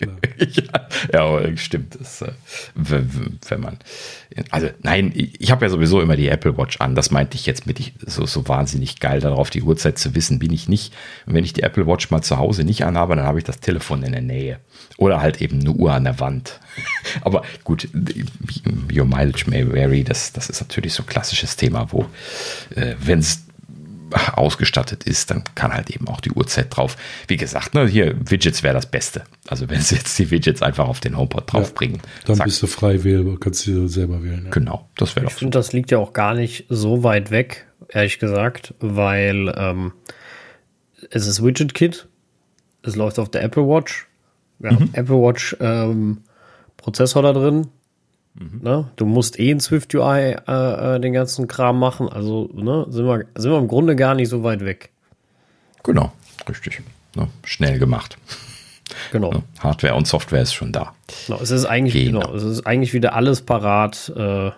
ja, aber stimmt. Das, wenn man, also nein, ich habe ja sowieso immer die Apple Watch an. Das meinte ich jetzt mit so wahnsinnig geil darauf, die Uhrzeit zu wissen, bin ich nicht. Und wenn ich die Apple Watch mal zu Hause nicht anhabe, dann habe ich das Telefon in der Nähe. Oder halt eben eine Uhr an der Wand. Aber gut, Your Mileage May Vary, das ist natürlich so ein klassisches Thema, wo, wenn es ausgestattet ist, dann kann halt eben auch die Uhrzeit drauf. Wie gesagt, ne, hier Widgets wäre das Beste. Also wenn sie jetzt die Widgets einfach auf den HomePod draufbringen. Ja, dann bist du frei wählbar, kannst du selber wählen. Ja. Genau, das wäre doch so. Ich finde, das liegt ja auch gar nicht so weit weg, ehrlich gesagt, weil es ist WidgetKit, es läuft auf der Apple Watch. Wir haben Apple Watch Prozessor da drin. Ne? Du musst in Swift UI den ganzen Kram machen. Also ne, sind wir im Grunde gar nicht so weit weg. Genau, richtig. Ne? Schnell gemacht. Genau. Ne? Hardware und Software ist schon da. Genau, es ist eigentlich wieder alles parat. Nur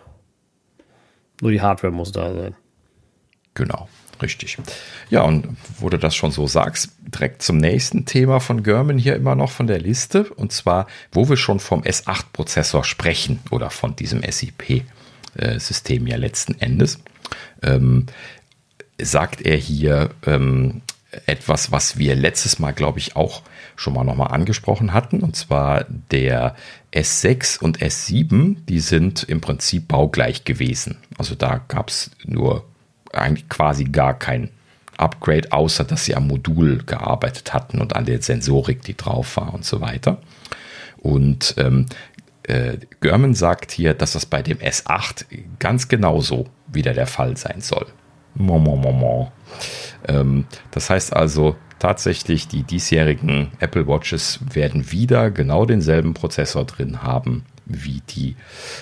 die Hardware muss da sein. Genau. Richtig. Ja, und wo du das schon so sagst, direkt zum nächsten Thema von Garmin hier immer noch von der Liste. Und zwar, wo wir schon vom S8-Prozessor sprechen oder von diesem SiP-System ja letzten Endes, sagt er hier etwas, was wir letztes Mal, glaube ich, auch schon mal nochmal angesprochen hatten. Und zwar der S6 und S7, die sind im Prinzip baugleich gewesen. Also da gab es nur eigentlich quasi gar kein Upgrade, außer dass sie am Modul gearbeitet hatten und an der Sensorik, die drauf war und so weiter. Und Garmin sagt hier, dass das bei dem S8 ganz genauso wieder der Fall sein soll. Das heißt also tatsächlich, die diesjährigen Apple Watches werden wieder genau denselben Prozessor drin haben wie die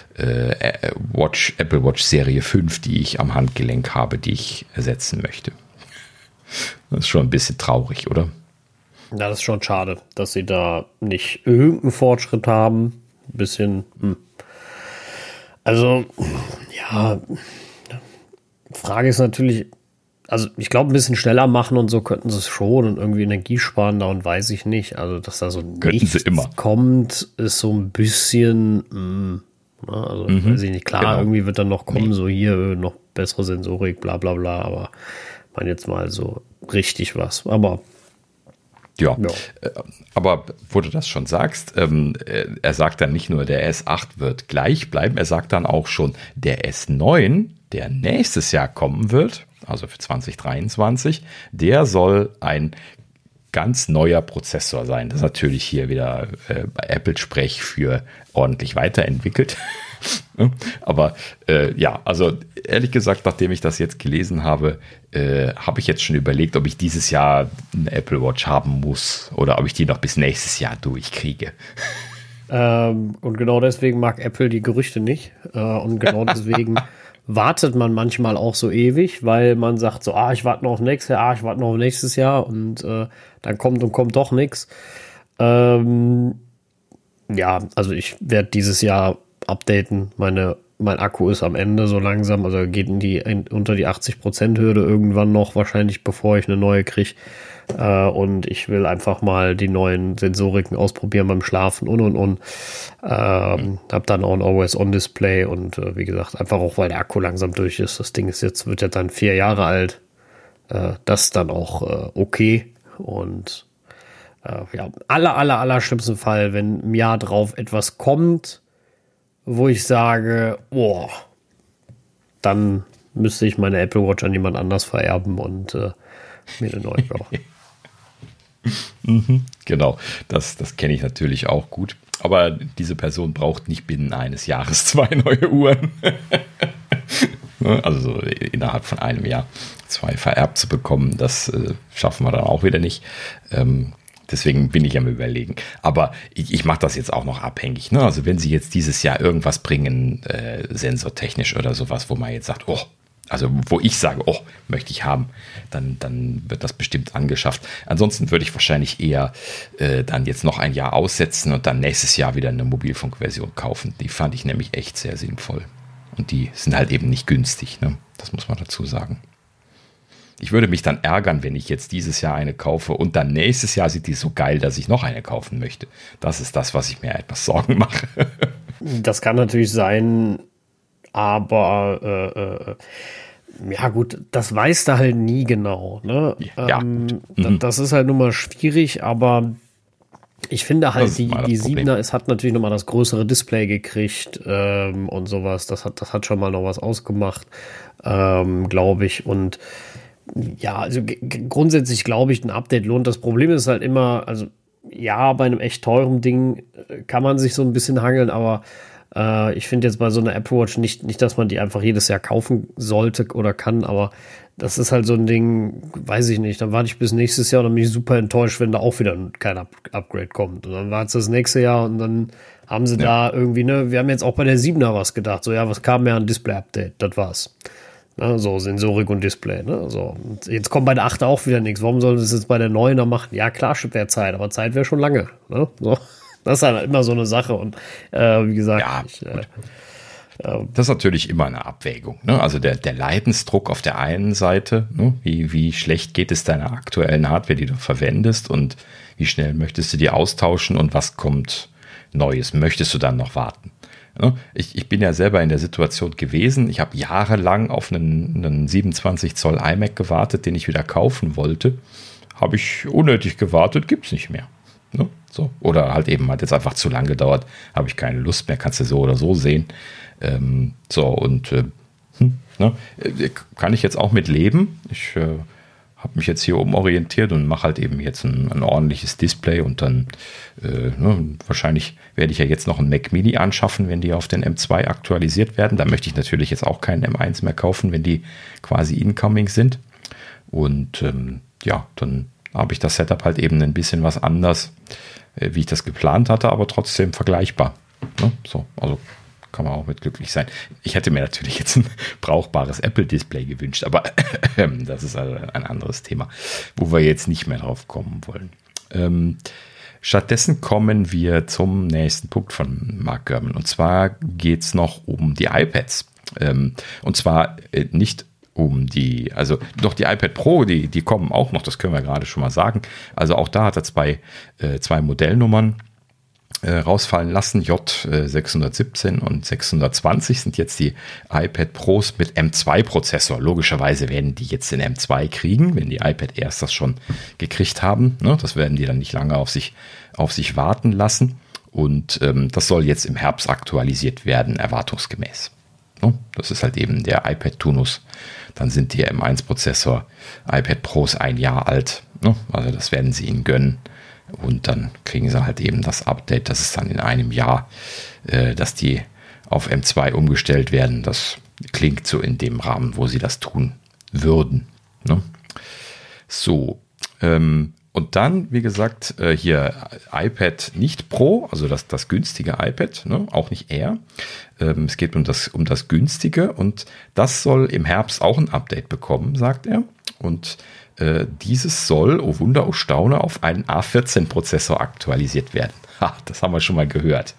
Apple Watch Serie 5, die ich am Handgelenk habe, die ich ersetzen möchte. Das ist schon ein bisschen traurig, oder? Ja, das ist schon schade, dass sie da nicht irgendeinen Fortschritt haben. Ein bisschen. Also, ja, Frage ist natürlich, also ich glaube, ein bisschen schneller machen und so könnten sie es schon und irgendwie energiesparender und weiß ich nicht. Also, dass da so nichts kommt, ist so ein bisschen, also weiß ich nicht, klar, genau. Irgendwie wird dann noch kommen, so hier noch bessere Sensorik, bla bla bla, aber man jetzt mal so richtig was. Aber ja, aber wo du das schon sagst, er sagt dann nicht nur, der S8 wird gleich bleiben, er sagt dann auch schon, der S9, der nächstes Jahr kommen wird, also für 2023, der soll ein ganz neuer Prozessor sein. Das ist natürlich hier wieder bei Apple-Sprech für ordentlich weiterentwickelt. Aber ja, also ehrlich gesagt, nachdem ich das jetzt gelesen habe, habe ich jetzt schon überlegt, ob ich dieses Jahr eine Apple Watch haben muss oder ob ich die noch bis nächstes Jahr durchkriege. Und genau deswegen mag Apple die Gerüchte nicht. Und genau deswegen wartet man manchmal auch so ewig, weil man sagt so, ich warte noch auf nächstes Jahr, ich warte noch auf nächstes Jahr und dann kommt doch nichts. Ja, also ich werde dieses Jahr updaten. Mein Akku ist am Ende so langsam, also geht unter die 80%-Hürde irgendwann noch, wahrscheinlich bevor ich eine neue kriege. Und ich will einfach mal die neuen Sensoriken ausprobieren beim Schlafen und. Hab dann auch ein Always-On-Display und wie gesagt, einfach auch, weil der Akku langsam durch ist. Das Ding wird ja dann 4 Jahre alt. Das ist dann auch okay. Und ja, aller schlimmsten Fall, wenn im Jahr drauf etwas kommt, wo ich sage, dann müsste ich meine Apple Watch an jemand anders vererben und mir eine neue kaufen. Genau, das kenne ich natürlich auch gut. Aber diese Person braucht nicht binnen eines Jahres 2 neue Uhren. Also so innerhalb von einem Jahr 2 vererbt zu bekommen, das schaffen wir dann auch wieder nicht. Deswegen bin ich am Überlegen. Aber ich mache das jetzt auch noch abhängig. Ne? Also wenn sie jetzt dieses Jahr irgendwas bringen, sensortechnisch oder sowas, wo man jetzt sagt, also wo ich sage, möchte ich haben, dann wird das bestimmt angeschafft. Ansonsten würde ich wahrscheinlich eher dann jetzt noch ein Jahr aussetzen und dann nächstes Jahr wieder eine Mobilfunkversion kaufen. Die fand ich nämlich echt sehr sinnvoll. Und die sind halt eben nicht günstig, ne? Das muss man dazu sagen. Ich würde mich dann ärgern, wenn ich jetzt dieses Jahr eine kaufe und dann nächstes Jahr sind die so geil, dass ich noch eine kaufen möchte. Das ist das, was ich mir etwas Sorgen mache. Das kann natürlich sein, aber ja gut, das weißt du halt nie genau. Ne? Ja. Das ist halt nun mal schwierig, aber ich finde halt, die 7er, es hat natürlich nochmal das größere Display gekriegt und sowas. Das hat schon mal noch was ausgemacht, glaube ich. Und ja, also grundsätzlich glaube ich, ein Update lohnt. Das Problem ist halt immer, also ja, bei einem echt teuren Ding kann man sich so ein bisschen hangeln, aber ich finde jetzt bei so einer Apple Watch nicht, dass man die einfach jedes Jahr kaufen sollte oder kann, aber das ist halt so ein Ding, weiß ich nicht, dann warte ich bis nächstes Jahr und dann bin ich super enttäuscht, wenn da auch wieder kein Upgrade kommt. Und dann wartet das nächste Jahr und dann haben sie da irgendwie, ne, wir haben jetzt auch bei der 7er was gedacht, so ja, was kam ja an Display-Update, das war's. Ne, so Sensorik und Display, ne, so. Und jetzt kommt bei der 8er auch wieder nichts. Warum soll das jetzt bei der 9er machen? Ja, klar, wäre Zeit, aber Zeit wäre schon lange, ne, so. Das ist halt immer so eine Sache und wie gesagt, das ist natürlich immer eine Abwägung. Ne? Also der Leidensdruck auf der einen Seite, ne? Wie schlecht geht es deiner aktuellen Hardware, die du verwendest und wie schnell möchtest du die austauschen und was kommt Neues? Möchtest du dann noch warten? Ne? Ich bin ja selber in der Situation gewesen, ich habe jahrelang auf einen 27 Zoll iMac gewartet, den ich wieder kaufen wollte. Habe ich unnötig gewartet, gibt es nicht mehr. Ne? So. Oder halt eben hat jetzt einfach zu lang gedauert, habe ich keine Lust mehr, kannst du so oder so sehen. Ne? Kann ich jetzt auch mit leben. Ich habe mich jetzt hier umorientiert und mache halt eben jetzt ein ordentliches Display und dann wahrscheinlich werde ich ja jetzt noch einen Mac Mini anschaffen, wenn die auf den M2 aktualisiert werden. Da möchte ich natürlich jetzt auch keinen M1 mehr kaufen, wenn die quasi incoming sind. Und dann habe ich das Setup halt eben ein bisschen was anders, wie ich das geplant hatte, aber trotzdem vergleichbar. Ne? So, also kann man auch mit glücklich sein. Ich hätte mir natürlich jetzt ein brauchbares Apple-Display gewünscht, aber das ist also ein anderes Thema, wo wir jetzt nicht mehr drauf kommen wollen. Stattdessen kommen wir zum nächsten Punkt von Mark Gurman. Und zwar geht es noch um die iPads. Und zwar nicht die iPad Pro, die kommen auch noch, das können wir gerade schon mal sagen. Also auch da hat er zwei Modellnummern rausfallen lassen. J617 und 620 sind jetzt die iPad Pros mit M2-Prozessor. Logischerweise werden die jetzt den M2 kriegen, wenn die iPad Airs das schon gekriegt haben. Ne? Das werden die dann nicht lange auf sich warten lassen. Und das soll jetzt im Herbst aktualisiert werden, erwartungsgemäß. No? Das ist halt eben der iPad-Tunus. Dann sind die M1-Prozessor iPad Pros 1 Jahr alt. No? Also das werden sie ihnen gönnen. Und dann kriegen sie halt eben das Update, das ist dann in einem Jahr, dass die auf M2 umgestellt werden. Das klingt so in dem Rahmen, wo sie das tun würden. Ne? So, und Und dann, wie gesagt, hier iPad nicht Pro, also das günstige iPad, ne? Auch nicht Air. Es geht um das günstige und das soll im Herbst auch ein Update bekommen, sagt er. Und dieses soll, oh Wunder, oh Staune, auf einen A14-Prozessor aktualisiert werden. Ha, das haben wir schon mal gehört.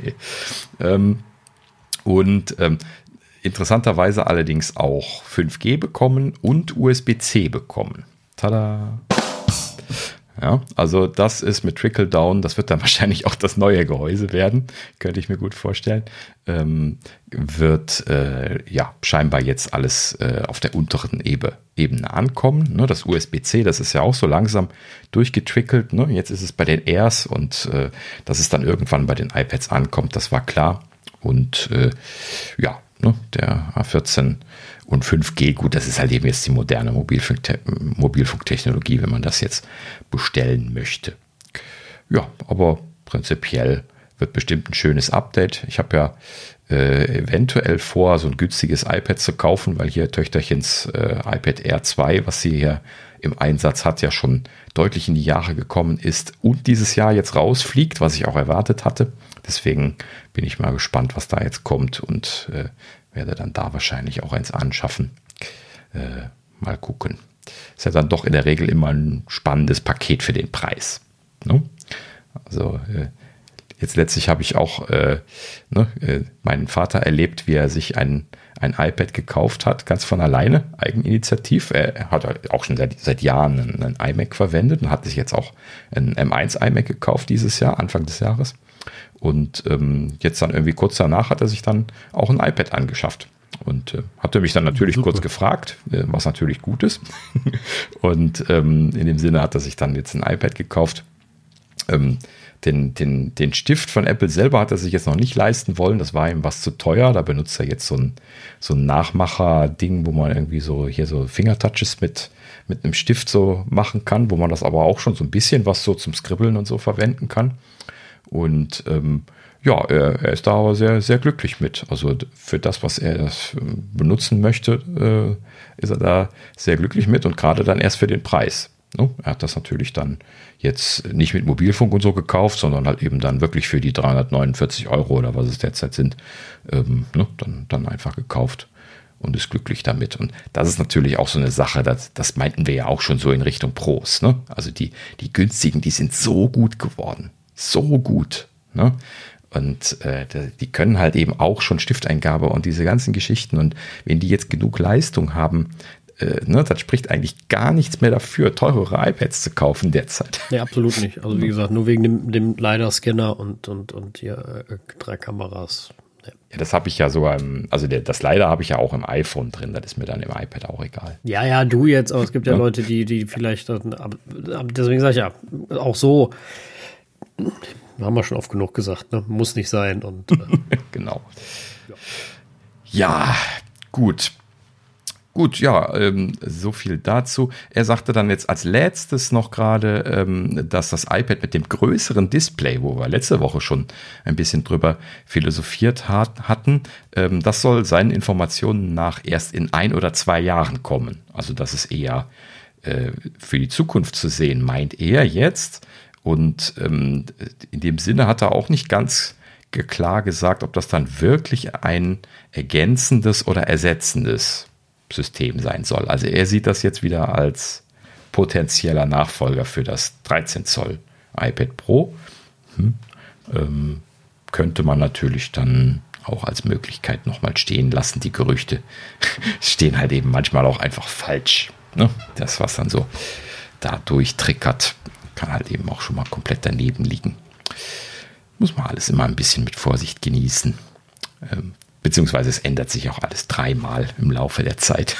Interessanterweise allerdings auch 5G bekommen und USB-C bekommen. Tada! Ja, also das ist mit Trickle-Down, das wird dann wahrscheinlich auch das neue Gehäuse werden, könnte ich mir gut vorstellen. Wird scheinbar jetzt alles auf der unteren Ebene ankommen. Ne, das USB-C, das ist ja auch so langsam durchgetrickelt. Ne? Jetzt ist es bei den Airs und dass es dann irgendwann bei den iPads ankommt, das war klar. Und der A14 und 5G, gut, das ist halt eben jetzt die moderne Mobilfunktechnologie, wenn man das jetzt bestellen möchte. Ja, aber prinzipiell wird bestimmt ein schönes Update. Ich habe ja eventuell vor, so ein günstiges iPad zu kaufen, weil hier Töchterchens iPad Air 2, was sie hier im Einsatz hat, ja schon deutlich in die Jahre gekommen ist und dieses Jahr jetzt rausfliegt, was ich auch erwartet hatte. Deswegen bin ich mal gespannt, was da jetzt kommt und werde dann da wahrscheinlich auch eins anschaffen. Mal gucken. Ist ja dann doch in der Regel immer ein spannendes Paket für den Preis. Ne? Also jetzt letztlich habe ich auch meinen Vater erlebt, wie er sich ein iPad gekauft hat, ganz von alleine, Eigeninitiativ. Er hat auch schon seit Jahren einen iMac verwendet und hat sich jetzt auch ein M1 iMac gekauft dieses Jahr, Anfang des Jahres. Und jetzt dann irgendwie kurz danach hat er sich dann auch ein iPad angeschafft. Und hatte mich dann natürlich kurz gefragt, was natürlich gut ist. Und in dem Sinne hat er sich dann jetzt ein iPad gekauft. Den Stift von Apple selber hat er sich jetzt noch nicht leisten wollen. Das war ihm was zu teuer. Da benutzt er jetzt so ein Nachmacher-Ding, wo man irgendwie so Fingertouches mit einem Stift so machen kann, wo man das aber auch schon so ein bisschen was so zum Skribbeln und so verwenden kann. Und er ist da aber sehr, sehr glücklich mit. Also für das, was er benutzen möchte, ist er da sehr glücklich mit und gerade dann erst für den Preis. Ne? Er hat das natürlich dann jetzt nicht mit Mobilfunk und so gekauft, sondern halt eben dann wirklich für die 349 € oder was es derzeit sind, dann einfach gekauft und ist glücklich damit. Und das ist natürlich auch so eine Sache, das meinten wir ja auch schon so in Richtung Pros. Ne? Also die günstigen, die sind so gut geworden. So gut. Ne? Und die können halt eben auch schon Stifteingabe und diese ganzen Geschichten. Und wenn die jetzt genug Leistung haben, das spricht eigentlich gar nichts mehr dafür, teurere iPads zu kaufen derzeit. Ja, absolut nicht. Also wie gesagt, nur wegen dem LiDAR-Scanner und hier 3 Kameras. Ja, das habe ich ja sogar das LiDAR habe ich ja auch im iPhone drin, das ist mir dann im iPad auch egal. Ja, du jetzt, aber es gibt ja Leute, die vielleicht, deswegen sage ich ja, auch so, haben wir schon oft genug gesagt, ne? Muss nicht sein. Und genau. Ja, gut. Gut, ja, so viel dazu. Er sagte dann jetzt als letztes noch gerade, dass das iPad mit dem größeren Display, wo wir letzte Woche schon ein bisschen drüber philosophiert hatten, das soll seinen Informationen nach erst in 1 oder 2 Jahren kommen. Also das ist eher für die Zukunft zu sehen, meint er jetzt. Und in dem Sinne hat er auch nicht ganz klar gesagt, ob das dann wirklich ein ergänzendes oder ersetzendes System sein soll. Also er sieht das jetzt wieder als potenzieller Nachfolger für das 13 Zoll iPad Pro. Könnte man natürlich dann auch als Möglichkeit nochmal stehen lassen. Die Gerüchte stehen halt eben manchmal auch einfach falsch. Ne? Das, was dann so da durchtrickert, kann halt eben auch schon mal komplett daneben liegen. Muss man alles immer ein bisschen mit Vorsicht genießen. Beziehungsweise es ändert sich auch alles 3-mal im Laufe der Zeit.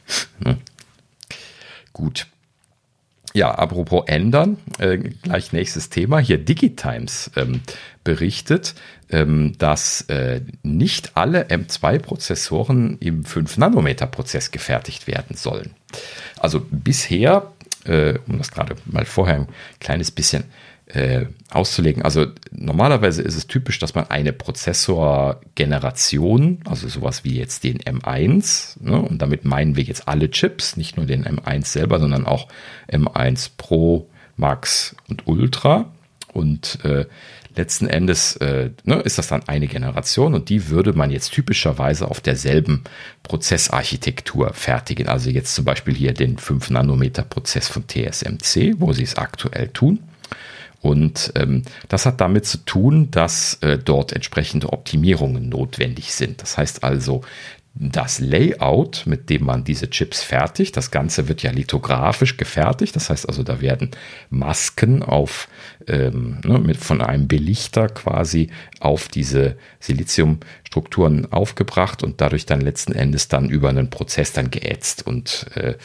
Gut. Ja, apropos ändern, gleich nächstes Thema. Hier DigiTimes berichtet, dass nicht alle M2-Prozessoren im 5-Nanometer-Prozess gefertigt werden sollen. Also bisher, um das gerade mal vorher ein kleines bisschen auszulegen. Also normalerweise ist es typisch, dass man eine Prozessorgeneration, also sowas wie jetzt den M1, ne, und damit meinen wir jetzt alle Chips, nicht nur den M1 selber, sondern auch M1 Pro, Max und Ultra. Und letzten Endes ist das dann eine Generation und die würde man jetzt typischerweise auf derselben Prozessarchitektur fertigen. Also jetzt zum Beispiel hier den 5-Nanometer-Prozess von TSMC, wo sie es aktuell tun. Und das hat damit zu tun, dass dort entsprechende Optimierungen notwendig sind. Das heißt also, das Layout, mit dem man diese Chips fertigt, das Ganze wird ja lithografisch gefertigt. Das heißt also, da werden Masken von einem Belichter quasi auf diese Siliziumstrukturen aufgebracht und dadurch dann letzten Endes dann über einen Prozess dann geätzt und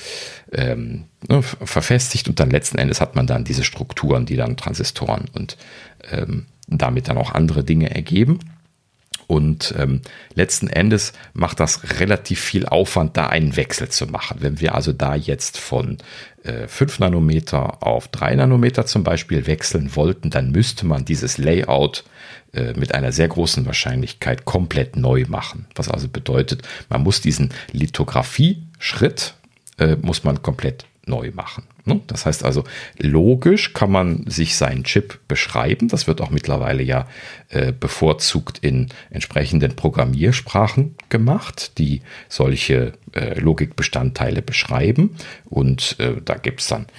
verfestigt. Und dann letzten Endes hat man dann diese Strukturen, die dann Transistoren und damit dann auch andere Dinge ergeben. Und letzten Endes macht das relativ viel Aufwand, da einen Wechsel zu machen. Wenn wir also da jetzt von 5 Nanometer auf 3 Nanometer zum Beispiel wechseln wollten, dann müsste man dieses Layout mit einer sehr großen Wahrscheinlichkeit komplett neu machen. Was also bedeutet, man muss diesen Lithografie-Schritt muss man komplett neu machen. Das heißt also, logisch kann man sich seinen Chip beschreiben. Das wird auch mittlerweile ja bevorzugt in entsprechenden Programmiersprachen gemacht, die solche Logikbestandteile beschreiben. Und da gibt es dann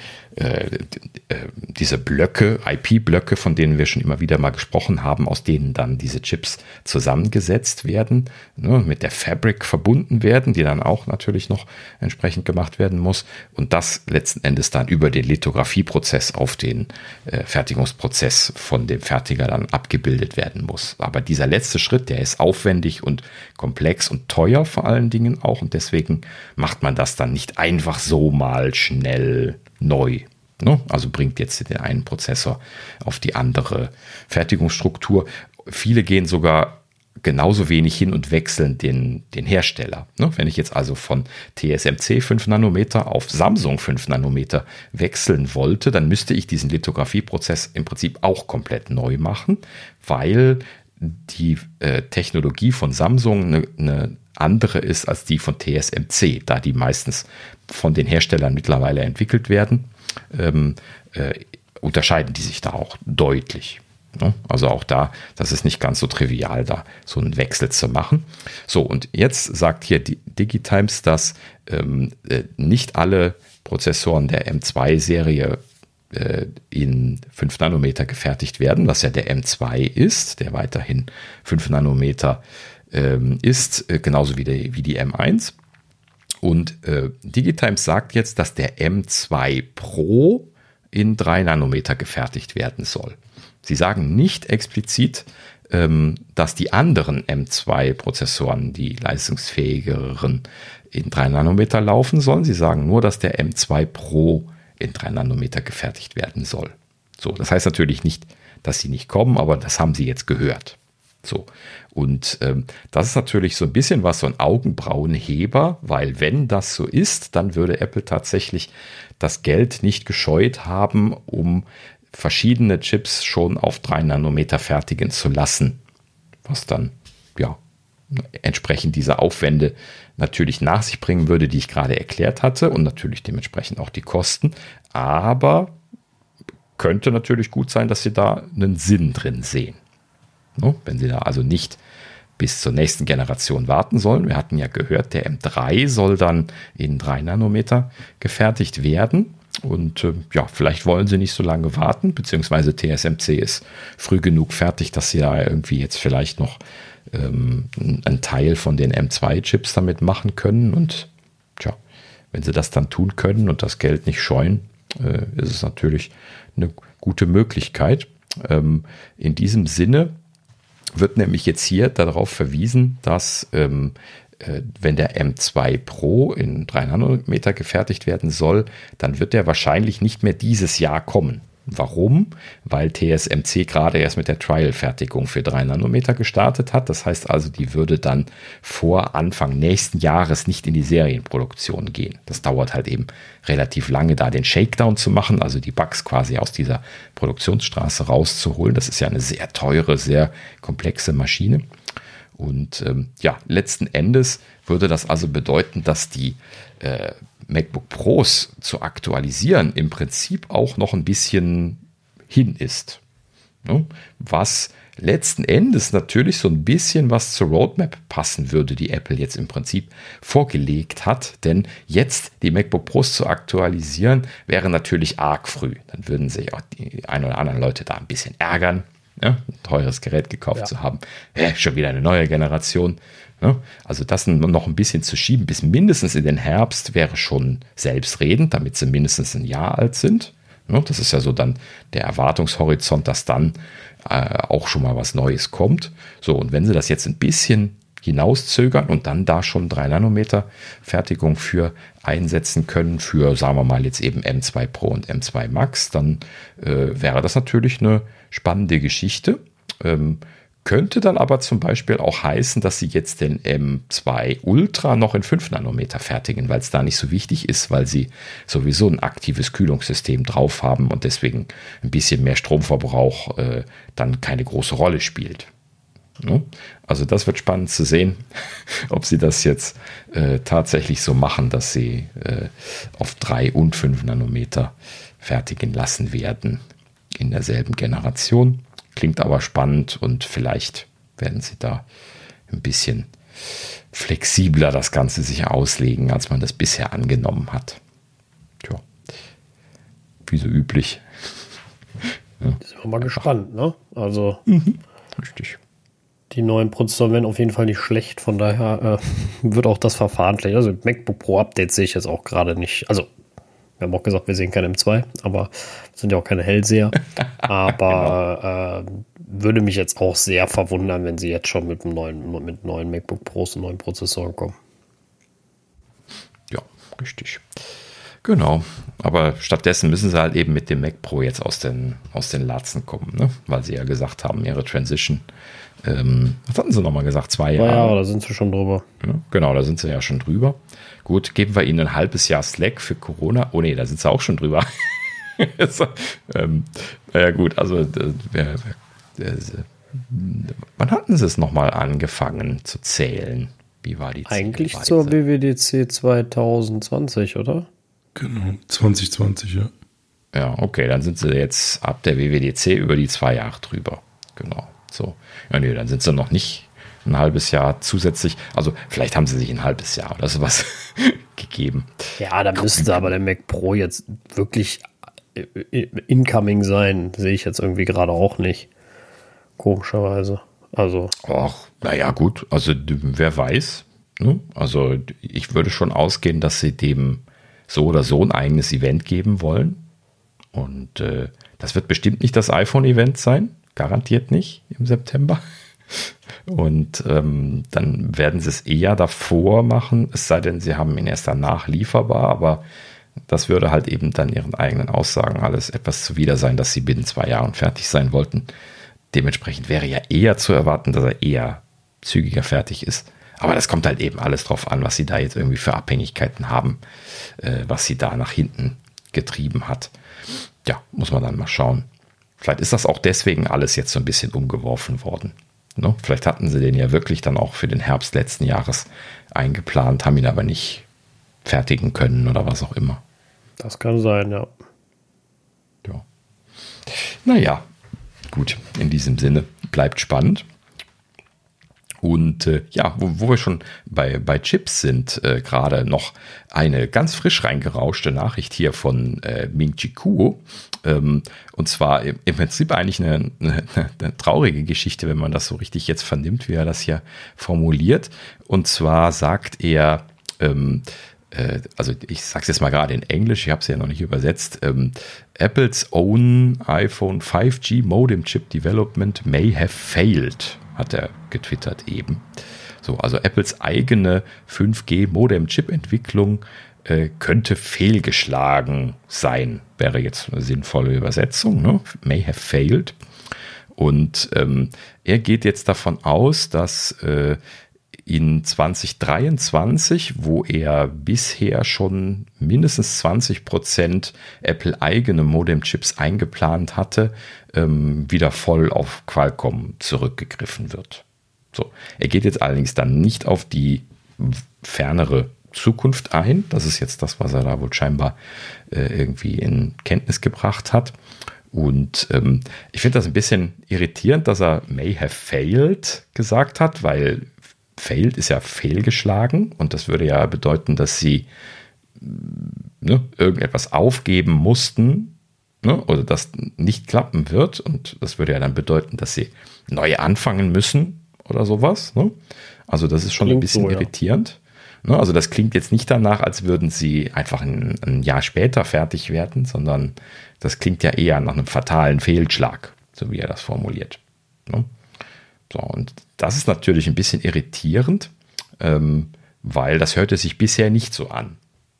diese Blöcke, IP-Blöcke, von denen wir schon immer wieder mal gesprochen haben, aus denen dann diese Chips zusammengesetzt werden, mit der Fabric verbunden werden, die dann auch natürlich noch entsprechend gemacht werden muss. Und das letzten Endes dann über den Lithografieprozess auf den Fertigungsprozess von dem Fertiger dann abgebildet werden muss. Aber dieser letzte Schritt, der ist aufwendig und komplex und teuer vor allen Dingen auch. Und deswegen macht man das dann nicht einfach so mal schnell neu. Also bringt jetzt den einen Prozessor auf die andere Fertigungsstruktur. Viele gehen sogar genauso wenig hin und wechseln den Hersteller. Wenn ich jetzt also von TSMC 5 Nanometer auf Samsung 5 Nanometer wechseln wollte, dann müsste ich diesen Lithografieprozess im Prinzip auch komplett neu machen, weil die Technologie von Samsung eine andere ist als die von TSMC, da die meistens von den Herstellern mittlerweile entwickelt werden, unterscheiden die sich da auch deutlich. Also auch da, das ist nicht ganz so trivial, da so einen Wechsel zu machen. So, und jetzt sagt hier Digitimes, dass nicht alle Prozessoren der M2-Serie in 5 Nanometer gefertigt werden, was ja der M2 ist, der weiterhin 5 Nanometer ist, genauso wie die M1. Und Digitimes sagt jetzt, dass der M2 Pro in 3 Nanometer gefertigt werden soll. Sie sagen nicht explizit, dass die anderen M2-Prozessoren, die leistungsfähigeren, in 3 Nanometer laufen sollen. Sie sagen nur, dass der M2 Pro in 3 Nanometer gefertigt werden soll. So, das heißt natürlich nicht, dass sie nicht kommen, aber das haben sie jetzt gehört. So, und das ist natürlich so ein bisschen so ein Augenbrauenheber, weil wenn das so ist, dann würde Apple tatsächlich das Geld nicht gescheut haben, um verschiedene Chips schon auf 3 Nanometer fertigen zu lassen, was dann entsprechend diese Aufwände natürlich nach sich bringen würde, die ich gerade erklärt hatte und natürlich dementsprechend auch die Kosten, aber könnte natürlich gut sein, dass sie da einen Sinn drin sehen. Wenn sie da also nicht bis zur nächsten Generation warten sollen. Wir hatten ja gehört, der M3 soll dann in 3 Nanometer gefertigt werden. Und vielleicht wollen sie nicht so lange warten, beziehungsweise TSMC ist früh genug fertig, dass sie da irgendwie jetzt vielleicht noch einen Teil von den M2-Chips damit machen können. Und wenn sie das dann tun können und das Geld nicht scheuen, ist es natürlich eine gute Möglichkeit. In diesem Sinne wird nämlich jetzt hier darauf verwiesen, dass wenn der M2 Pro in 3 Nanometer gefertigt werden soll, dann wird der wahrscheinlich nicht mehr dieses Jahr kommen. Warum? Weil TSMC gerade erst mit der Trial-Fertigung für 3 Nanometer gestartet hat. Das heißt also, die würde dann vor Anfang nächsten Jahres nicht in die Serienproduktion gehen. Das dauert halt eben relativ lange, da den Shakedown zu machen, also die Bugs quasi aus dieser Produktionsstraße rauszuholen. Das ist ja eine sehr teure, sehr komplexe Maschine. Und letzten Endes würde das also bedeuten, dass die MacBook Pros zu aktualisieren, im Prinzip auch noch ein bisschen hin ist. Ne? Was letzten Endes natürlich so ein bisschen was zur Roadmap passen würde, die Apple jetzt im Prinzip vorgelegt hat. Denn jetzt die MacBook Pros zu aktualisieren, wäre natürlich arg früh. Dann würden sich auch die ein oder anderen Leute da ein bisschen ärgern, ja, ein teures Gerät gekauft zu haben. Schon wieder eine neue Generation. Ja, also das noch ein bisschen zu schieben bis mindestens in den Herbst wäre schon selbstredend, damit sie mindestens ein Jahr alt sind. Ja, das ist ja so dann der Erwartungshorizont, dass dann auch schon mal was Neues kommt. So, und wenn sie das jetzt ein bisschen hinauszögern und dann da schon 3 Nanometer Fertigung für einsetzen können, für, sagen wir mal, jetzt eben M2 Pro und M2 Max, dann wäre das natürlich eine spannende Geschichte. Könnte dann aber zum Beispiel auch heißen, dass sie jetzt den M2 Ultra noch in 5 Nanometer fertigen, weil es da nicht so wichtig ist, weil sie sowieso ein aktives Kühlungssystem drauf haben und deswegen ein bisschen mehr Stromverbrauch dann keine große Rolle spielt. Ne? Also das wird spannend zu sehen, ob sie das jetzt tatsächlich so machen, dass sie auf 3 und 5 Nanometer fertigen lassen werden in derselben Generation. Klingt aber spannend und vielleicht werden sie da ein bisschen flexibler das Ganze sich auslegen, als man das bisher angenommen hat. Tja, wie so üblich. Ja. Sind wir mal gespannt, ne? Also, richtig. Die neuen Prozessoren werden auf jeden Fall nicht schlecht, von daher wird auch das Verfahren schlecht. Also MacBook Pro Updates sehe ich jetzt auch gerade nicht. Also wir haben auch gesagt, wir sehen kein M2, aber sind ja auch keine Hellseher. Aber genau. Würde mich jetzt auch sehr verwundern, wenn sie jetzt schon mit neuen MacBook Pros und neuen Prozessoren kommen. Ja, richtig. Genau. Aber stattdessen müssen sie halt eben mit dem Mac Pro jetzt aus den Latzen kommen, ne? Weil sie ja gesagt haben, ihre Transition. Was hatten sie nochmal gesagt? 2 Jahre. Ja, da sind sie schon drüber. Ja, genau, da sind sie ja schon drüber. Gut, geben wir ihnen ein halbes Jahr Slack für Corona. Oh nee, da sind sie auch schon drüber. Naja gut, also wann hatten sie es nochmal angefangen zu zählen? Wie war die Eigentlich Zählweise? zur WWDC 2020, oder? Genau, 2020, ja. Ja, okay, dann sind sie jetzt ab der WWDC über die 2 Jahre drüber. Genau, so. Ja, nee, dann sind sie noch nicht ein halbes Jahr zusätzlich. Also vielleicht haben sie sich ein halbes Jahr oder sowas gegeben. Ja, da müsste aber der Mac Pro jetzt wirklich incoming sein. Sehe ich jetzt irgendwie gerade auch nicht. Komischerweise. Also. Ach, naja, gut. Also wer weiß. Ne? Also ich würde schon ausgehen, dass sie dem so oder so ein eigenes Event geben wollen. Und das wird bestimmt nicht das iPhone-Event sein. Garantiert nicht im September. Und dann werden sie es eher davor machen, es sei denn, sie haben ihn erst danach lieferbar, aber das würde halt eben dann ihren eigenen Aussagen alles etwas zuwider sein, dass sie binnen 2 Jahren fertig sein wollten. Dementsprechend wäre ja eher zu erwarten, dass er eher zügiger fertig ist. Aber das kommt halt eben alles drauf an, was sie da jetzt irgendwie für Abhängigkeiten haben, was sie da nach hinten getrieben hat. Ja, muss man dann mal schauen. Vielleicht ist das auch deswegen alles jetzt so ein bisschen umgeworfen worden. Ne? Vielleicht hatten sie den ja wirklich dann auch für den Herbst letzten Jahres eingeplant, haben ihn aber nicht fertigen können oder was auch immer. Das kann sein, ja. Ja. Naja, gut, in diesem Sinne bleibt spannend. Und ja, wo wir schon bei Chips sind, gerade noch eine ganz frisch reingerauschte Nachricht hier von Ming-Chi Kuo. Und zwar im Prinzip eigentlich eine traurige Geschichte, wenn man das so richtig jetzt vernimmt, wie er das hier formuliert. Und zwar sagt er, also ich sage es jetzt mal gerade in Englisch, ich habe es ja noch nicht übersetzt, Apple's own iPhone 5G Modem Chip Development may have failed, hat er getwittert eben. So, also Apples eigene 5G Modem Chip Entwicklung könnte fehlgeschlagen sein, wäre jetzt eine sinnvolle Übersetzung, ne? May have failed. Und er geht jetzt davon aus, dass in 2023, wo er bisher schon mindestens 20% Apple-eigene Modem-Chips eingeplant hatte, wieder voll auf Qualcomm zurückgegriffen wird. So, er geht jetzt allerdings dann nicht auf die fernere Zukunft ein. Das ist jetzt das, was er da wohl scheinbar irgendwie in Kenntnis gebracht hat. Und ich finde das ein bisschen irritierend, dass er may have failed gesagt hat, weil failed ist ja fehlgeschlagen und das würde ja bedeuten, dass sie irgendetwas aufgeben mussten, oder das nicht klappen wird und das würde ja dann bedeuten, dass sie neu anfangen müssen oder sowas. Also das ist schon ein bisschen irritierend. Also das klingt jetzt nicht danach, als würden sie einfach ein Jahr später fertig werden, sondern das klingt ja eher nach einem fatalen Fehlschlag, so wie er das formuliert. So, und das ist natürlich ein bisschen irritierend, weil das hörte sich bisher nicht so an.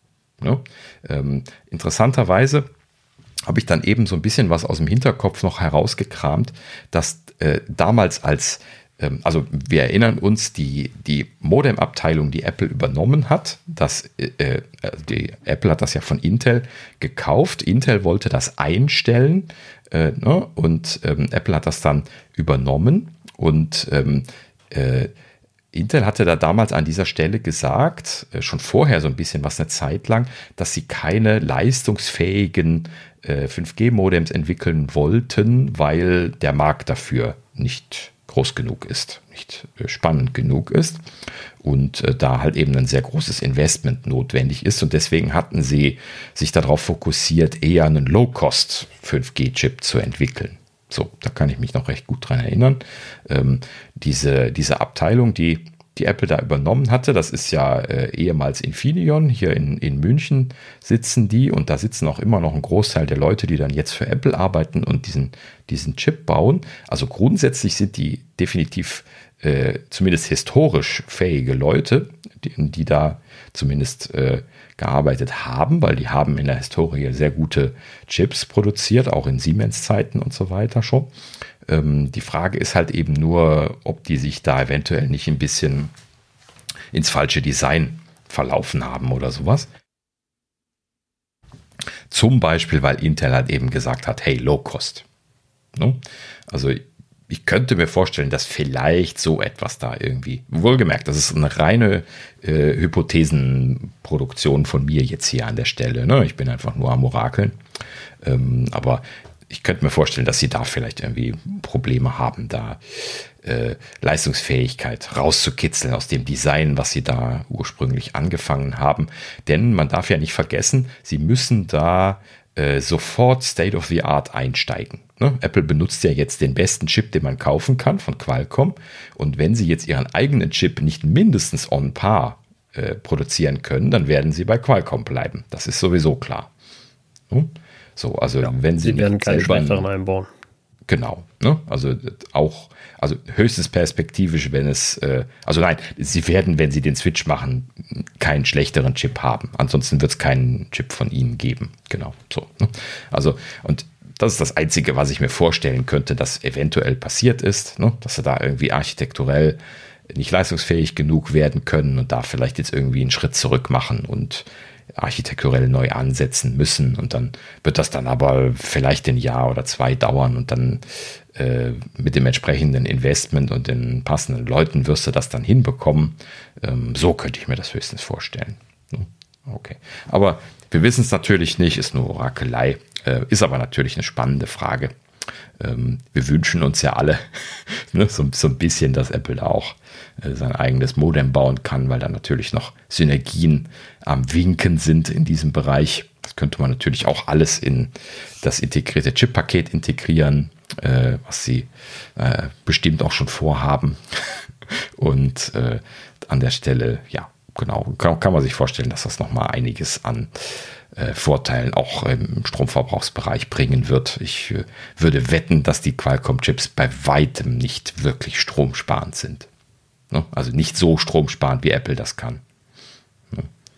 Interessanterweise habe ich dann eben so ein bisschen was aus dem Hinterkopf noch herausgekramt, dass damals also wir erinnern uns, die Modem-Abteilung, die Apple übernommen hat, die Apple hat das ja von Intel gekauft. Intel wollte das einstellen und Apple hat das dann übernommen und Intel hatte da damals an dieser Stelle gesagt, schon vorher so ein bisschen was eine Zeit lang, dass sie keine leistungsfähigen 5G-Modems entwickeln wollten, weil der Markt dafür nicht groß genug ist, nicht spannend genug ist und da halt eben ein sehr großes Investment notwendig ist und deswegen hatten sie sich darauf fokussiert, eher einen Low-Cost 5G-Chip zu entwickeln. So, da kann ich mich noch recht gut dran erinnern. Diese Abteilung, die Apple da übernommen hatte, das ist ja ehemals Infineon, hier in München sitzen die und da sitzen auch immer noch ein Großteil der Leute, die dann jetzt für Apple arbeiten und diesen Chip bauen. Also grundsätzlich sind die definitiv zumindest historisch fähige Leute, die da zumindest gearbeitet haben, weil die haben in der Historie sehr gute Chips produziert, auch in Siemens-Zeiten und so weiter schon. Die Frage ist halt eben nur, ob die sich da eventuell nicht ein bisschen ins falsche Design verlaufen haben oder sowas. Zum Beispiel, weil Intel halt eben gesagt hat, hey, Low Cost. Also ich könnte mir vorstellen, dass vielleicht so etwas da irgendwie, wohlgemerkt, das ist eine reine Hypothesenproduktion von mir jetzt hier an der Stelle. Ich bin einfach nur am Orakeln. Aber ich könnte mir vorstellen, dass sie da vielleicht irgendwie Probleme haben, da Leistungsfähigkeit rauszukitzeln aus dem Design, was sie da ursprünglich angefangen haben. Denn man darf ja nicht vergessen, sie müssen da sofort State of the Art einsteigen. Apple benutzt ja jetzt den besten Chip, den man kaufen kann von Qualcomm. Und wenn sie jetzt ihren eigenen Chip nicht mindestens on par produzieren können, dann werden sie bei Qualcomm bleiben. Das ist sowieso klar. So, also ja, wenn sie werden keine schlechteren einbauen. Genau, also höchstens perspektivisch, wenn es, sie werden, wenn sie den Switch machen, keinen schlechteren Chip haben. Ansonsten wird es keinen Chip von ihnen geben. Genau, so. Also, und das ist das Einzige, was ich mir vorstellen könnte, dass eventuell passiert ist, dass sie da irgendwie architekturell nicht leistungsfähig genug werden können und da vielleicht jetzt irgendwie einen Schritt zurück machen und architekturell neu ansetzen müssen und dann wird das dann aber vielleicht ein Jahr oder zwei dauern und dann mit dem entsprechenden Investment und den passenden Leuten wirst du das dann hinbekommen. So könnte ich mir das höchstens vorstellen. Okay, aber wir wissen es natürlich nicht, ist nur Orakelei, ist aber natürlich eine spannende Frage. Wir wünschen uns ja alle so ein bisschen, dass Apple da auch sein eigenes Modem bauen kann, weil da natürlich noch Synergien am Winken sind in diesem Bereich. Das könnte man natürlich auch alles in das integrierte Chip-Paket integrieren, was sie bestimmt auch schon vorhaben. Und an der Stelle, ja, genau, kann man sich vorstellen, dass das nochmal einiges an Vorteilen auch im Stromverbrauchsbereich bringen wird. Ich würde wetten, dass die Qualcomm-Chips bei weitem nicht wirklich stromsparend sind. Also nicht so stromsparend, wie Apple das kann. Ja.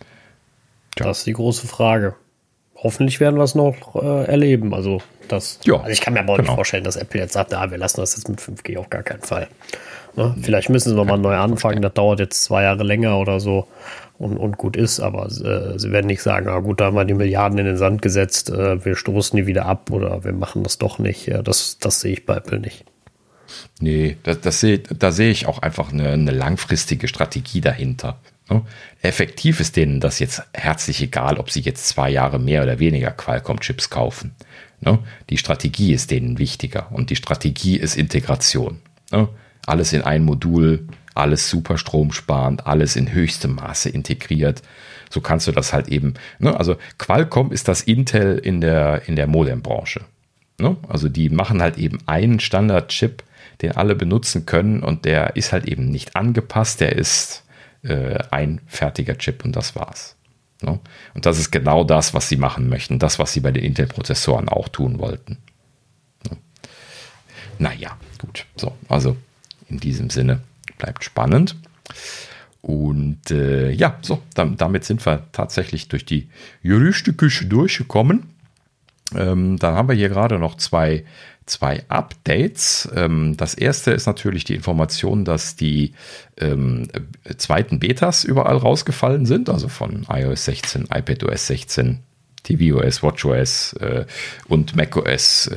Das ist die große Frage. Hoffentlich werden wir es noch erleben. Also ich kann mir aber auch nicht vorstellen, dass Apple jetzt sagt, wir lassen das jetzt mit 5G auf gar keinen Fall. Vielleicht müssen sie nochmal neu anfangen. Das dauert jetzt 2 Jahre länger oder so. Und gut ist, aber sie werden nicht sagen, gut, da haben wir die Milliarden in den Sand gesetzt, wir stoßen die wieder ab oder wir machen das doch nicht. Das sehe ich bei Apple nicht. Nee, da sehe ich auch einfach eine langfristige Strategie dahinter. Ne? Effektiv ist denen das jetzt herzlich egal, ob sie jetzt 2 Jahre mehr oder weniger Qualcomm-Chips kaufen. Ne? Die Strategie ist denen wichtiger und die Strategie ist Integration. Ne? Alles in ein Modul, alles super stromsparend, alles in höchstem Maße integriert. So kannst du das halt eben, ne? Also Qualcomm ist das Intel in der Modembranche. Ne? Also die machen halt eben einen Standard-Chip, den alle benutzen können und der ist halt eben nicht angepasst, der ist ein fertiger Chip und das war's. Ne? Und das ist genau das, was sie machen möchten, das, was sie bei den Intel-Prozessoren auch tun wollten. Ne? Naja, gut. So, also in diesem Sinne bleibt spannend. Und ja, so, damit sind wir tatsächlich durch die Gerüchteküche durchgekommen. Dann haben wir hier gerade noch zwei Updates. Das erste ist natürlich die Information, dass die zweiten Betas überall rausgefallen sind, also von iOS 16, iPadOS 16, tvOS, watchOS und macOS.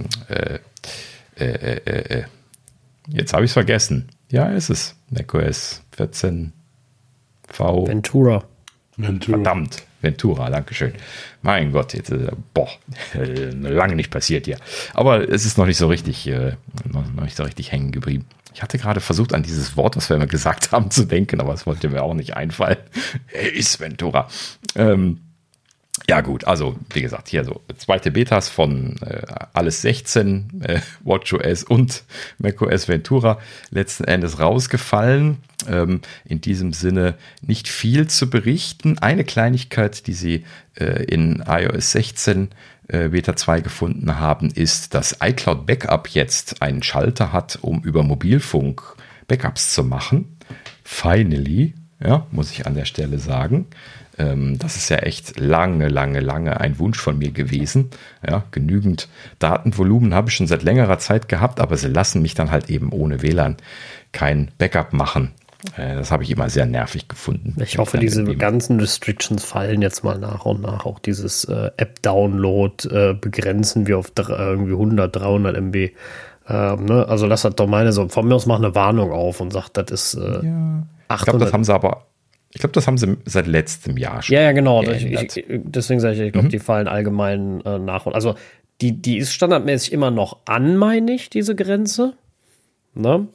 Jetzt habe ich es vergessen. Ja, ist es. macOS 14 V. Ventura. Verdammt, Ventura, dankeschön. Mein Gott, jetzt, lange nicht passiert hier. Aber es ist noch nicht so richtig hängen geblieben. Ich hatte gerade versucht, an dieses Wort, was wir immer gesagt haben, zu denken, aber es wollte mir auch nicht einfallen. Ist Ventura. Ja gut, also wie gesagt, hier so zweite Betas von alles 16, watchOS und macOS Ventura letzten Endes rausgefallen. In diesem Sinne nicht viel zu berichten. Eine Kleinigkeit, die sie in iOS 16 Beta 2 gefunden haben, ist, dass iCloud Backup jetzt einen Schalter hat, um über Mobilfunk Backups zu machen. Finally, ja, muss ich an der Stelle sagen. Das ist ja echt lange ein Wunsch von mir gewesen. Ja, genügend Datenvolumen habe ich schon seit längerer Zeit gehabt, aber sie lassen mich dann halt eben ohne WLAN kein Backup machen. Das habe ich immer sehr nervig gefunden. Ich hoffe, diese ganzen Restrictions fallen jetzt mal nach und nach. Auch dieses App-Download begrenzen wir auf irgendwie 100, 300 MB. Ne? Also das hat doch meine so. Von mir aus macht eine Warnung auf und sagt, das ist 800. Ich glaube, das haben sie seit letztem Jahr schon. Ja, genau. Deswegen sage ich glaube, die fallen allgemein nach. Also die ist standardmäßig immer noch an, meine ich, diese Grenze. Ne?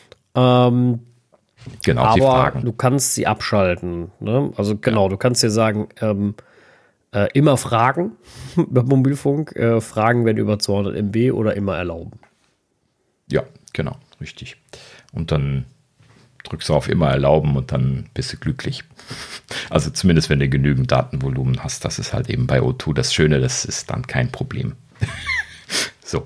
Genau, aber die Fragen. du kannst sie abschalten. Ne? Also genau, du kannst dir sagen, immer fragen über Mobilfunk. Fragen werden über 200 MB oder immer erlauben. Ja, genau, richtig. Und dann drückst du auf immer erlauben und dann bist du glücklich. Also zumindest, wenn du genügend Datenvolumen hast, das ist halt eben bei O2 das Schöne, das ist dann kein Problem. So,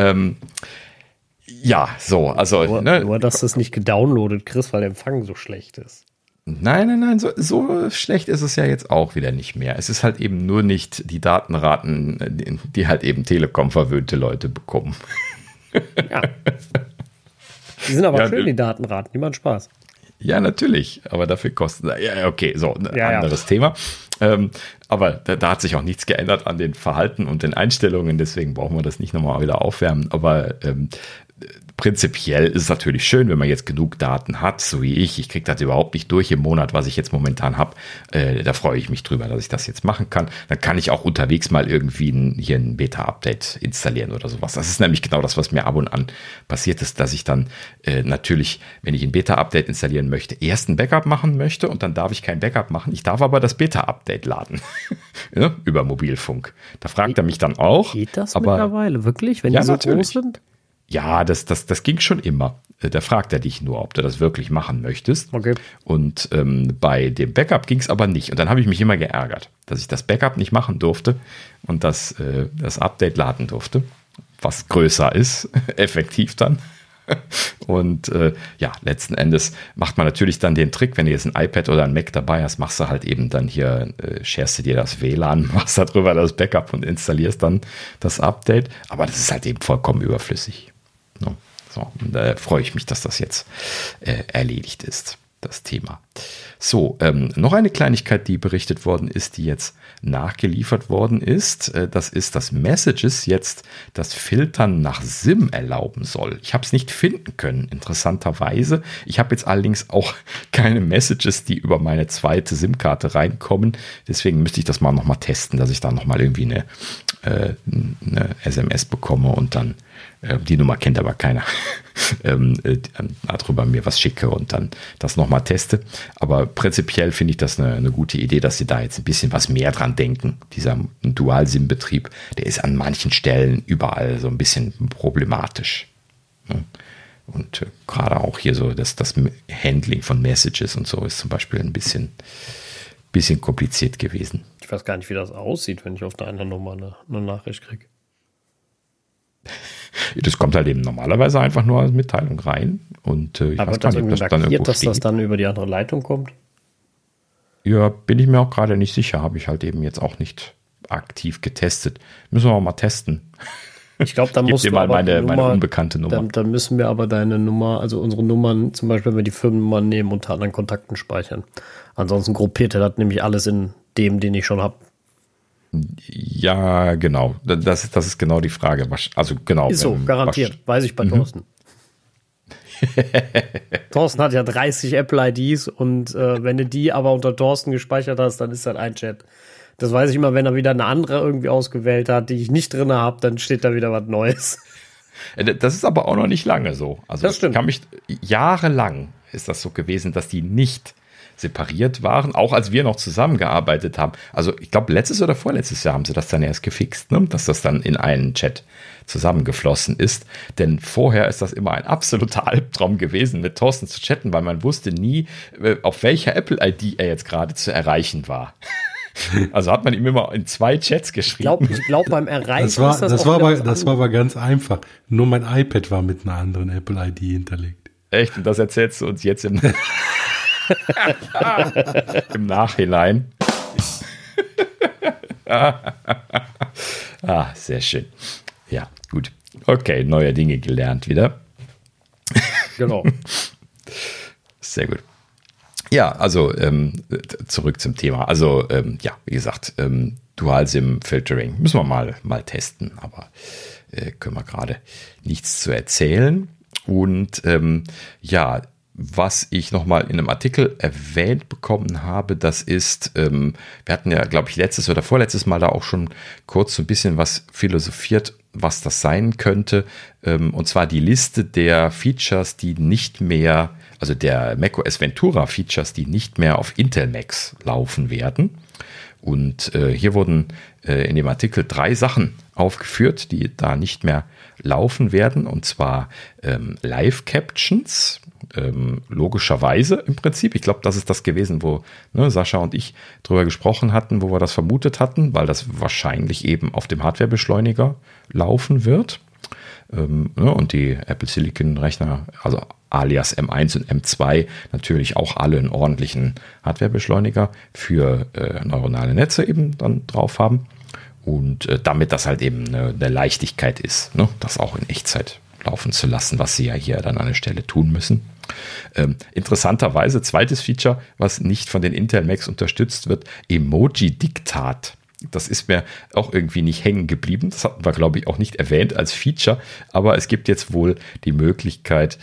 ja, so, also. Nur, dass du es nicht gedownloadet kriegst, weil der Empfang so schlecht ist. Nein, so schlecht ist es ja jetzt auch wieder nicht mehr. Es ist halt eben nur nicht die Datenraten, die halt eben Telekom-verwöhnte Leute bekommen. Ja. Die sind aber schön, die Datenraten, die machen Spaß. Ja, natürlich, aber dafür kosten, ja, okay, so, ein anderes Thema. Aber da hat sich auch nichts geändert an den Verhalten und den Einstellungen, deswegen brauchen wir das nicht nochmal wieder aufwärmen, aber prinzipiell ist es natürlich schön, wenn man jetzt genug Daten hat, so wie ich kriege das überhaupt nicht durch im Monat, was ich jetzt momentan habe, da freue ich mich drüber, dass ich das jetzt machen kann. Dann kann ich auch unterwegs mal irgendwie hier ein Beta-Update installieren oder sowas. Das ist nämlich genau das, was mir ab und an passiert ist, dass ich dann natürlich, wenn ich ein Beta-Update installieren möchte, erst ein Backup machen möchte und dann darf ich kein Backup machen. Ich darf aber das Beta-Update laden ja, über Mobilfunk. Da fragt er mich dann auch. Geht das mittlerweile wirklich, wenn die so groß sind? Ja, das ging schon immer. Da fragt er dich nur, ob du das wirklich machen möchtest. Okay. Und bei dem Backup ging es aber nicht. Und dann habe ich mich immer geärgert, dass ich das Backup nicht machen durfte und das Update laden durfte, was größer ist, effektiv dann. Und ja, letzten Endes macht man natürlich dann den Trick, wenn du jetzt ein iPad oder ein Mac dabei hast, machst du halt eben dann hier, sharest du dir das WLAN, machst da drüber das Backup und installierst dann das Update. Aber das ist halt eben vollkommen überflüssig. No. So, und da freue ich mich, dass das jetzt erledigt ist, das Thema. So, noch eine Kleinigkeit, die berichtet worden ist, die jetzt nachgeliefert worden ist. Das ist, dass Messages jetzt das Filtern nach SIM erlauben soll. Ich habe es nicht finden können, interessanterweise. Ich habe jetzt allerdings auch keine Messages, die über meine zweite SIM-Karte reinkommen. Deswegen müsste ich das mal nochmal testen, dass ich da nochmal irgendwie eine SMS bekomme und dann die Nummer kennt aber keiner, darüber mir was schicke und dann das nochmal teste. Aber prinzipiell finde ich das eine gute Idee, dass sie da jetzt ein bisschen was mehr dran denken. Dieser Dual-SIM-Betrieb, der ist an manchen Stellen überall so ein bisschen problematisch. Und gerade auch hier so das Handling von Messages und so ist zum Beispiel ein bisschen kompliziert gewesen. Ich weiß gar nicht, wie das aussieht, wenn ich auf deiner Nummer eine Nachricht kriege. Das kommt halt eben normalerweise einfach nur als Mitteilung rein. Und ich aber weiß gar nicht, ob das dann irgendwo dass steht. Das dann über die andere Leitung kommt? Ja, bin ich mir auch gerade nicht sicher. Habe ich halt eben jetzt auch nicht aktiv getestet. Müssen wir mal testen. Ich glaube, dann musst du mal meine unbekannte Nummer. Dann müssen wir aber deine Nummer, also unsere Nummern, zum Beispiel, wenn wir die Firmennummer nehmen, unter anderen Kontakten speichern. Ansonsten gruppiert er das nämlich alles in dem, den ich schon habe. Ja, genau. Das ist genau die Frage. Also genau. Ist so, garantiert. Weiß ich bei Thorsten. Thorsten hat ja 30 Apple-IDs und wenn du die aber unter Thorsten gespeichert hast, dann ist das ein Chat. Das weiß ich immer, wenn er wieder eine andere irgendwie ausgewählt hat, die ich nicht drin habe, dann steht da wieder was Neues. Das ist aber auch noch nicht lange so. Also das stimmt. Jahrelang ist das so gewesen, dass die nicht separiert waren, auch als wir noch zusammengearbeitet haben. Also ich glaube, letztes oder vorletztes Jahr haben sie das dann erst gefixt, ne? Dass das dann in einen Chat zusammengeflossen ist. Denn vorher ist das immer ein absoluter Albtraum gewesen, mit Thorsten zu chatten, weil man wusste nie, auf welcher Apple-ID er jetzt gerade zu erreichen war. Also hat man ihm immer in 2 Chats geschrieben. Ich glaube beim Erreichen das war aber ganz einfach. Nur mein iPad war mit einer anderen Apple-ID hinterlegt. Echt? Und das erzählst du uns jetzt im Nachhinein. Sehr schön. Ja, gut. Okay, neue Dinge gelernt wieder. Genau. Sehr gut. Ja, also zurück zum Thema. Also wie gesagt, Dual-SIM-Filtering müssen wir mal testen, aber können wir gerade nichts zu erzählen. Und was ich nochmal in einem Artikel erwähnt bekommen habe, das ist, wir hatten ja, glaube ich, letztes oder vorletztes Mal da auch schon kurz so ein bisschen was philosophiert, was das sein könnte. Und zwar die Liste der Features, die nicht mehr, also der macOS Ventura Features, die nicht mehr auf Intel Macs laufen werden. Und hier wurden in dem Artikel 3 Sachen aufgeführt, die da nicht mehr laufen werden. Und zwar Live-Captions, logischerweise im Prinzip. Ich glaube, das ist das gewesen, wo Sascha und ich drüber gesprochen hatten, wo wir das vermutet hatten, weil das wahrscheinlich eben auf dem Hardwarebeschleuniger laufen wird. Und die Apple Silicon Rechner, also alias M1 und M2, natürlich auch alle einen ordentlichen Hardwarebeschleuniger für neuronale Netze eben dann drauf haben. Und damit das halt eben eine Leichtigkeit ist, das auch in Echtzeit laufen zu lassen, was sie ja hier dann an der Stelle tun müssen. Interessanterweise, zweites Feature, was nicht von den Intel Macs unterstützt wird, Emoji-Diktat. Das ist mir auch irgendwie nicht hängen geblieben. Das hatten wir, glaube ich, auch nicht erwähnt als Feature. Aber es gibt jetzt wohl die Möglichkeit,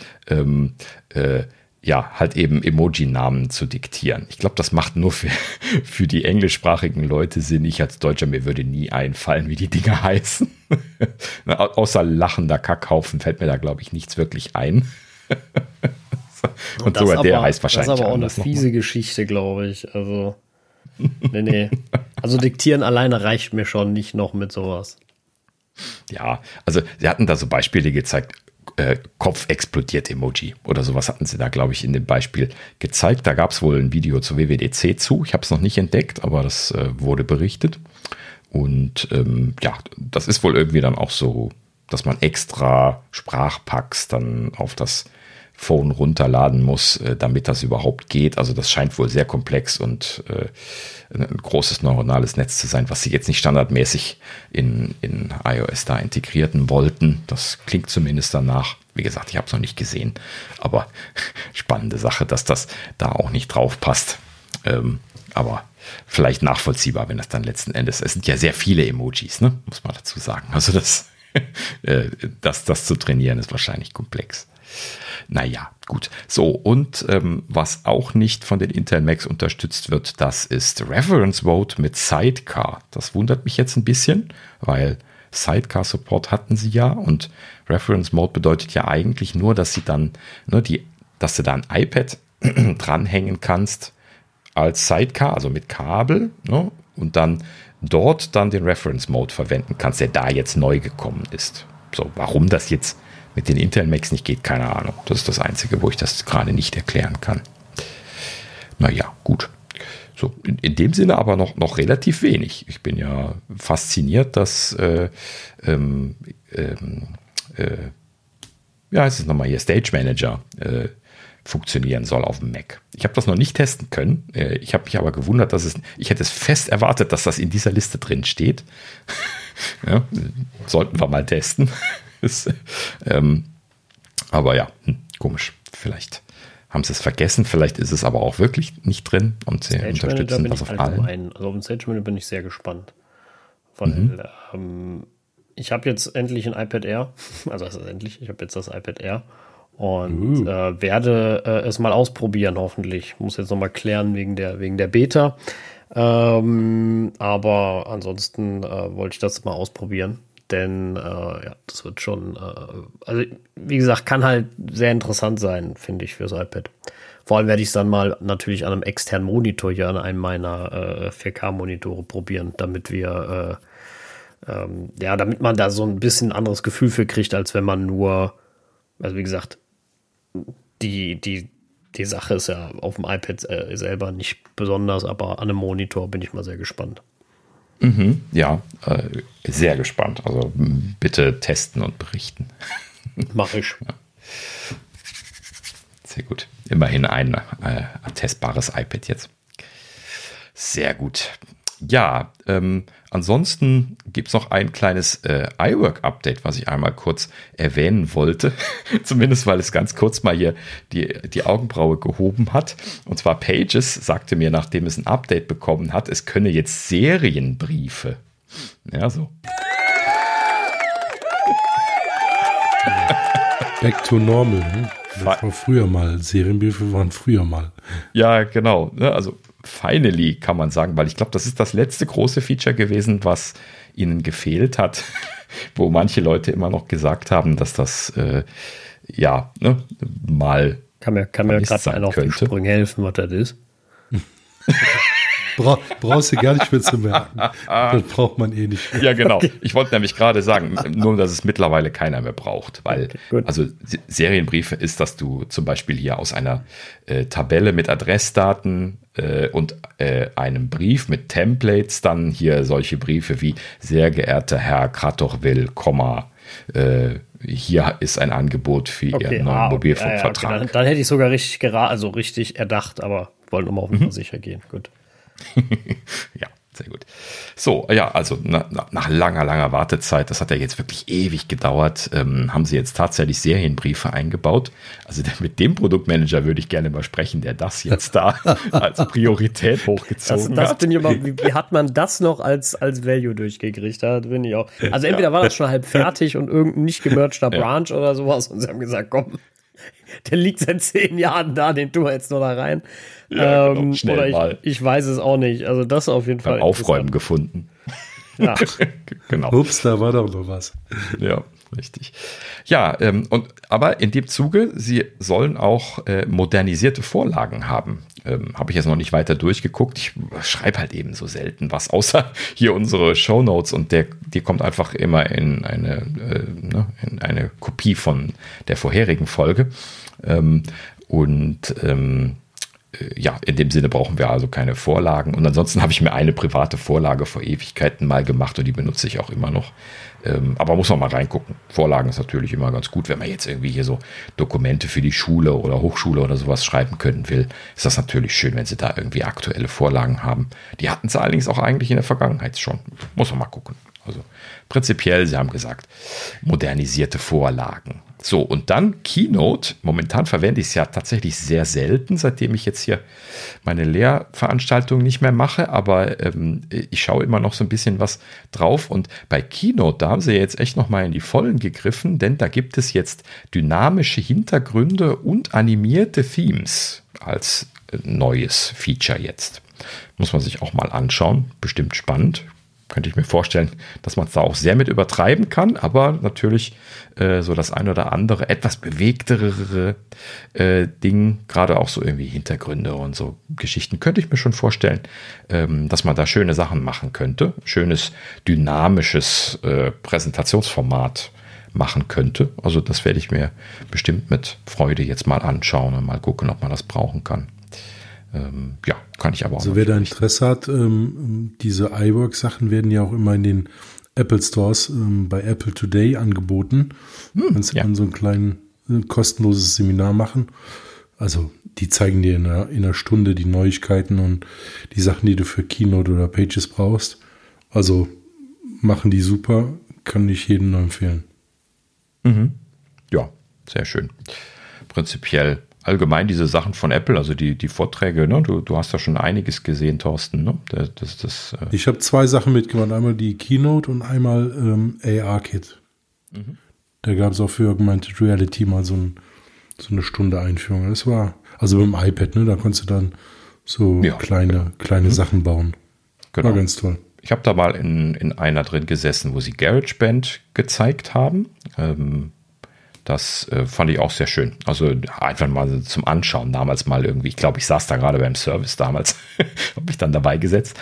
halt eben Emoji-Namen zu diktieren. Ich glaube, das macht nur für die englischsprachigen Leute Sinn. Ich als Deutscher, mir würde nie einfallen, wie die Dinger heißen. Außer lachender Kackhaufen fällt mir da, glaube ich, nichts wirklich ein. Und sogar der heißt wahrscheinlich. Das ist aber auch eine fiese Geschichte, glaube ich. Also, nee. Also diktieren alleine reicht mir schon nicht noch mit sowas. Ja, also sie hatten da so Beispiele gezeigt. Kopf explodiert Emoji oder sowas hatten sie da, glaube ich, in dem Beispiel gezeigt. Da gab es wohl ein Video zu WWDC zu. Ich habe es noch nicht entdeckt, aber das wurde berichtet. Und das ist wohl irgendwie dann auch so, dass man extra Sprachpacks dann auf das Phone runterladen muss, damit das überhaupt geht. Also das scheint wohl sehr komplex und ein großes neuronales Netz zu sein, was sie jetzt nicht standardmäßig in iOS da integrierten wollten. Das klingt zumindest danach. Wie gesagt, ich habe es noch nicht gesehen, aber spannende Sache, dass das da auch nicht drauf passt. Aber vielleicht nachvollziehbar, wenn das dann letzten Endes, es sind ja sehr viele Emojis, ne? Muss man dazu sagen. Also das zu trainieren ist wahrscheinlich komplex. Naja, gut. So, und was auch nicht von den Intel Macs unterstützt wird, das ist Reference Vote mit Sidecar. Das wundert mich jetzt ein bisschen, weil Sidecar-Support hatten sie ja und Reference Mode bedeutet ja eigentlich nur, dass sie dann, dass du da ein iPad dranhängen kannst als Sidecar, also mit Kabel, ne, und dann dort dann den Reference Mode verwenden kannst, der da jetzt neu gekommen ist. So, warum das jetzt mit den Intel Macs nicht geht, keine Ahnung. Das ist das Einzige, wo ich das gerade nicht erklären kann. Naja, gut. So, in dem Sinne aber noch relativ wenig. Ich bin ja fasziniert, dass heißt es nochmal hier, Stage Manager funktionieren soll auf dem Mac. Ich habe das noch nicht testen können. Ich habe mich aber gewundert, ich hätte es fest erwartet, dass das in dieser Liste drin steht. Ja, sollten wir mal testen. Aber ja, komisch. Vielleicht haben sie es vergessen, vielleicht ist es aber auch wirklich nicht drin und sie unterstützen das auf allen. Also auf dem Stage Manager bin ich sehr gespannt. Weil ich habe jetzt endlich ein iPad Air. Also ich habe jetzt das iPad Air und werde es mal ausprobieren, hoffentlich. Muss jetzt nochmal klären wegen der Beta. Aber ansonsten wollte ich das mal ausprobieren. Denn das wird schon, also wie gesagt, kann halt sehr interessant sein, finde ich, fürs iPad. Vor allem werde ich es dann mal natürlich an einem externen Monitor hier, an einem meiner 4K-Monitore probieren, damit damit man da so ein bisschen anderes Gefühl für kriegt, als wenn man nur, also wie gesagt, die Sache ist ja auf dem iPad selber nicht besonders, aber an einem Monitor bin ich mal sehr gespannt. Ja, sehr gespannt. Also bitte testen und berichten. Mach ich. Ja. Sehr gut. Immerhin ein testbares iPad jetzt. Sehr gut. Ja, ansonsten gibt es noch ein kleines iWork-Update, was ich einmal kurz erwähnen wollte. Zumindest, weil es ganz kurz mal hier die Augenbraue gehoben hat. Und zwar Pages sagte mir, nachdem es ein Update bekommen hat, es könne jetzt Serienbriefe. Ja, so. Back to normal, ne? Das war früher mal. Serienbriefe waren früher mal. Ja, genau. Also finally kann man sagen, weil ich glaube, das ist das letzte große Feature gewesen, was ihnen gefehlt hat, wo manche Leute immer noch gesagt haben, dass das mal kann mir gerade einer auf die Sprünge helfen, was das ist. Brauchst du gar nicht mehr zu merken. Das braucht man eh nicht mehr. Ja, genau. Okay. Ich wollte nämlich gerade sagen, nur, dass es mittlerweile keiner mehr braucht, weil, also Serienbriefe ist, dass du zum Beispiel hier aus einer Tabelle mit Adressdaten und einem Brief mit Templates dann hier solche Briefe wie: Sehr geehrter Herr Kratochwil, hier ist ein Angebot für Ihren neuen Mobilfunkvertrag. Ja, okay. Dann hätte ich sogar richtig erdacht, aber wollen wir mal auf Nummer sicher gehen. Gut. Ja, sehr gut. So, ja, also nach langer Wartezeit, das hat ja jetzt wirklich ewig gedauert, haben sie jetzt tatsächlich Serienbriefe eingebaut. Also mit dem Produktmanager würde ich gerne mal sprechen, der das jetzt da als Priorität hochgezogen hat. Wie hat man das noch als Value durchgekriegt? Da bin ich auch. Also entweder war das schon halb fertig und irgendein nicht gemergter Branch oder sowas und sie haben gesagt, komm, der liegt seit 10 Jahren da, den tun wir jetzt nur da rein. Ja, genau, schnell oder mal. Ich weiß es auch nicht. Also das auf jeden Fall. Beim Aufräumen gefunden. Ja. Genau. Ups, da war doch noch was. Ja, richtig. Ja, aber in dem Zuge, sie sollen auch modernisierte Vorlagen haben. Habe ich jetzt noch nicht weiter durchgeguckt. Ich schreibe halt eben so selten was, außer hier unsere Shownotes, und die kommt einfach immer in eine Kopie von der vorherigen Folge. Ja, in dem Sinne brauchen wir also keine Vorlagen. Und ansonsten habe ich mir eine private Vorlage vor Ewigkeiten mal gemacht und die benutze ich auch immer noch. Aber muss man mal reingucken. Vorlagen ist natürlich immer ganz gut, wenn man jetzt irgendwie hier so Dokumente für die Schule oder Hochschule oder sowas schreiben können will. Ist das natürlich schön, wenn sie da irgendwie aktuelle Vorlagen haben. Die hatten sie allerdings auch eigentlich in der Vergangenheit schon. Muss man mal gucken. Also prinzipiell, sie haben gesagt, modernisierte Vorlagen. So, und dann Keynote. Momentan verwende ich es ja tatsächlich sehr selten, seitdem ich jetzt hier meine Lehrveranstaltung nicht mehr mache, aber ich schaue immer noch so ein bisschen was drauf, und bei Keynote, da haben sie jetzt echt nochmal in die Vollen gegriffen, denn da gibt es jetzt dynamische Hintergründe und animierte Themes als neues Feature jetzt. Muss man sich auch mal anschauen, bestimmt spannend. Könnte ich mir vorstellen, dass man es da auch sehr mit übertreiben kann, aber natürlich so das ein oder andere etwas bewegtere Ding, gerade auch so irgendwie Hintergründe und so Geschichten, könnte ich mir schon vorstellen, dass man da schöne Sachen machen könnte. Schönes, dynamisches Präsentationsformat machen könnte. Also das werde ich mir bestimmt mit Freude jetzt mal anschauen und mal gucken, ob man das brauchen kann. Ja, kann ich aber auch. Also wer da Interesse hat, diese iWork-Sachen werden ja auch immer in den Apple Stores bei Apple Today angeboten. Kannst du dann so ein kleines kostenloses Seminar machen. Also die zeigen dir in einer Stunde die Neuigkeiten und die Sachen, die du für Keynote oder Pages brauchst. Also machen die super, kann ich jedem nur empfehlen. Ja, sehr schön. Prinzipiell allgemein diese Sachen von Apple, also die Vorträge, ne? Du hast da schon einiges gesehen, Thorsten. Ne? Ich habe 2 Sachen mitgemacht, einmal die Keynote und einmal AR-Kit. Da gab es auch für Augmented Reality mal so eine Stunde Einführung. Das war, also mit dem iPad, ne? Da konntest du dann so kleine Sachen bauen. Genau. War ganz toll. Ich habe da mal in einer drin gesessen, wo sie GarageBand gezeigt haben. Das fand ich auch sehr schön. Also einfach mal zum Anschauen. Damals mal irgendwie, ich glaube, ich saß da gerade beim Service damals, habe mich dann dabei gesetzt.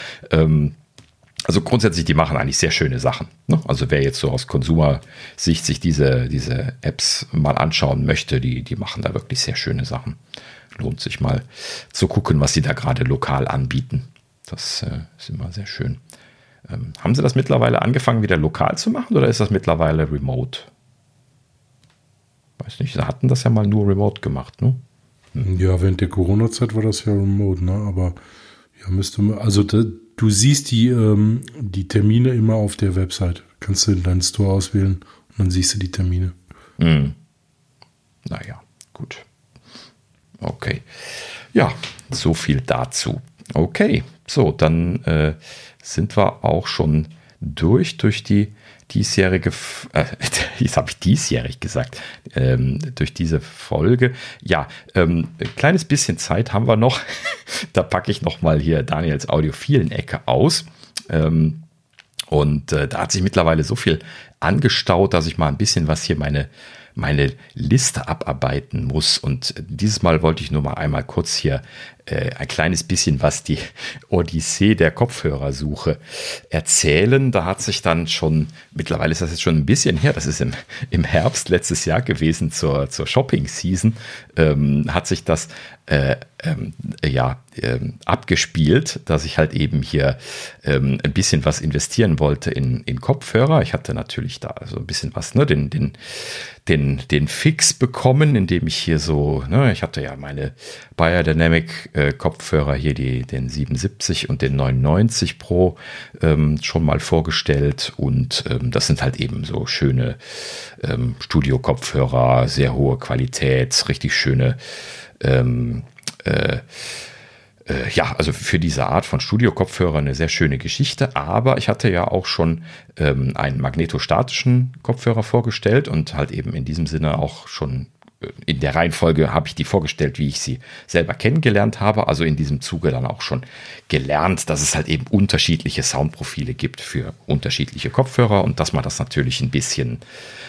Also grundsätzlich, die machen eigentlich sehr schöne Sachen. Ne? Also wer jetzt so aus Konsumersicht sich diese Apps mal anschauen möchte, die machen da wirklich sehr schöne Sachen. Lohnt sich mal zu gucken, was sie da gerade lokal anbieten. Das ist immer sehr schön. Haben sie das mittlerweile angefangen, wieder lokal zu machen, oder ist das mittlerweile remote? Weiß nicht, sie hatten das ja mal nur remote gemacht, ne? Ja, während der Corona-Zeit war das ja remote, ne? Aber ja, du siehst die Termine immer auf der Website. Kannst du in deinen Store auswählen und dann siehst du die Termine. Naja, gut. Okay. Ja, so viel dazu. Okay, so, dann sind wir auch schon durch die diesjährige, jetzt habe ich diesjährig gesagt, durch diese Folge. Ja, ein kleines bisschen Zeit haben wir noch. Da packe ich noch mal hier Daniels Audiophilen-Ecke aus. Und da hat sich mittlerweile so viel angestaut, dass ich mal ein bisschen was hier meine Liste abarbeiten muss. Und dieses Mal wollte ich nur mal einmal kurz hier ein kleines bisschen was die Odyssee der Kopfhörersuche erzählen. Da hat sich dann schon, mittlerweile ist das jetzt schon ein bisschen her, das ist im Herbst letztes Jahr gewesen zur Shopping-Season, hat sich das abgespielt, dass ich halt eben hier ein bisschen was investieren wollte in Kopfhörer. Ich hatte natürlich da so ein bisschen was, ne, den Fix bekommen, indem ich hier so, ne, ich hatte ja meine Beyerdynamic Kopfhörer hier, den 77 und den 99 Pro schon mal vorgestellt, und das sind halt eben so schöne Studio-Kopfhörer, sehr hohe Qualität, richtig schöne also für diese Art von Studio-Kopfhörer eine sehr schöne Geschichte, aber ich hatte ja auch schon einen magnetostatischen Kopfhörer vorgestellt und halt eben in diesem Sinne auch schon in der Reihenfolge habe ich die vorgestellt, wie ich sie selber kennengelernt habe, also in diesem Zuge dann auch schon gelernt, dass es halt eben unterschiedliche Soundprofile gibt für unterschiedliche Kopfhörer und dass man das natürlich ein bisschen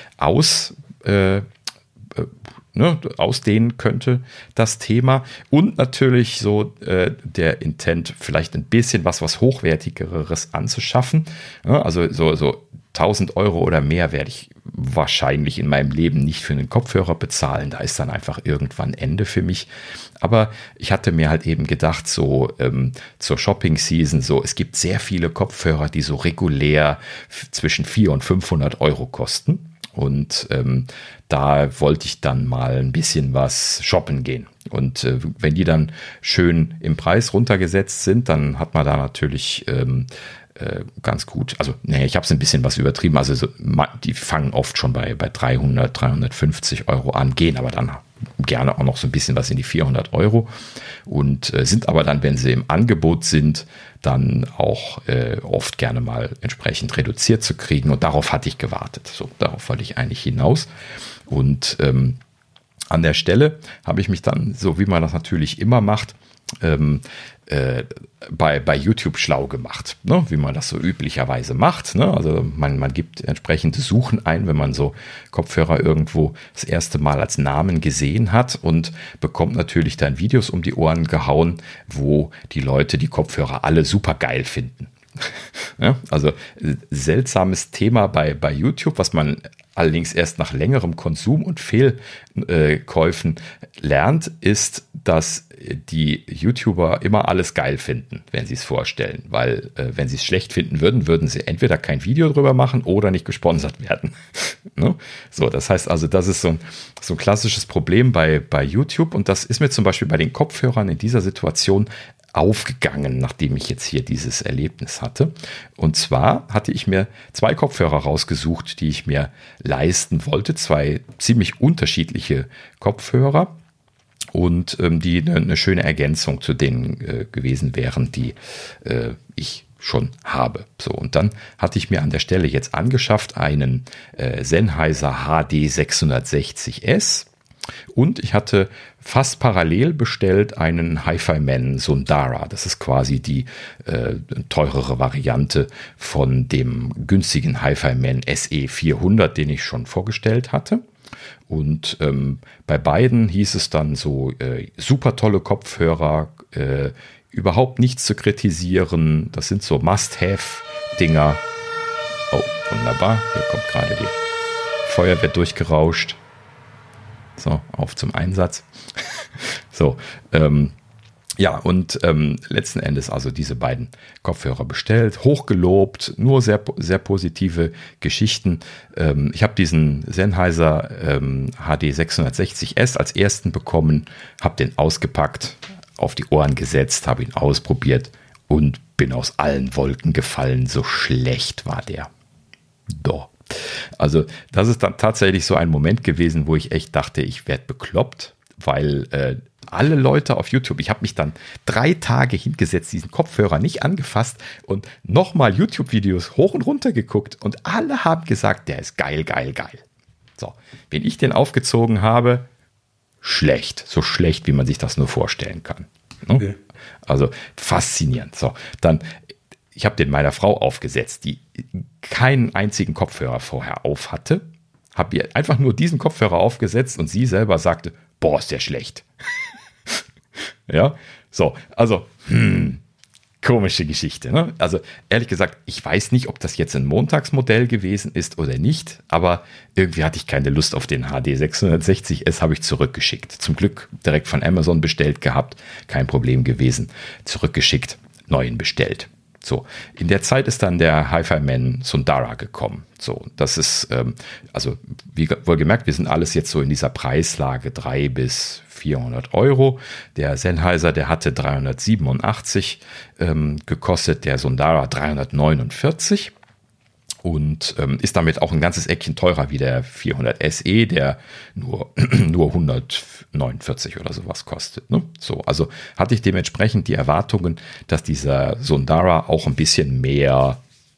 ausdehnen könnte, das Thema. Und natürlich so der Intent, vielleicht ein bisschen was Hochwertigeres anzuschaffen. Ja, also so 1.000 Euro oder mehr werde ich wahrscheinlich in meinem Leben nicht für einen Kopfhörer bezahlen. Da ist dann einfach irgendwann Ende für mich. Aber ich hatte mir halt eben gedacht, so zur Shopping-Season, so es gibt sehr viele Kopfhörer, die so regulär zwischen 400 und 500 Euro kosten. Und da wollte ich dann mal ein bisschen was shoppen gehen. Und wenn die dann schön im Preis runtergesetzt sind, dann hat man da natürlich ganz gut. Also, ich habe es ein bisschen was übertrieben. Also, die fangen oft schon bei 300, 350 Euro an, gehen aber dann gerne auch noch so ein bisschen was in die 400 Euro und sind aber dann, wenn sie im Angebot sind, dann auch oft gerne mal entsprechend reduziert zu kriegen. Und darauf hatte ich gewartet. So, darauf wollte ich eigentlich hinaus. Und an der Stelle habe ich mich dann, so wie man das natürlich immer macht, bei YouTube schlau gemacht, ne? Wie man das so üblicherweise macht. Ne? Also man gibt entsprechende Suchen ein, wenn man so Kopfhörer irgendwo das erste Mal als Namen gesehen hat und bekommt natürlich dann Videos um die Ohren gehauen, wo die Leute die Kopfhörer alle super geil finden. Ja, also seltsames Thema bei YouTube, was man allerdings erst nach längerem Konsum und Fehlkäufen lernt, ist, dass die YouTuber immer alles geil finden, wenn sie es vorstellen. Weil wenn sie es schlecht finden würden, würden sie entweder kein Video drüber machen oder nicht gesponsert werden. Ne? So, das heißt also, das ist so ein klassisches Problem bei YouTube. Und das ist mir zum Beispiel bei den Kopfhörern in dieser Situation aufgegangen, nachdem ich jetzt hier dieses Erlebnis hatte. Und zwar hatte ich mir 2 Kopfhörer rausgesucht, die ich mir leisten wollte. 2 ziemlich unterschiedliche Kopfhörer und die eine schöne Ergänzung zu denen gewesen wären, die ich schon habe. So, und dann hatte ich mir an der Stelle jetzt angeschafft einen Sennheiser HD 660S. Und ich hatte fast parallel bestellt einen Hi-Fi-Man Sundara. Das ist quasi die teurere Variante von dem günstigen Hi-Fi-Man SE 400, den ich schon vorgestellt hatte. Und bei beiden hieß es dann so, super tolle Kopfhörer, überhaupt nichts zu kritisieren. Das sind so Must-Have-Dinger. Oh, wunderbar. Hier kommt gerade die Feuerwehr durchgerauscht. So, auf zum Einsatz. So, ja, und letzten Endes also diese beiden Kopfhörer bestellt, hochgelobt, nur sehr, sehr positive Geschichten. Ich habe diesen Sennheiser HD 660S als ersten bekommen, habe den ausgepackt, auf die Ohren gesetzt, habe ihn ausprobiert und bin aus allen Wolken gefallen. So schlecht war der. Doch. Also das ist dann tatsächlich so ein Moment gewesen, wo ich echt dachte, ich werde bekloppt, weil alle Leute auf YouTube, ich habe mich dann 3 Tage hingesetzt, diesen Kopfhörer nicht angefasst und nochmal YouTube-Videos hoch und runter geguckt und alle haben gesagt, der ist geil, geil, geil. So, wenn ich den aufgezogen habe, schlecht, so schlecht, wie man sich das nur vorstellen kann. Ne? Okay. Also faszinierend. So, dann ich habe den meiner Frau aufgesetzt, die keinen einzigen Kopfhörer vorher auf hatte. Habe ihr einfach nur diesen Kopfhörer aufgesetzt und sie selber sagte, boah, ist der schlecht. Ja, so, also, komische Geschichte. Ne? Also ehrlich gesagt, ich weiß nicht, ob das jetzt ein Montagsmodell gewesen ist oder nicht, aber irgendwie hatte ich keine Lust auf den HD 660S, habe ich zurückgeschickt. Zum Glück direkt von Amazon bestellt gehabt, kein Problem gewesen. Zurückgeschickt, neuen bestellt. So, in der Zeit ist dann der Hi-Fi-Man Sundara gekommen. So, das ist, also wie wohlgemerkt, wir sind alles jetzt so in dieser Preislage 300 bis 400 Euro. Der Sennheiser, der hatte 387 gekostet, der Sundara 349 und ist damit auch ein ganzes Eckchen teurer wie der 400 SE, der nur 149 oder sowas kostet. Ne? So, also hatte ich dementsprechend die Erwartungen, dass dieser Sundara auch ein bisschen mehr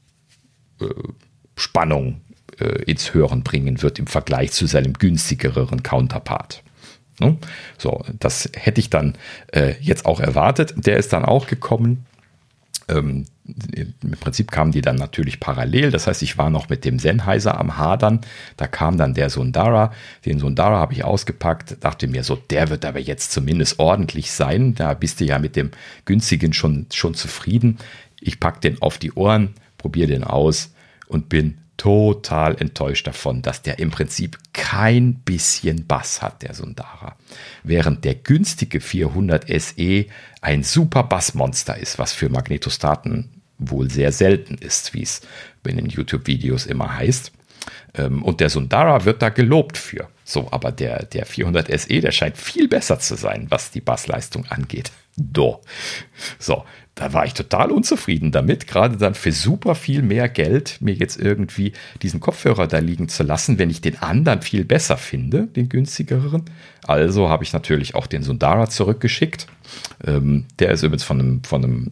Spannung ins Hören bringen wird im Vergleich zu seinem günstigeren Counterpart. Ne? So, das hätte ich dann jetzt auch erwartet. Der ist dann auch gekommen. Im Prinzip kamen die dann natürlich parallel. Das heißt, ich war noch mit dem Sennheiser am Hadern. Da kam dann der Sundara. Den Sundara habe ich ausgepackt. Dachte mir so, der wird aber jetzt zumindest ordentlich sein. Da bist du ja mit dem günstigen schon zufrieden. Ich packe den auf die Ohren, probiere den aus und bin total enttäuscht davon, dass der im Prinzip kein bisschen Bass hat, der Sundara. Während der günstige 400 SE ein super Bassmonster ist, was für Magnetostaten wohl sehr selten ist, wie es in den YouTube-Videos immer heißt. Und der Sundara wird da gelobt für. So, aber der 400 SE, der scheint viel besser zu sein, was die Bassleistung angeht. So, da war ich total unzufrieden damit, gerade dann für super viel mehr Geld mir jetzt irgendwie diesen Kopfhörer da liegen zu lassen, wenn ich den anderen viel besser finde, den günstigeren. Also habe ich natürlich auch den Sundara zurückgeschickt. Der ist übrigens von einem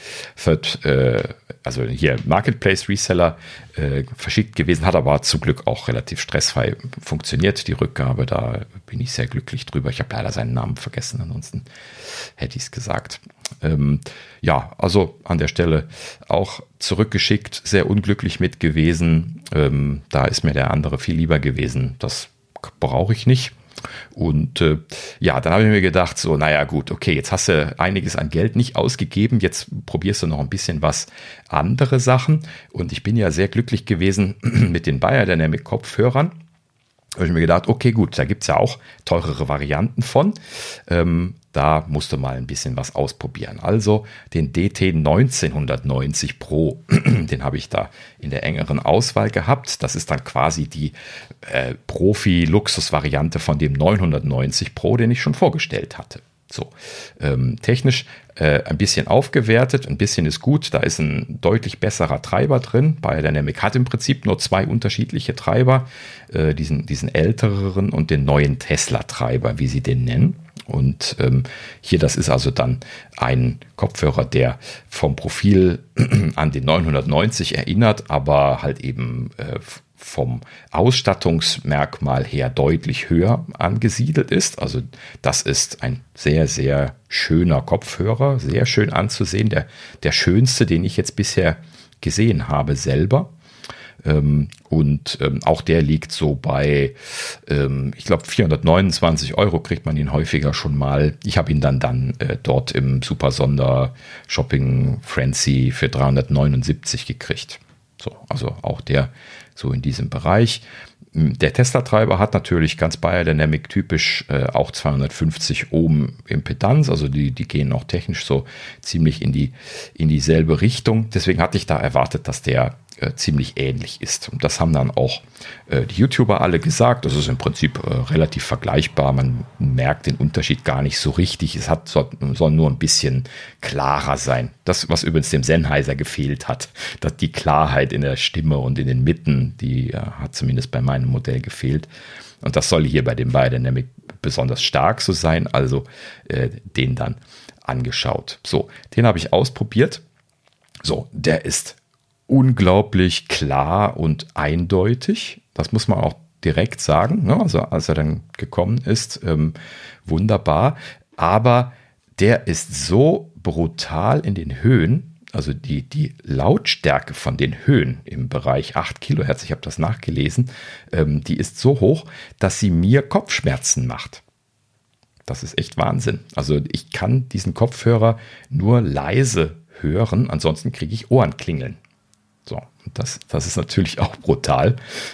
also hier Marketplace Reseller verschickt gewesen, hat aber zum Glück auch relativ stressfrei funktioniert, die Rückgabe. Da bin ich sehr glücklich drüber. Ich habe leider seinen Namen vergessen, ansonsten hätte ich es gesagt. Ja, also an der Stelle auch zurückgeschickt, sehr unglücklich mit gewesen. Da ist mir der andere viel lieber gewesen. Das brauche ich nicht. Und ja, dann habe ich mir gedacht, so, naja gut, okay, jetzt hast du einiges an Geld nicht ausgegeben, jetzt probierst du noch ein bisschen was andere Sachen. Und ich bin ja sehr glücklich gewesen mit den Beyerdynamic Kopfhörern. Da habe ich mir gedacht, okay, gut, da gibt es ja auch teurere Varianten von. Da musst du mal ein bisschen was ausprobieren. Also den DT 1990 Pro, den habe ich da in der engeren Auswahl gehabt. Das ist dann quasi die Profi-Luxus-Variante von dem 990 Pro, den ich schon vorgestellt hatte. So, technisch ein bisschen aufgewertet, ein bisschen ist gut, da ist ein deutlich besserer Treiber drin. Beyerdynamic hat im Prinzip nur zwei unterschiedliche Treiber, diesen älteren und den neuen Tesla-Treiber, wie sie den nennen. Und hier, das ist also dann ein Kopfhörer, der vom Profil an den 990 erinnert, aber halt eben vom Ausstattungsmerkmal her deutlich höher angesiedelt ist. Also das ist ein sehr, sehr schöner Kopfhörer, sehr schön anzusehen, der schönste, den ich jetzt bisher gesehen habe selber. Und auch der liegt so bei, ich glaube 429 € kriegt man ihn häufiger schon mal. Ich habe ihn dann dort im Super Sonder Shopping Frenzy für 379 gekriegt. So, also auch der so in diesem Bereich. Der Tesla-Treiber hat natürlich ganz Beyerdynamic typisch auch 250 Ohm Impedanz, also die gehen auch technisch so ziemlich in dieselbe Richtung. Deswegen hatte ich da erwartet, dass der ziemlich ähnlich ist. Und das haben dann auch die YouTuber alle gesagt. Das ist im Prinzip relativ vergleichbar. Man merkt den Unterschied gar nicht so richtig. Es soll nur ein bisschen klarer sein. Das, was übrigens dem Sennheiser gefehlt hat, dass die Klarheit in der Stimme und in den Mitten, die hat zumindest bei meinem Modell gefehlt. Und das soll hier bei dem Beyerdynamic besonders stark so sein. Also den dann angeschaut. So, den habe ich ausprobiert. So, der ist unglaublich klar und eindeutig. Das muss man auch direkt sagen. Ne? Also als er dann gekommen ist, wunderbar. Aber der ist so brutal in den Höhen. Also die Lautstärke von den Höhen im Bereich 8 Kilohertz, ich habe das nachgelesen, die ist so hoch, dass sie mir Kopfschmerzen macht. Das ist echt Wahnsinn. Also ich kann diesen Kopfhörer nur leise hören, ansonsten kriege ich Ohrenklingeln. So, und das ist natürlich auch brutal.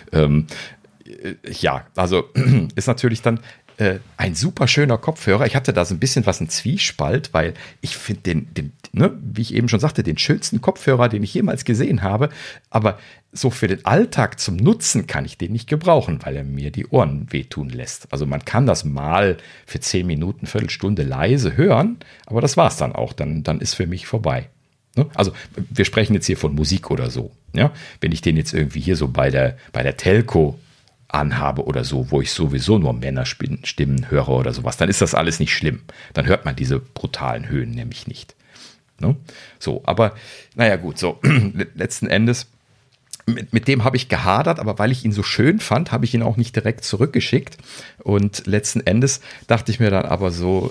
Ja, also ist natürlich dann ein super schöner Kopfhörer. Ich hatte da so ein bisschen was in Zwiespalt, weil ich finde wie ich eben schon sagte, den schönsten Kopfhörer, den ich jemals gesehen habe. Aber so für den Alltag zum Nutzen kann ich den nicht gebrauchen, weil er mir die Ohren wehtun lässt. Also man kann das mal für 10 Minuten, Viertelstunde leise hören, aber das war's dann auch. Dann ist für mich vorbei. Also wir sprechen jetzt hier von Musik oder so. Ja? Wenn ich den jetzt irgendwie hier so bei der Telco anhabe oder so, wo ich sowieso nur Männerstimmen höre oder sowas, dann ist das alles nicht schlimm. Dann hört man diese brutalen Höhen nämlich nicht. So, aber naja gut, so letzten Endes, mit dem habe ich gehadert, aber weil ich ihn so schön fand, habe ich ihn auch nicht direkt zurückgeschickt. Und letzten Endes dachte ich mir dann aber so,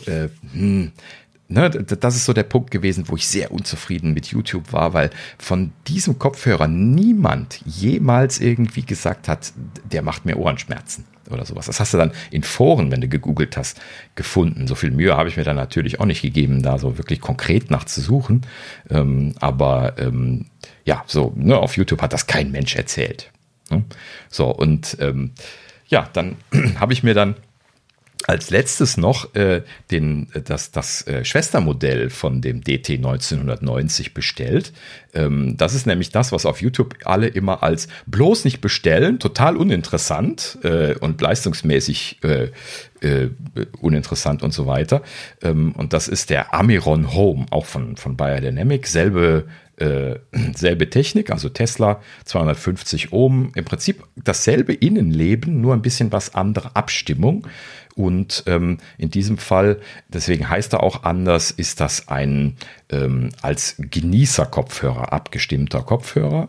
das ist so der Punkt gewesen, wo ich sehr unzufrieden mit YouTube war, weil von diesem Kopfhörer niemand jemals irgendwie gesagt hat, der macht mir Ohrenschmerzen oder sowas. Das hast du dann in Foren, wenn du gegoogelt hast, gefunden. So viel Mühe habe ich mir dann natürlich auch nicht gegeben, da so wirklich konkret nachzusuchen. Aber auf YouTube hat das kein Mensch erzählt. So, und dann habe ich mir dann als letztes noch das Schwestermodell von dem DT 1990 bestellt. Das ist nämlich das, was auf YouTube alle immer als bloß nicht bestellen, total uninteressant und leistungsmäßig uninteressant und so weiter. Und das ist der Amiron Home, auch von Beyerdynamic. Selbe Technik, also Tesla, 250 Ohm. Im Prinzip dasselbe Innenleben, nur ein bisschen was andere Abstimmung. Und in diesem Fall, deswegen heißt er auch anders, ist das ein als Genießer-Kopfhörer abgestimmter Kopfhörer.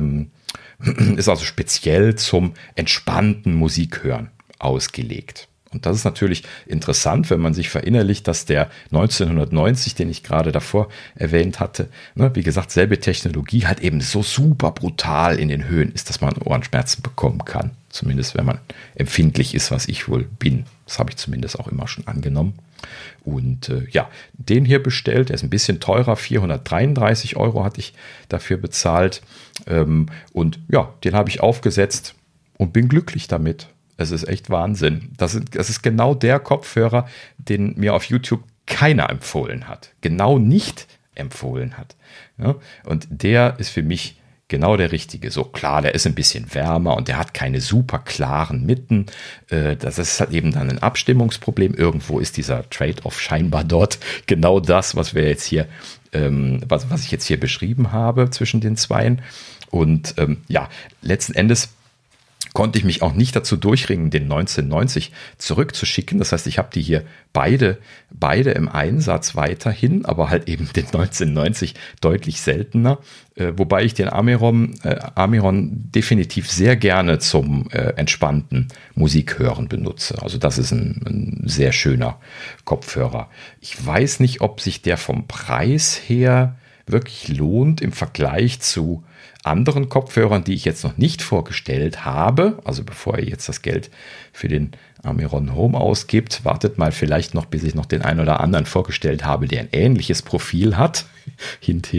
Ist also speziell zum entspannten Musikhören ausgelegt. Und das ist natürlich interessant, wenn man sich verinnerlicht, dass der 1990, den ich gerade davor erwähnt hatte, ne, wie gesagt, selbe Technologie, halt eben so super brutal in den Höhen ist, dass man Ohrenschmerzen bekommen kann. Zumindest wenn man empfindlich ist, was ich wohl bin. Das habe ich zumindest auch immer schon angenommen. Und den hier bestellt, der ist ein bisschen teurer, 433 € hatte ich dafür bezahlt. Und ja, den habe ich aufgesetzt und bin glücklich damit. Es ist echt Wahnsinn. Das ist genau der Kopfhörer, den mir auf YouTube keiner empfohlen hat. Genau nicht empfohlen hat. Ja, und der ist für mich genau der richtige. So klar, der ist ein bisschen wärmer und der hat keine super klaren Mitten. Das ist halt eben dann ein Abstimmungsproblem. Irgendwo ist dieser Trade-off scheinbar dort. Genau das, was wir jetzt hier, was ich jetzt hier beschrieben habe zwischen den Zweien. Und letzten Endes konnte ich mich auch nicht dazu durchringen, den 1990 zurückzuschicken. Das heißt, ich habe die hier beide im Einsatz weiterhin, aber halt eben den 1990 deutlich seltener. Wobei ich den Amiron definitiv sehr gerne zum entspannten Musikhören benutze. Also das ist ein sehr schöner Kopfhörer. Ich weiß nicht, ob sich der vom Preis her wirklich lohnt im Vergleich zu anderen Kopfhörern, die ich jetzt noch nicht vorgestellt habe. Also bevor ihr jetzt das Geld für den Amiron Home ausgibt, wartet mal vielleicht noch, bis ich noch den einen oder anderen vorgestellt habe, der ein ähnliches Profil hat. Hint.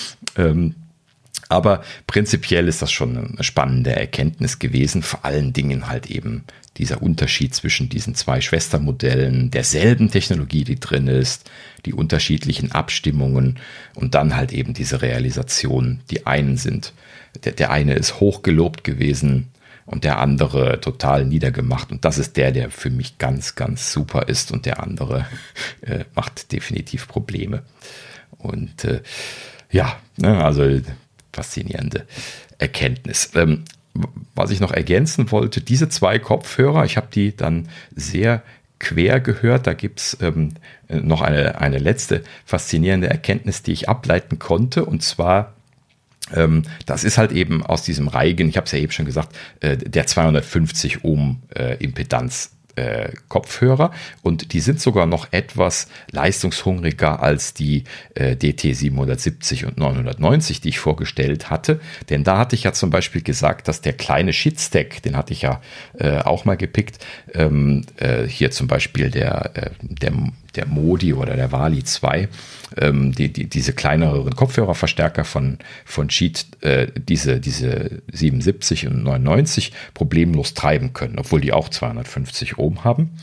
Aber prinzipiell ist das schon eine spannende Erkenntnis gewesen. Vor allen Dingen halt eben dieser Unterschied zwischen diesen zwei Schwestermodellen, derselben Technologie, die drin ist, die unterschiedlichen Abstimmungen und dann halt eben diese Realisation. Die einen sind, der eine ist hochgelobt gewesen und der andere total niedergemacht. Und das ist der für mich ganz, ganz super ist und der andere macht definitiv Probleme. Und also faszinierende Erkenntnis. Was ich noch ergänzen wollte, diese zwei Kopfhörer, ich habe die dann sehr quer gehört, da gibt es noch eine letzte faszinierende Erkenntnis, die ich ableiten konnte, und zwar, das ist halt eben aus diesem Reigen, ich habe es ja eben schon gesagt, der 250 Ohm Impedanz Kopfhörer, und die sind sogar noch etwas leistungshungriger als die DT 770 und 990, die ich vorgestellt hatte, denn da hatte ich ja zum Beispiel gesagt, dass der kleine Shitstack, den hatte ich ja auch mal gepickt, hier zum Beispiel der Modi oder der Wali 2, diese kleineren Kopfhörerverstärker von Schiit, diese 77 und 99 problemlos treiben können, obwohl die auch 250 Ohm haben.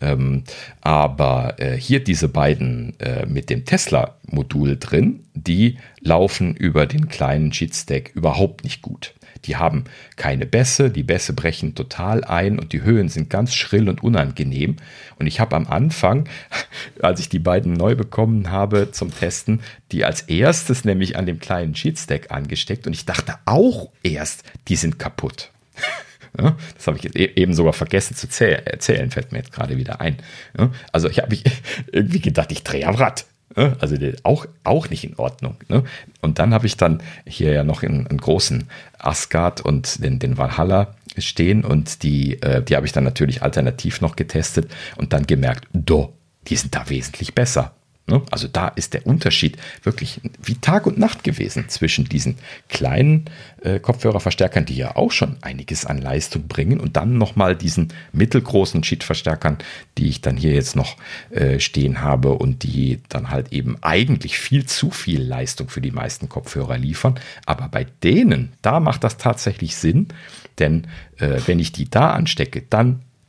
Aber hier diese beiden mit dem Tesla-Modul drin, die laufen über den kleinen Schiit-Stack überhaupt nicht gut. Die haben keine Bässe, die Bässe brechen total ein und die Höhen sind ganz schrill und unangenehm. Und ich habe am Anfang, als ich die beiden neu bekommen habe zum Testen, die als erstes nämlich an dem kleinen Schiit-Stack angesteckt und ich dachte auch erst, die sind kaputt. Ja, das habe ich jetzt eben sogar vergessen zu erzählen, fällt mir jetzt gerade wieder ein. Ja, also ich habe irgendwie gedacht, ich drehe am Rad. Also auch nicht in Ordnung. Ne? Und dann habe ich dann hier ja noch einen großen Asgard und den Valhalla stehen und die habe ich dann natürlich alternativ noch getestet und dann gemerkt, die sind da wesentlich besser. Ne? Also da ist der Unterschied wirklich wie Tag und Nacht gewesen zwischen diesen kleinen Kopfhörerverstärkern, die ja auch schon einiges an Leistung bringen, und dann nochmal diesen mittelgroßen Schiit-Verstärkern, die ich dann hier jetzt noch stehen habe und die dann halt eben eigentlich viel zu viel Leistung für die meisten Kopfhörer liefern. Aber bei denen, da macht das tatsächlich Sinn, denn wenn ich die da anstecke, dann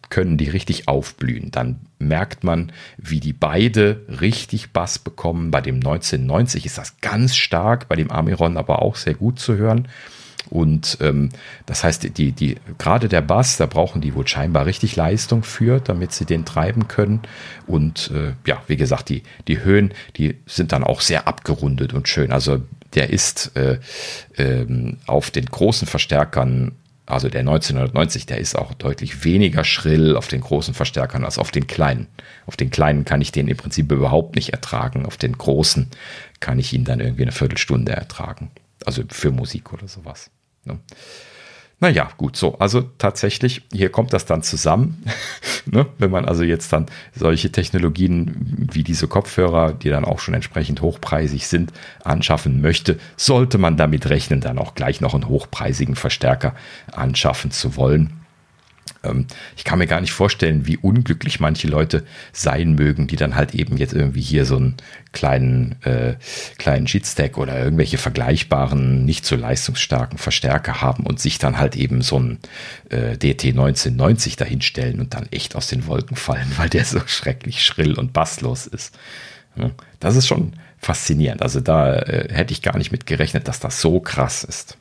können die richtig aufblühen. Dann merkt man, wie die beide richtig Bass bekommen. Bei dem 1990 ist das ganz stark, bei dem Amiron aber auch sehr gut zu hören. Und das heißt, gerade der Bass, da brauchen die wohl scheinbar richtig Leistung für, damit sie den treiben können. Und wie gesagt, die Höhen, die sind dann auch sehr abgerundet und schön. Also der ist auf den großen Verstärkern, also der 1990, der ist auch deutlich weniger schrill auf den großen Verstärkern als auf den kleinen. Auf den kleinen kann ich den im Prinzip überhaupt nicht ertragen. Auf den großen kann ich ihn dann irgendwie eine Viertelstunde ertragen. Also für Musik oder sowas. Ne? Naja, gut, so. Also tatsächlich, hier kommt das dann zusammen. Ne? Wenn man also jetzt dann solche Technologien wie diese Kopfhörer, die dann auch schon entsprechend hochpreisig sind, anschaffen möchte, sollte man damit rechnen, dann auch gleich noch einen hochpreisigen Verstärker anschaffen zu wollen. Ich kann mir gar nicht vorstellen, wie unglücklich manche Leute sein mögen, die dann halt eben jetzt irgendwie hier so einen kleinen Jitstack oder irgendwelche vergleichbaren, nicht so leistungsstarken Verstärker haben und sich dann halt eben so einen DT 1990 dahinstellen und dann echt aus den Wolken fallen, weil der so schrecklich schrill und basslos ist. Das ist schon faszinierend. Also da hätte ich gar nicht mit gerechnet, dass das so krass ist.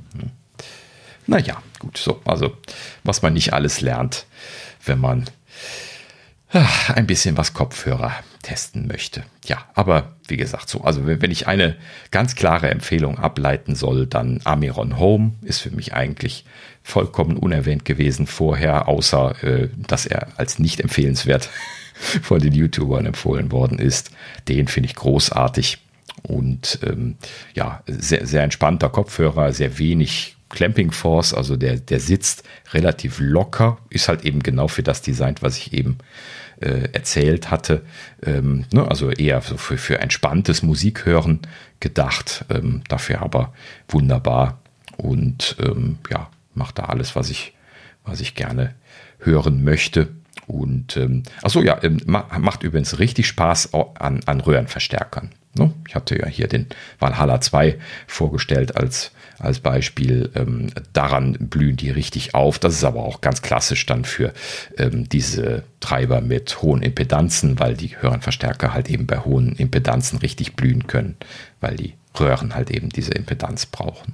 Naja, gut, so, also was man nicht alles lernt, wenn man ein bisschen was Kopfhörer testen möchte. Ja, aber wie gesagt, so, also wenn ich eine ganz klare Empfehlung ableiten soll, dann Amiron Home ist für mich eigentlich vollkommen unerwähnt gewesen vorher, außer dass er als nicht empfehlenswert von den YouTubern empfohlen worden ist. Den finde ich großartig und sehr, sehr entspannter Kopfhörer, sehr wenig Clamping Force, also der sitzt relativ locker, ist halt eben genau für das designt, was ich eben erzählt hatte. Also eher so für entspanntes Musikhören gedacht, dafür aber wunderbar und macht da alles, was ich gerne hören möchte. Und macht übrigens richtig Spaß an Röhrenverstärkern. Ich hatte ja hier den Valhalla 2 vorgestellt als Beispiel. Daran blühen die richtig auf. Das ist aber auch ganz klassisch dann für diese Treiber mit hohen Impedanzen, weil die Röhrenverstärker halt eben bei hohen Impedanzen richtig blühen können, weil die Röhren halt eben diese Impedanz brauchen.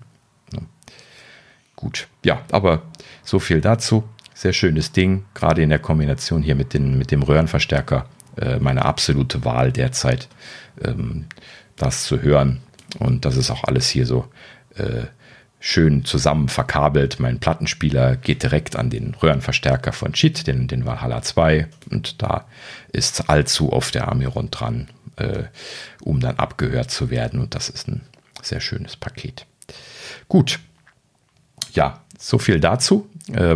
Gut, ja, aber so viel dazu. Sehr schönes Ding, gerade in der Kombination hier mit dem Röhrenverstärker. Meine absolute Wahl derzeit, das zu hören. Und das ist auch alles hier so schön zusammen verkabelt. Mein Plattenspieler geht direkt an den Röhrenverstärker von Chit, den Valhalla 2. Und da ist allzu oft der Amiron dran, um dann abgehört zu werden. Und das ist ein sehr schönes Paket. Gut, ja, so viel dazu.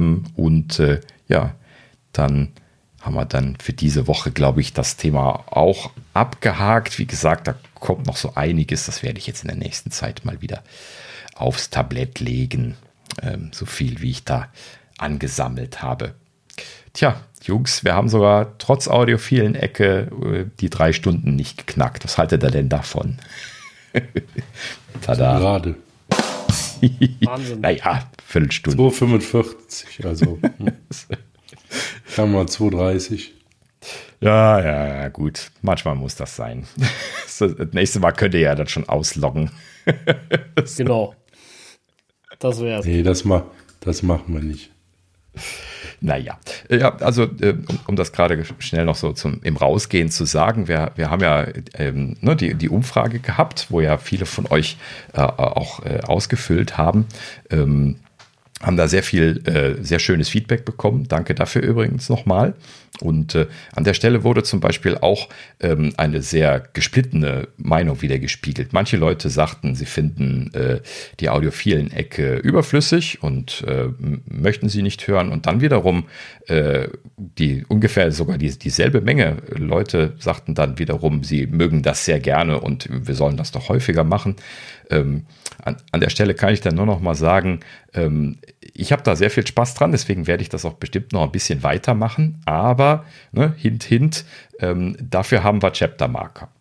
Dann haben wir dann für diese Woche, glaube ich, das Thema auch abgehakt. Wie gesagt, da kommt noch so einiges. Das werde ich jetzt in der nächsten Zeit mal wieder aufs Tablett legen. So viel, wie ich da angesammelt habe. Tja, Jungs, wir haben sogar trotz audiophilen Ecke die 3 Stunden nicht geknackt. Was haltet ihr denn davon? Tada. Gerade. Wahnsinn. Naja, Viertelstunde. 2,45, also kann man 2,30. Ja, gut. Manchmal muss das sein. Das nächste Mal könnt ihr ja dann schon ausloggen. Genau. Das wär's. Nee, das machen wir nicht. Naja, ja, also um das gerade schnell noch so im Rausgehen zu sagen, wir haben ja die Umfrage gehabt, wo ja viele von euch auch ausgefüllt haben, haben da sehr viel, sehr schönes Feedback bekommen. Danke dafür übrigens nochmal. Und an der Stelle wurde zum Beispiel auch eine sehr gesplittene Meinung wiedergespiegelt. Manche Leute sagten, sie finden die audiophilen Ecke überflüssig und möchten sie nicht hören. Und dann wiederum die ungefähr sogar dieselbe Menge Leute sagten dann wiederum, sie mögen das sehr gerne und wir sollen das doch häufiger machen. An der Stelle kann ich dann nur noch mal sagen, ich habe da sehr viel Spaß dran, deswegen werde ich das auch bestimmt noch ein bisschen weitermachen. Aber, hint, dafür haben wir Chaptermarker.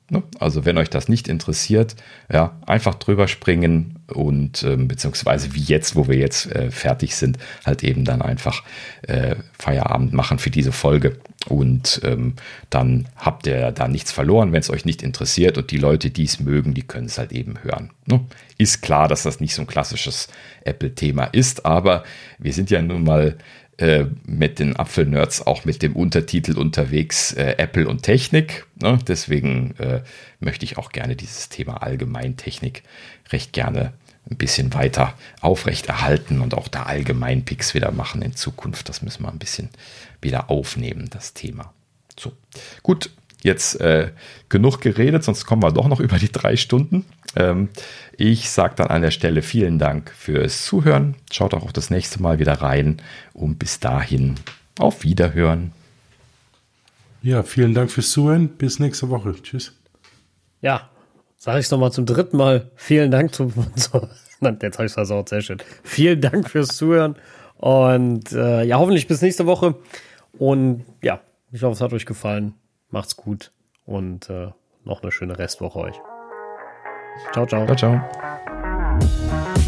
Ne? Also wenn euch das nicht interessiert, ja, einfach drüber springen und beziehungsweise wie jetzt, wo wir jetzt fertig sind, halt eben dann einfach Feierabend machen für diese Folge. Und dann habt ihr da nichts verloren, wenn es euch nicht interessiert. Und die Leute, die es mögen, die können es halt eben hören. Ne? Ist klar, dass das nicht so ein klassisches Apple-Thema ist, aber wir sind ja nun mal mit den Apfelnerds auch mit dem Untertitel unterwegs, Apple und Technik. Ne? Deswegen möchte ich auch gerne dieses Thema Allgemeintechnik recht gerne ein bisschen weiter aufrechterhalten und auch da Allgemeinpicks wieder machen in Zukunft. Das müssen wir ein bisschen wieder aufnehmen, das Thema. So, gut, jetzt genug geredet, sonst kommen wir doch noch über die 3 Stunden. Ich sage dann an der Stelle vielen Dank fürs Zuhören. Schaut auch das nächste Mal wieder rein und bis dahin auf Wiederhören. Ja, vielen Dank fürs Zuhören. Bis nächste Woche. Tschüss. Ja, sage ich es nochmal zum 3. Mal. Vielen Dank jetzt habe ich es versaut, sehr schön. Vielen Dank fürs Zuhören und ja, hoffentlich bis nächste Woche. Und ja, ich hoffe, es hat euch gefallen. Macht's gut und noch eine schöne Restwoche euch. Ciao, ciao. Ciao, ciao.